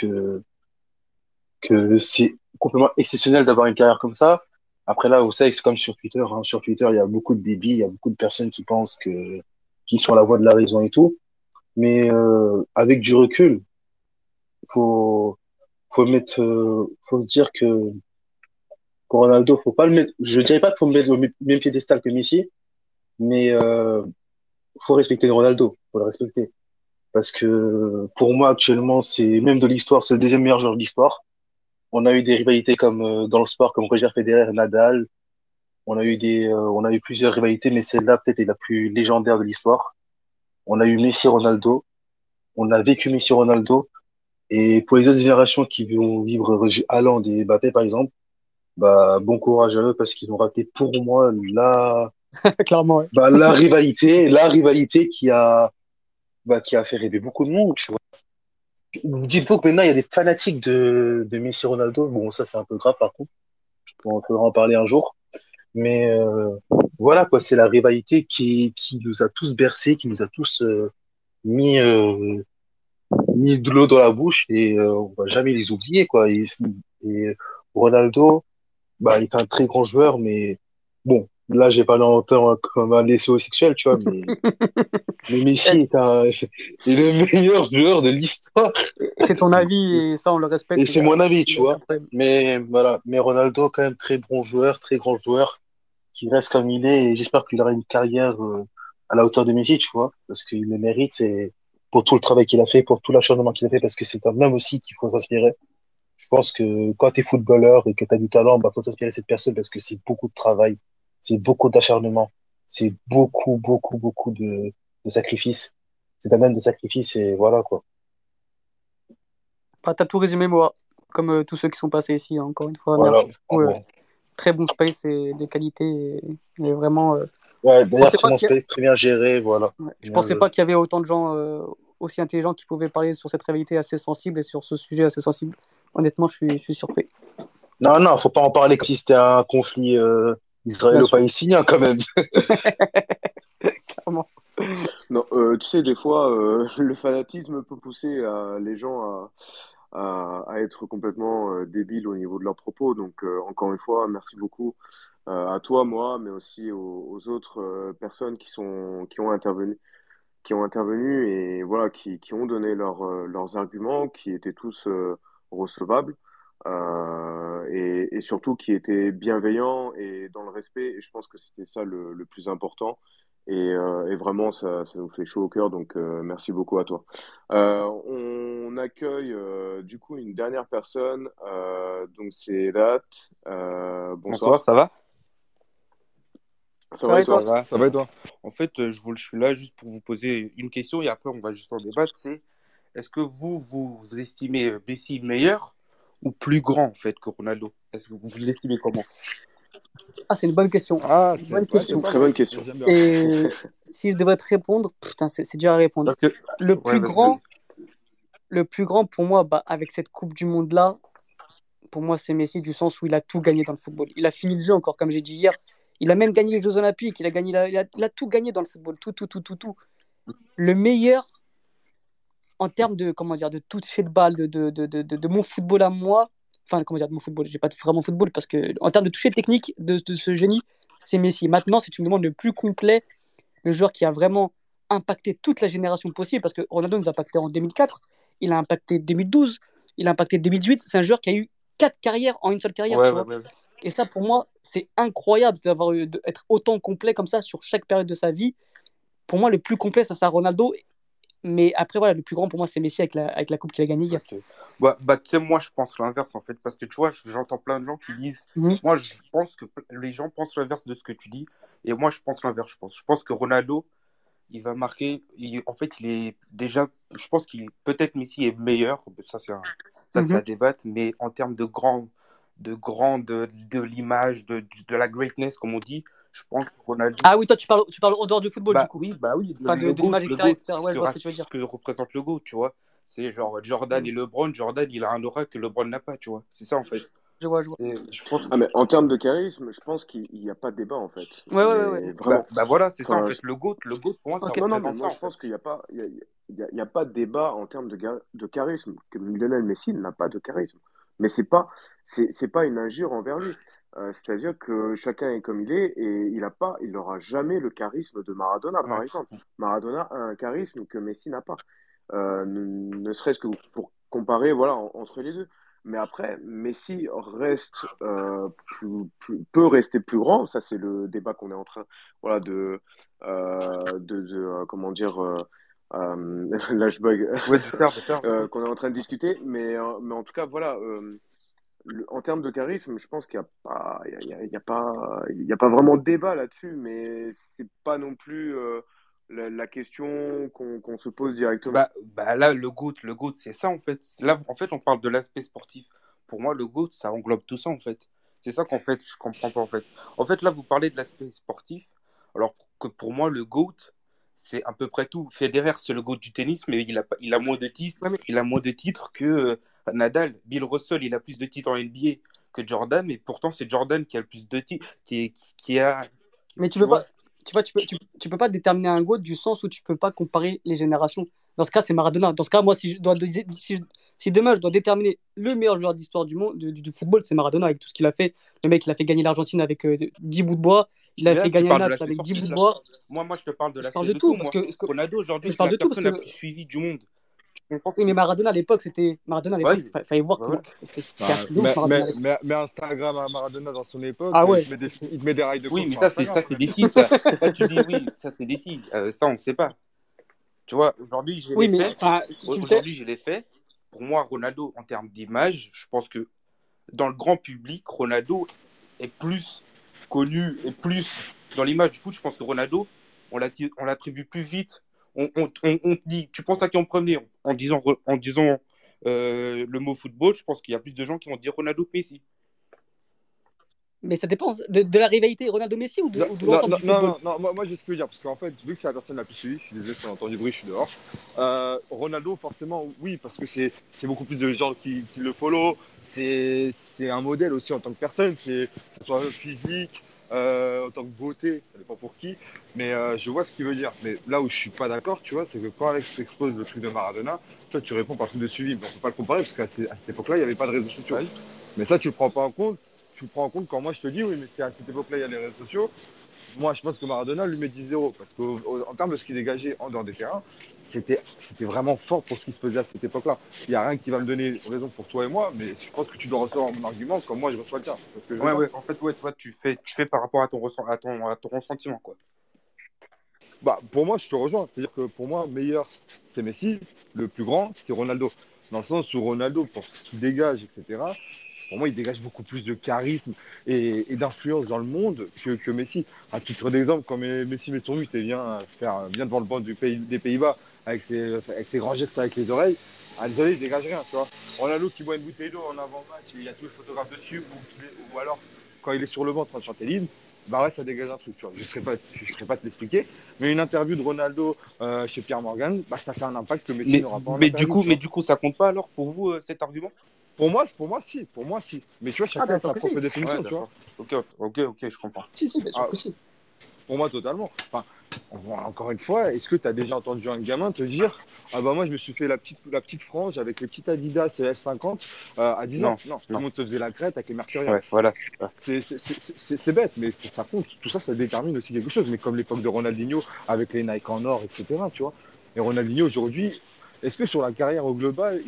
que c'est complètement exceptionnel d'avoir une carrière comme ça. Après là, vous savez, c'est comme sur Twitter, hein. Sur Twitter, il y a beaucoup de débits, il y a beaucoup de personnes qui pensent qu'ils sont à la voie de la raison et tout. Mais avec du recul, faut faut se dire que pour Ronaldo, faut pas le mettre. Je dirais pas qu'il faut le mettre au même piédestal que Messi, mais faut respecter Ronaldo, faut le respecter. Parce que pour moi, actuellement, c'est même de l'histoire, c'est le deuxième meilleur joueur de l'histoire. On a eu des rivalités comme dans le sport, comme Roger Federer, Nadal. On a eu plusieurs rivalités, mais celle-là peut-être est la plus légendaire de l'histoire. On a eu Messi, Ronaldo. On a vécu Messi, Ronaldo. Et pour les autres générations qui vont vivre Haaland et Mbappé, par exemple, bah bon courage à eux parce qu'ils ont raté pour moi Clairement, ouais. la rivalité qui a fait rêver beaucoup de monde. Tu vois. Dites-vous que maintenant il y a des fanatiques de Messi, Ronaldo. Bon, ça c'est un peu grave par contre. On faudra en parler un jour. Mais voilà quoi, c'est la rivalité qui nous a tous bercés, qui nous a tous mis mis de l'eau dans la bouche et on va jamais les oublier quoi. Et Ronaldo, bah, il est un très grand joueur, mais bon, là j'ai pas longtemps comme un laissé sexuel, tu vois, mais Messi est le meilleur joueur de l'histoire. C'est ton avis et ça, on le respecte. Et c'est mon avis, Il tu y a aucun vois. problème. Mais voilà, mais Ronaldo quand même très bon joueur, très grand joueur, qui reste comme il est et j'espère qu'il aura une carrière à la hauteur de Messi, tu vois, parce qu'il le mérite et pour tout le travail qu'il a fait, pour tout l'acharnement qu'il a fait, parce que c'est un homme aussi qu'il faut s'inspirer. Je pense que quand tu es footballeur et que tu as du talent, bah faut s'inspirer de cette personne parce que c'est beaucoup de travail, c'est beaucoup d'acharnement, c'est beaucoup, beaucoup, beaucoup de sacrifices. C'est un homme de sacrifice et voilà quoi. Bah, t'as tout résumé, moi, comme tous ceux qui sont passés ici, hein. Encore une fois, Voilà. merci beaucoup. Très bon space et des qualités. Et vraiment, Ouais, je d'ailleurs, pensais très pas bon qu'il y a- space, très bien géré, voilà. ouais, je Bien pensais joué. pas qu'il y avait autant de gens aussi intelligents qui pouvaient parler sur cette réalité assez sensible et sur ce sujet assez sensible. Honnêtement, je suis surpris. Non, non, faut pas en parler comme si c'était un conflit Bien sûr, israélo-palestinien quand même. clairement. Non, tu sais, des fois, le fanatisme peut pousser les gens à être complètement débiles au niveau de leurs propos. Donc, encore une fois, merci beaucoup à toi, moi, mais aussi aux autres personnes qui ont intervenu et voilà, qui ont donné leurs arguments, qui étaient tous recevables et surtout qui étaient bienveillants et dans le respect. Et je pense que c'était ça le plus important. Et vraiment, ça nous fait chaud au cœur. Donc, merci beaucoup à toi. On accueille du coup une dernière personne. Donc, c'est Rat. Bonsoir, Bonsoir. ça va? Ça Ça va va et et Ça toi? toi? va, ça va et toi? En fait, je suis là juste pour vous poser une question et après on va juste en débattre. C'est est-ce que vous estimez Messi meilleur ou plus grand en fait que Ronaldo? Est-ce que vous l'estimez comment? Ah, c'est une bonne question. Ah, C'est une bonne c'est question. pas Très mal. bonne question. J'aime bien. Et si je devais te répondre, putain, c'est dur à répondre. Parce que Le ouais, plus vas-y, vas-y. grand, le plus grand pour moi, bah, avec cette Coupe du Monde-là, pour moi, c'est Messi du sens où il a tout gagné dans le football. Il a fini le jeu encore, comme j'ai dit hier. Il a même gagné les Jeux Olympiques. Il a tout gagné dans le football. Tout, tout, tout, tout, tout. Le meilleur en termes de, comment dire, de toucher de balle, de mon football à moi. Enfin, comment dire, de mon football. J'ai pas vraiment football parce que, en termes de toucher technique de ce génie, c'est Messi. Maintenant, si tu me demandes le plus complet, le joueur qui a vraiment impacté toute la génération possible, parce que Ronaldo nous a impacté en 2004, il a impacté 2012, il a impacté 2018. C'est un joueur qui a eu 4 carrières en une seule carrière, Ouais, tu ouais, vois. ouais. Et ça, pour moi, c'est incroyable d'être autant complet comme ça sur chaque période de sa vie. Pour moi, le plus complet, ça, c'est Ronaldo. Mais après, voilà, le plus grand pour moi, c'est Messi avec la coupe qu'il a gagnée hier. Ok. Tu sais, moi, je pense l'inverse, en fait. Parce que, tu vois, j'entends plein de gens qui disent... Mhm. Moi, je pense que les gens pensent l'inverse de ce que tu dis. Et moi, je pense l'inverse, je pense. Je pense que Ronaldo, il va marquer... en fait, il est déjà... Je pense qu'il... Peut-être Messi est meilleur. Ça, c'est à Mhm. débattre. Mais en termes de l'image, de la greatness, comme on dit, je pense que Ronaldo... Ah oui, toi, tu parles en dehors du football, du coup. Bah oui, Enfin, le de GOAT, l'image le extérieure, GOAT, etc. Ouais, je vois ce que tu veux ce dire. que représente le GOAT, tu vois. C'est genre Jordan et LeBron. Jordan, il a un aura que LeBron n'a pas, tu vois. C'est ça, en fait. Je vois, je vois. Je pense Ah, mais en termes de charisme, je pense qu'il n'y a pas de débat en fait. Ouais, ouais, ouais, ouais. Mais vraiment. voilà, c'est ça, en Enfin, fait. Le GOAT, pour moi, ça Ok. non, non, mais représente ça, moi en je pense fait. qu'il n'y a pas, il y a pas de débat en termes de charisme. Que Lionel Messi n'a pas de charisme. Mais c'est pas une injure envers lui. C'est-à-dire que chacun est comme il est et il n'aura jamais le charisme de Maradona, par Ouais. exemple. Maradona a un charisme que Messi n'a pas. Ne serait-ce que pour comparer, voilà, entre les deux. Mais après, Messi peut rester plus grand. Ça, c'est le débat qu'on est en train, voilà, comment dire, là je bug, Ouais, de faire. qu'on est en train de discuter. Mais en tout cas, voilà, en termes de charisme, je pense qu'il n'y a pas, il y a pas, il y a pas vraiment de débat là-dessus, mais c'est pas non plus la question qu'on se pose directement. Là, le GOAT, c'est ça, en fait. Là, en fait, on parle de l'aspect sportif. Pour moi, le GOAT, ça englobe tout ça, en fait. C'est ça qu'en fait, je comprends pas, en fait. En fait, là, vous parlez de l'aspect sportif, alors que pour moi, le GOAT, c'est à peu près tout. Federer, c'est le GOAT du tennis, mais il a moins de titres, Ouais, mais... il a moins de titres que Nadal. Bill Russell, il a plus de titres en NBA que Jordan, mais pourtant, c'est Jordan qui a le plus de titres, qui a... Mais tu Tu peux pas, vois? tu vois, tu peux pas déterminer un GOAT du sens où tu peux pas comparer les générations. Dans ce cas, c'est Maradona. Dans ce cas, moi, si demain je dois déterminer le meilleur joueur d'histoire du monde, du football, c'est Maradona avec tout ce qu'il a fait. Le mec, il a fait gagner l'Argentine avec 10 bouts de bois. Il a Mais là, fait tu gagner un parles de Naples l'aspect avec 10 bouts sportif, de là. bois. Moi, je te parle de Je parle l'aspect de de tout tout, parce moi. que Ronaldo, aujourd'hui, je c'est parle la de tout parce personne la que plus suivie du monde. Tu comprends? oui, mais Maradona à l'époque, Maradona à l'époque, Ouais, fallait voir bah comment voilà. c'était un truc de ouf Mais, Maradona à mais, l'époque. mais, mais Instagram à Maradona dans son époque, Ah ouais, il te met des rails de Oui, coke mais sur Instagram ça, quand c'est même. des si, ça. Là, tu dis oui, ça, c'est des si. Ça, on ne sait pas. Tu vois, aujourd'hui, j'ai oui, les mais faits. enfin, si tu le sais, Aujourd'hui, j'ai les faits. Pour moi, Ronaldo, en termes d'image, je pense que dans le grand public, Ronaldo est plus connu et plus dans l'image du foot. Je pense que Ronaldo, on l'attribue plus vite. On dit, tu penses à qui en premier en disant , le mot football, je pense qu'il y a plus de gens qui vont dire Ronaldo que Messi. Mais ça dépend de la rivalité Ronaldo-Messi ou de l'ensemble du football. Moi, je vais ce que je veux dire, parce qu'en fait, vu que c'est la personne la plus suivie, je suis désolé si on entend du bruit, je suis dehors. Ronaldo, forcément, oui, parce que c'est beaucoup plus de gens qui le follow, c'est un modèle aussi en tant que personne, que ce soit physique, en tant que beauté, ça dépend pour qui, mais je vois ce qu'il veut dire. Mais là où je suis pas d'accord, tu vois, c'est que quand Alex expose le truc de Maradona, toi, tu réponds par truc de suivi, mais on peut pas le comparer, parce qu'à cette époque-là, il n'y avait pas de réseaux sociaux. Mais ça, tu le prends pas en compte. Tu le prends en compte quand moi je te dis oui, mais c'est à cette époque-là, il y a les réseaux sociaux. Moi, je pense que Maradona lui met 10-0 parce qu'en termes de ce qu'il dégageait en dehors des terrains, c'était vraiment fort pour ce qui se faisait à cette époque-là. Il n'y a rien qui va me donner raison pour toi et moi, mais je pense que tu dois recevoir mon argument comme moi je reçois le tien. Parce que je veux dire. Ouais, en fait, toi, tu fais par rapport à ton ressentiment, quoi. Bah, pour moi, je te rejoins. C'est-à-dire que pour moi, meilleur, c'est Messi. Le plus grand, c'est Ronaldo. Dans le sens où Ronaldo, pour ce qu'il dégage, etc., pour moi, il dégage beaucoup plus de charisme et d'influence dans le monde que Messi. À titre d'exemple, quand Messi met son but et vient devant le banc des Pays-Bas avec ses grands gestes avec les oreilles, désolé, il dégage rien, tu vois. Ronaldo qui boit une bouteille d'eau en avant-match et il y a tous les photographes dessus, ou alors quand il est sur le banc en train de chanter l'hymne, bah ouais, ça dégage un truc, tu vois. Je ne saurais pas te l'expliquer, mais une interview de Ronaldo chez Pierre Morgan, bah, ça fait un impact que Messi n'aura pas en interview. Mais du coup, ça compte pas alors pour vous cet argument? Pour moi, si. Mais tu vois, chacun a sa propre définition, ouais, tu vois. Ok, je comprends. Si, bien sûr que si. Pour moi, totalement. Enfin, encore une fois, est-ce que tu as déjà entendu un gamin te dire ah bah moi je me suis fait la petite frange avec les petites Adidas F50 à 10 ans. Non, tout le monde se faisait la crête avec les Mercuriens. Ouais, voilà. C'est bête, mais ça compte. Tout ça, ça détermine aussi quelque chose. Mais comme l'époque de Ronaldinho avec les Nike en or, etc. Tu vois. Et Ronaldinho aujourd'hui, est-ce que sur la carrière au global,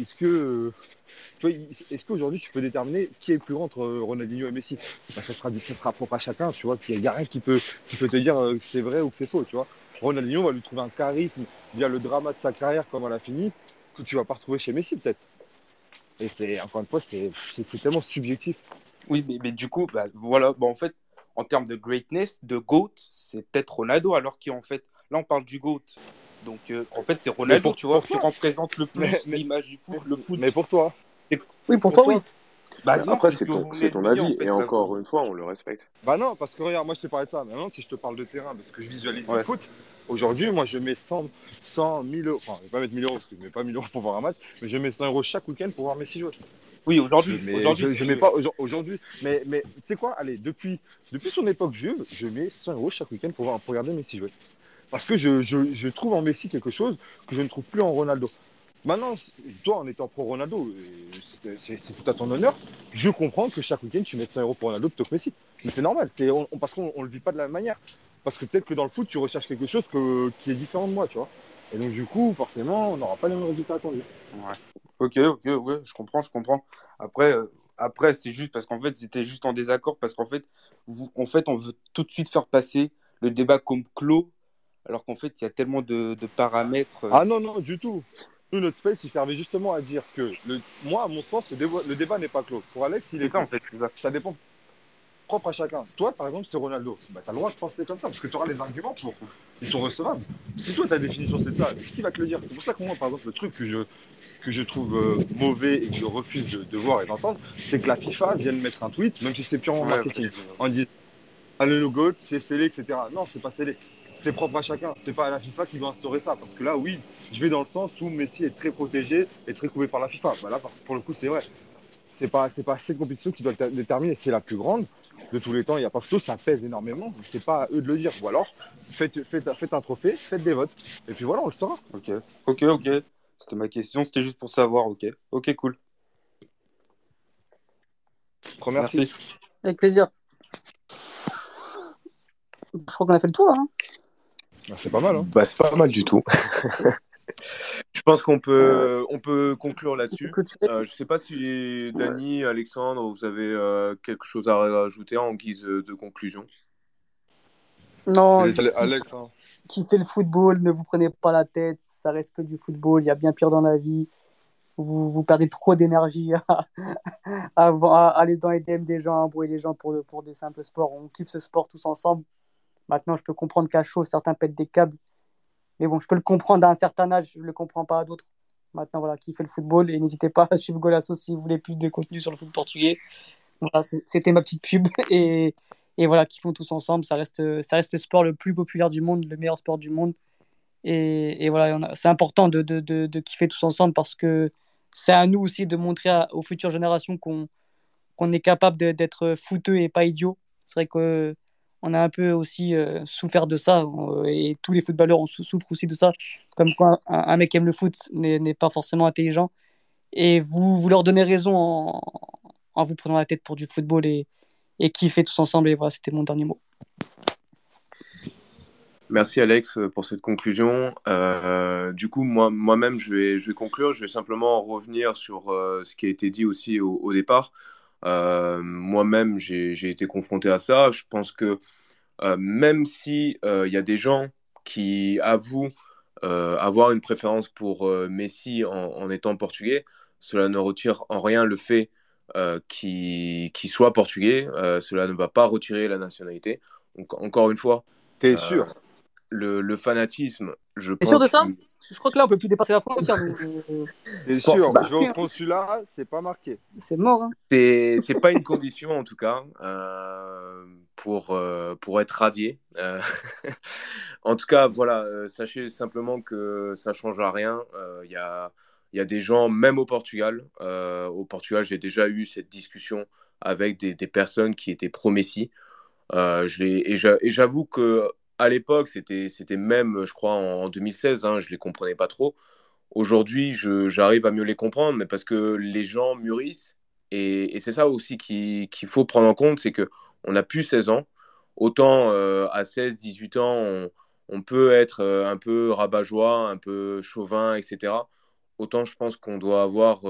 est-ce qu'aujourd'hui tu peux déterminer qui est le plus grand entre Ronaldinho et Messi? Bah, ça sera propre à chacun, tu vois. Il n'y a rien qui peut te dire que c'est vrai ou que c'est faux, tu vois. Ronaldinho va lui trouver un charisme via le drama de sa carrière, comme elle a fini, que tu vas pas retrouver chez Messi peut-être. Et encore une fois, c'est tellement subjectif. Oui, mais du coup, bah, voilà, en fait, en termes de greatness, de GOAT, c'est peut-être Ronaldo, alors qu'en fait, là on parle du GOAT. Donc en fait, c'est Ronaldo, tu vois, qui représente le plus l'image du foot, le foot. Mais pour toi? Oui, pour toi, oui. Bah, après, c'est ton avis, et encore une fois, on le respecte. Bah non, parce que regarde, moi je t'ai parlé de ça. Maintenant, si je te parle de terrain, parce que je visualise le foot, aujourd'hui, moi je mets 100 000 euros. Enfin, je vais pas mettre 1000 euros, parce que je mets pas 1000 euros pour voir un match, mais je mets 100 euros chaque week-end pour voir Messi jouer. Oui, aujourd'hui. Je mets pas aujourd'hui. Mais tu sais quoi? Allez, depuis son époque juve, je mets 100 euros chaque week-end pour regarder Messi jouer. Parce que je trouve en Messi quelque chose que je ne trouve plus en Ronaldo. Maintenant, toi, en étant pro Ronaldo, c'est tout à ton honneur. Je comprends que chaque week-end, tu mettes 100 euros pour Ronaldo plutôt que Messi. Mais c'est normal, parce qu'on ne le vit pas de la même manière. Parce que peut-être que dans le foot, tu recherches quelque chose qui est différent de moi, tu vois. Et donc, du coup, forcément, on n'aura pas les mêmes résultats attendus. Ouais. Ok, je comprends. Après c'est juste parce qu'en fait, c'était juste en désaccord, parce qu'en fait, on veut tout de suite faire passer le débat comme clos, alors qu'en fait, il y a tellement de paramètres. Ah non, du tout. Nous, notre space, il servait justement à dire que, moi, à mon sens, le débat n'est pas clos. Pour Alex, il est ça, clos. en fait, c'est ça. Ça dépend propre à chacun. Toi, par exemple, c'est Ronaldo. Bah, tu as le droit de penser comme ça, parce que tu auras les arguments pour. Ils sont recevables. Si toi, ta définition, c'est ça, qui va te le dire? C'est pour ça que moi, par exemple, le truc que je trouve mauvais et que je refuse de voir et d'entendre, c'est que la FIFA vienne mettre un tweet, même si c'est purement marketing, en disant le logo, c'est scellé, etc. Non, c'est pas scellé. C'est propre à chacun. C'est pas à la FIFA qui doit instaurer ça. Parce que là, oui, je vais dans le sens où Messi est très protégé et très couvert par la FIFA. Bah là, pour le coup, c'est vrai. C'est pas cette compétition qui doit le déterminer. C'est la plus grande de tous les temps. Il n'y a pas photo, ça pèse énormément. C'est pas à eux de le dire. Ou alors, faites un trophée, faites des votes. Et puis voilà, on le saura. Ok. C'était ma question, c'était juste pour savoir. Ok, cool. Merci. Avec plaisir. Je crois qu'on a fait le tour là. Hein. Bah, c'est pas mal. Hein. Bah, c'est pas mal du tout. Je pense qu'on peut conclure là-dessus. Je sais pas si Dany, Alexandre, vous avez quelque chose à rajouter en guise de conclusion. Non, Alex. Hein. Qui fait le football, ne vous prenez pas la tête, ça reste que du football, il y a bien pire dans la vie. Vous perdez trop d'énergie à aller dans les DM des gens, à embrouiller les gens pour des simples sports. On kiffe ce sport tous ensemble. Maintenant, je peux comprendre qu'à chaud, certains pètent des câbles. Mais bon, je peux le comprendre à un certain âge, je ne le comprends pas à d'autres. Maintenant, voilà, kiffez le football et n'hésitez pas à suivre Golasso si vous voulez plus de contenu sur le foot portugais. Voilà, c'était ma petite pub. Et voilà, kiffons tous ensemble. Ça reste le sport le plus populaire du monde, le meilleur sport du monde. Et voilà, c'est important de kiffer tous ensemble parce que c'est à nous aussi de montrer aux futures générations qu'on est capable d'être footeux et pas idiot. C'est vrai qu'on a un peu aussi souffert de ça et tous les footballeurs souffrent aussi de ça. Comme quoi un mec qui aime le foot n'est pas forcément intelligent. Et vous leur donnez raison en vous prenant la tête pour du football et kiffer tous ensemble. Et voilà, c'était mon dernier mot. Merci Alex pour cette conclusion. Du coup, moi-même, je vais conclure. Je vais simplement revenir sur ce qui a été dit aussi au départ. Moi-même, j'ai été confronté à ça. Je pense que même si il y a des gens qui avouent avoir une préférence pour Messi en étant portugais, cela ne retire en rien le fait qu'il soit portugais. Cela ne va pas retirer la nationalité. Donc, encore une fois, T'es euh, sûr? le fanatisme, je T'es sûr de pense ça? qu'il... Je crois que là, on peut plus dépasser la frontière. T'es Bon, sûr? bah, Je vais au consulat, c'est pas marqué. c'est mort. Hein. c'est pas une condition en tout cas pour être radié. En tout cas, voilà, sachez simplement que ça change à rien. Il y a des gens, même au Portugal. Au Portugal, j'ai déjà eu cette discussion avec des personnes qui étaient pro-Messi. Et j'avoue que à l'époque, c'était même, je crois, en 2016, hein, je les comprenais pas trop. Aujourd'hui, j'arrive à mieux les comprendre, mais parce que les gens mûrissent. Et c'est ça aussi qu'il faut prendre en compte, c'est que on a plus 16 ans. Autant à 16, 18 ans, on peut être un peu rabat-joie, un peu chauvin, etc. Autant je pense qu'on doit avoir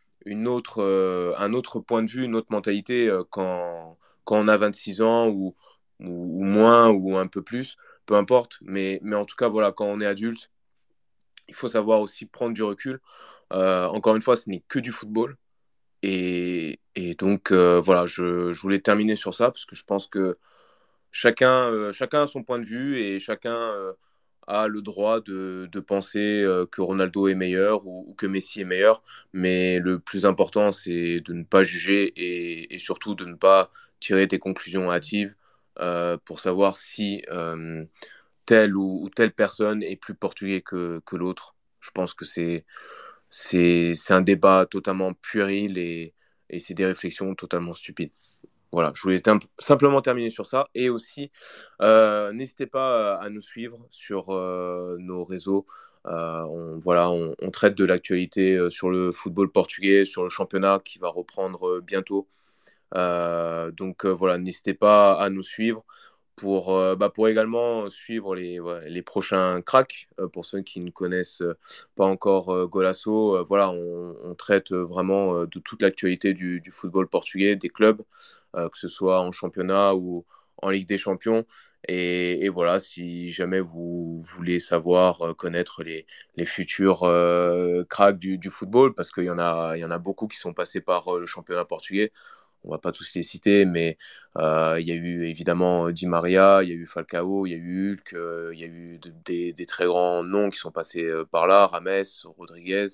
un autre point de vue, une autre mentalité quand on a 26 ans ou moins ou un peu plus, peu importe. Mais en tout cas, voilà, quand on est adulte, il faut savoir aussi prendre du recul. Encore une fois, ce n'est que du football. Et donc, voilà, je voulais terminer sur ça parce que je pense que chacun a son point de vue et chacun a le droit de penser que Ronaldo est meilleur ou que Messi est meilleur. Mais le plus important, c'est de ne pas juger et surtout de ne pas tirer des conclusions hâtives pour savoir si telle ou telle personne est plus portugais que l'autre. Je pense que c'est un débat totalement puéril et c'est des réflexions totalement stupides. Voilà, je voulais simplement terminer sur ça. Et aussi, n'hésitez pas à nous suivre sur nos réseaux. Voilà, on traite de l'actualité sur le football portugais, sur le championnat qui va reprendre bientôt. Donc voilà, n'hésitez pas à nous suivre pour également suivre les prochains cracks. Pour ceux qui ne connaissent pas encore Golasso, voilà, on traite vraiment de toute l'actualité du football portugais, des clubs, que ce soit en championnat ou en Ligue des Champions. Et voilà, si jamais vous voulez savoir, connaître les futurs cracks du football, parce il y en a beaucoup qui sont passés par le championnat portugais, on va pas tous les citer, mais il y a eu évidemment Di Maria, il y a eu Falcao, il y a eu Hulk, il y a eu des très grands noms qui sont passés par là, Rames, Rodriguez,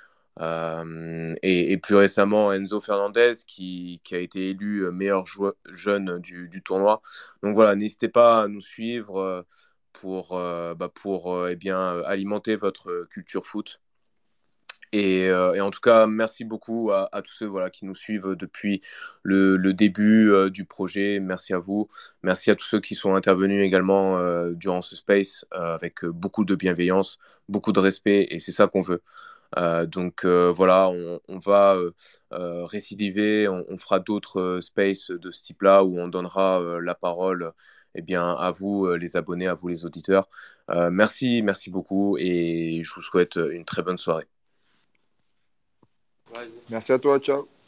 et plus récemment Enzo Fernandez qui a été élu meilleur jeune du tournoi. Donc voilà, n'hésitez pas à nous suivre pour eh bien, alimenter votre culture foot. Et en tout cas, merci beaucoup à tous ceux voilà, qui nous suivent depuis le début du projet. Merci à vous. Merci à tous ceux qui sont intervenus également durant ce space avec beaucoup de bienveillance, beaucoup de respect, et c'est ça qu'on veut. Donc voilà, on va récidiver, on fera d'autres spaces de ce type-là où on donnera la parole eh bien, à vous, les abonnés, à vous, les auditeurs. Merci beaucoup, et je vous souhaite une très bonne soirée. Merci à toi, ciao.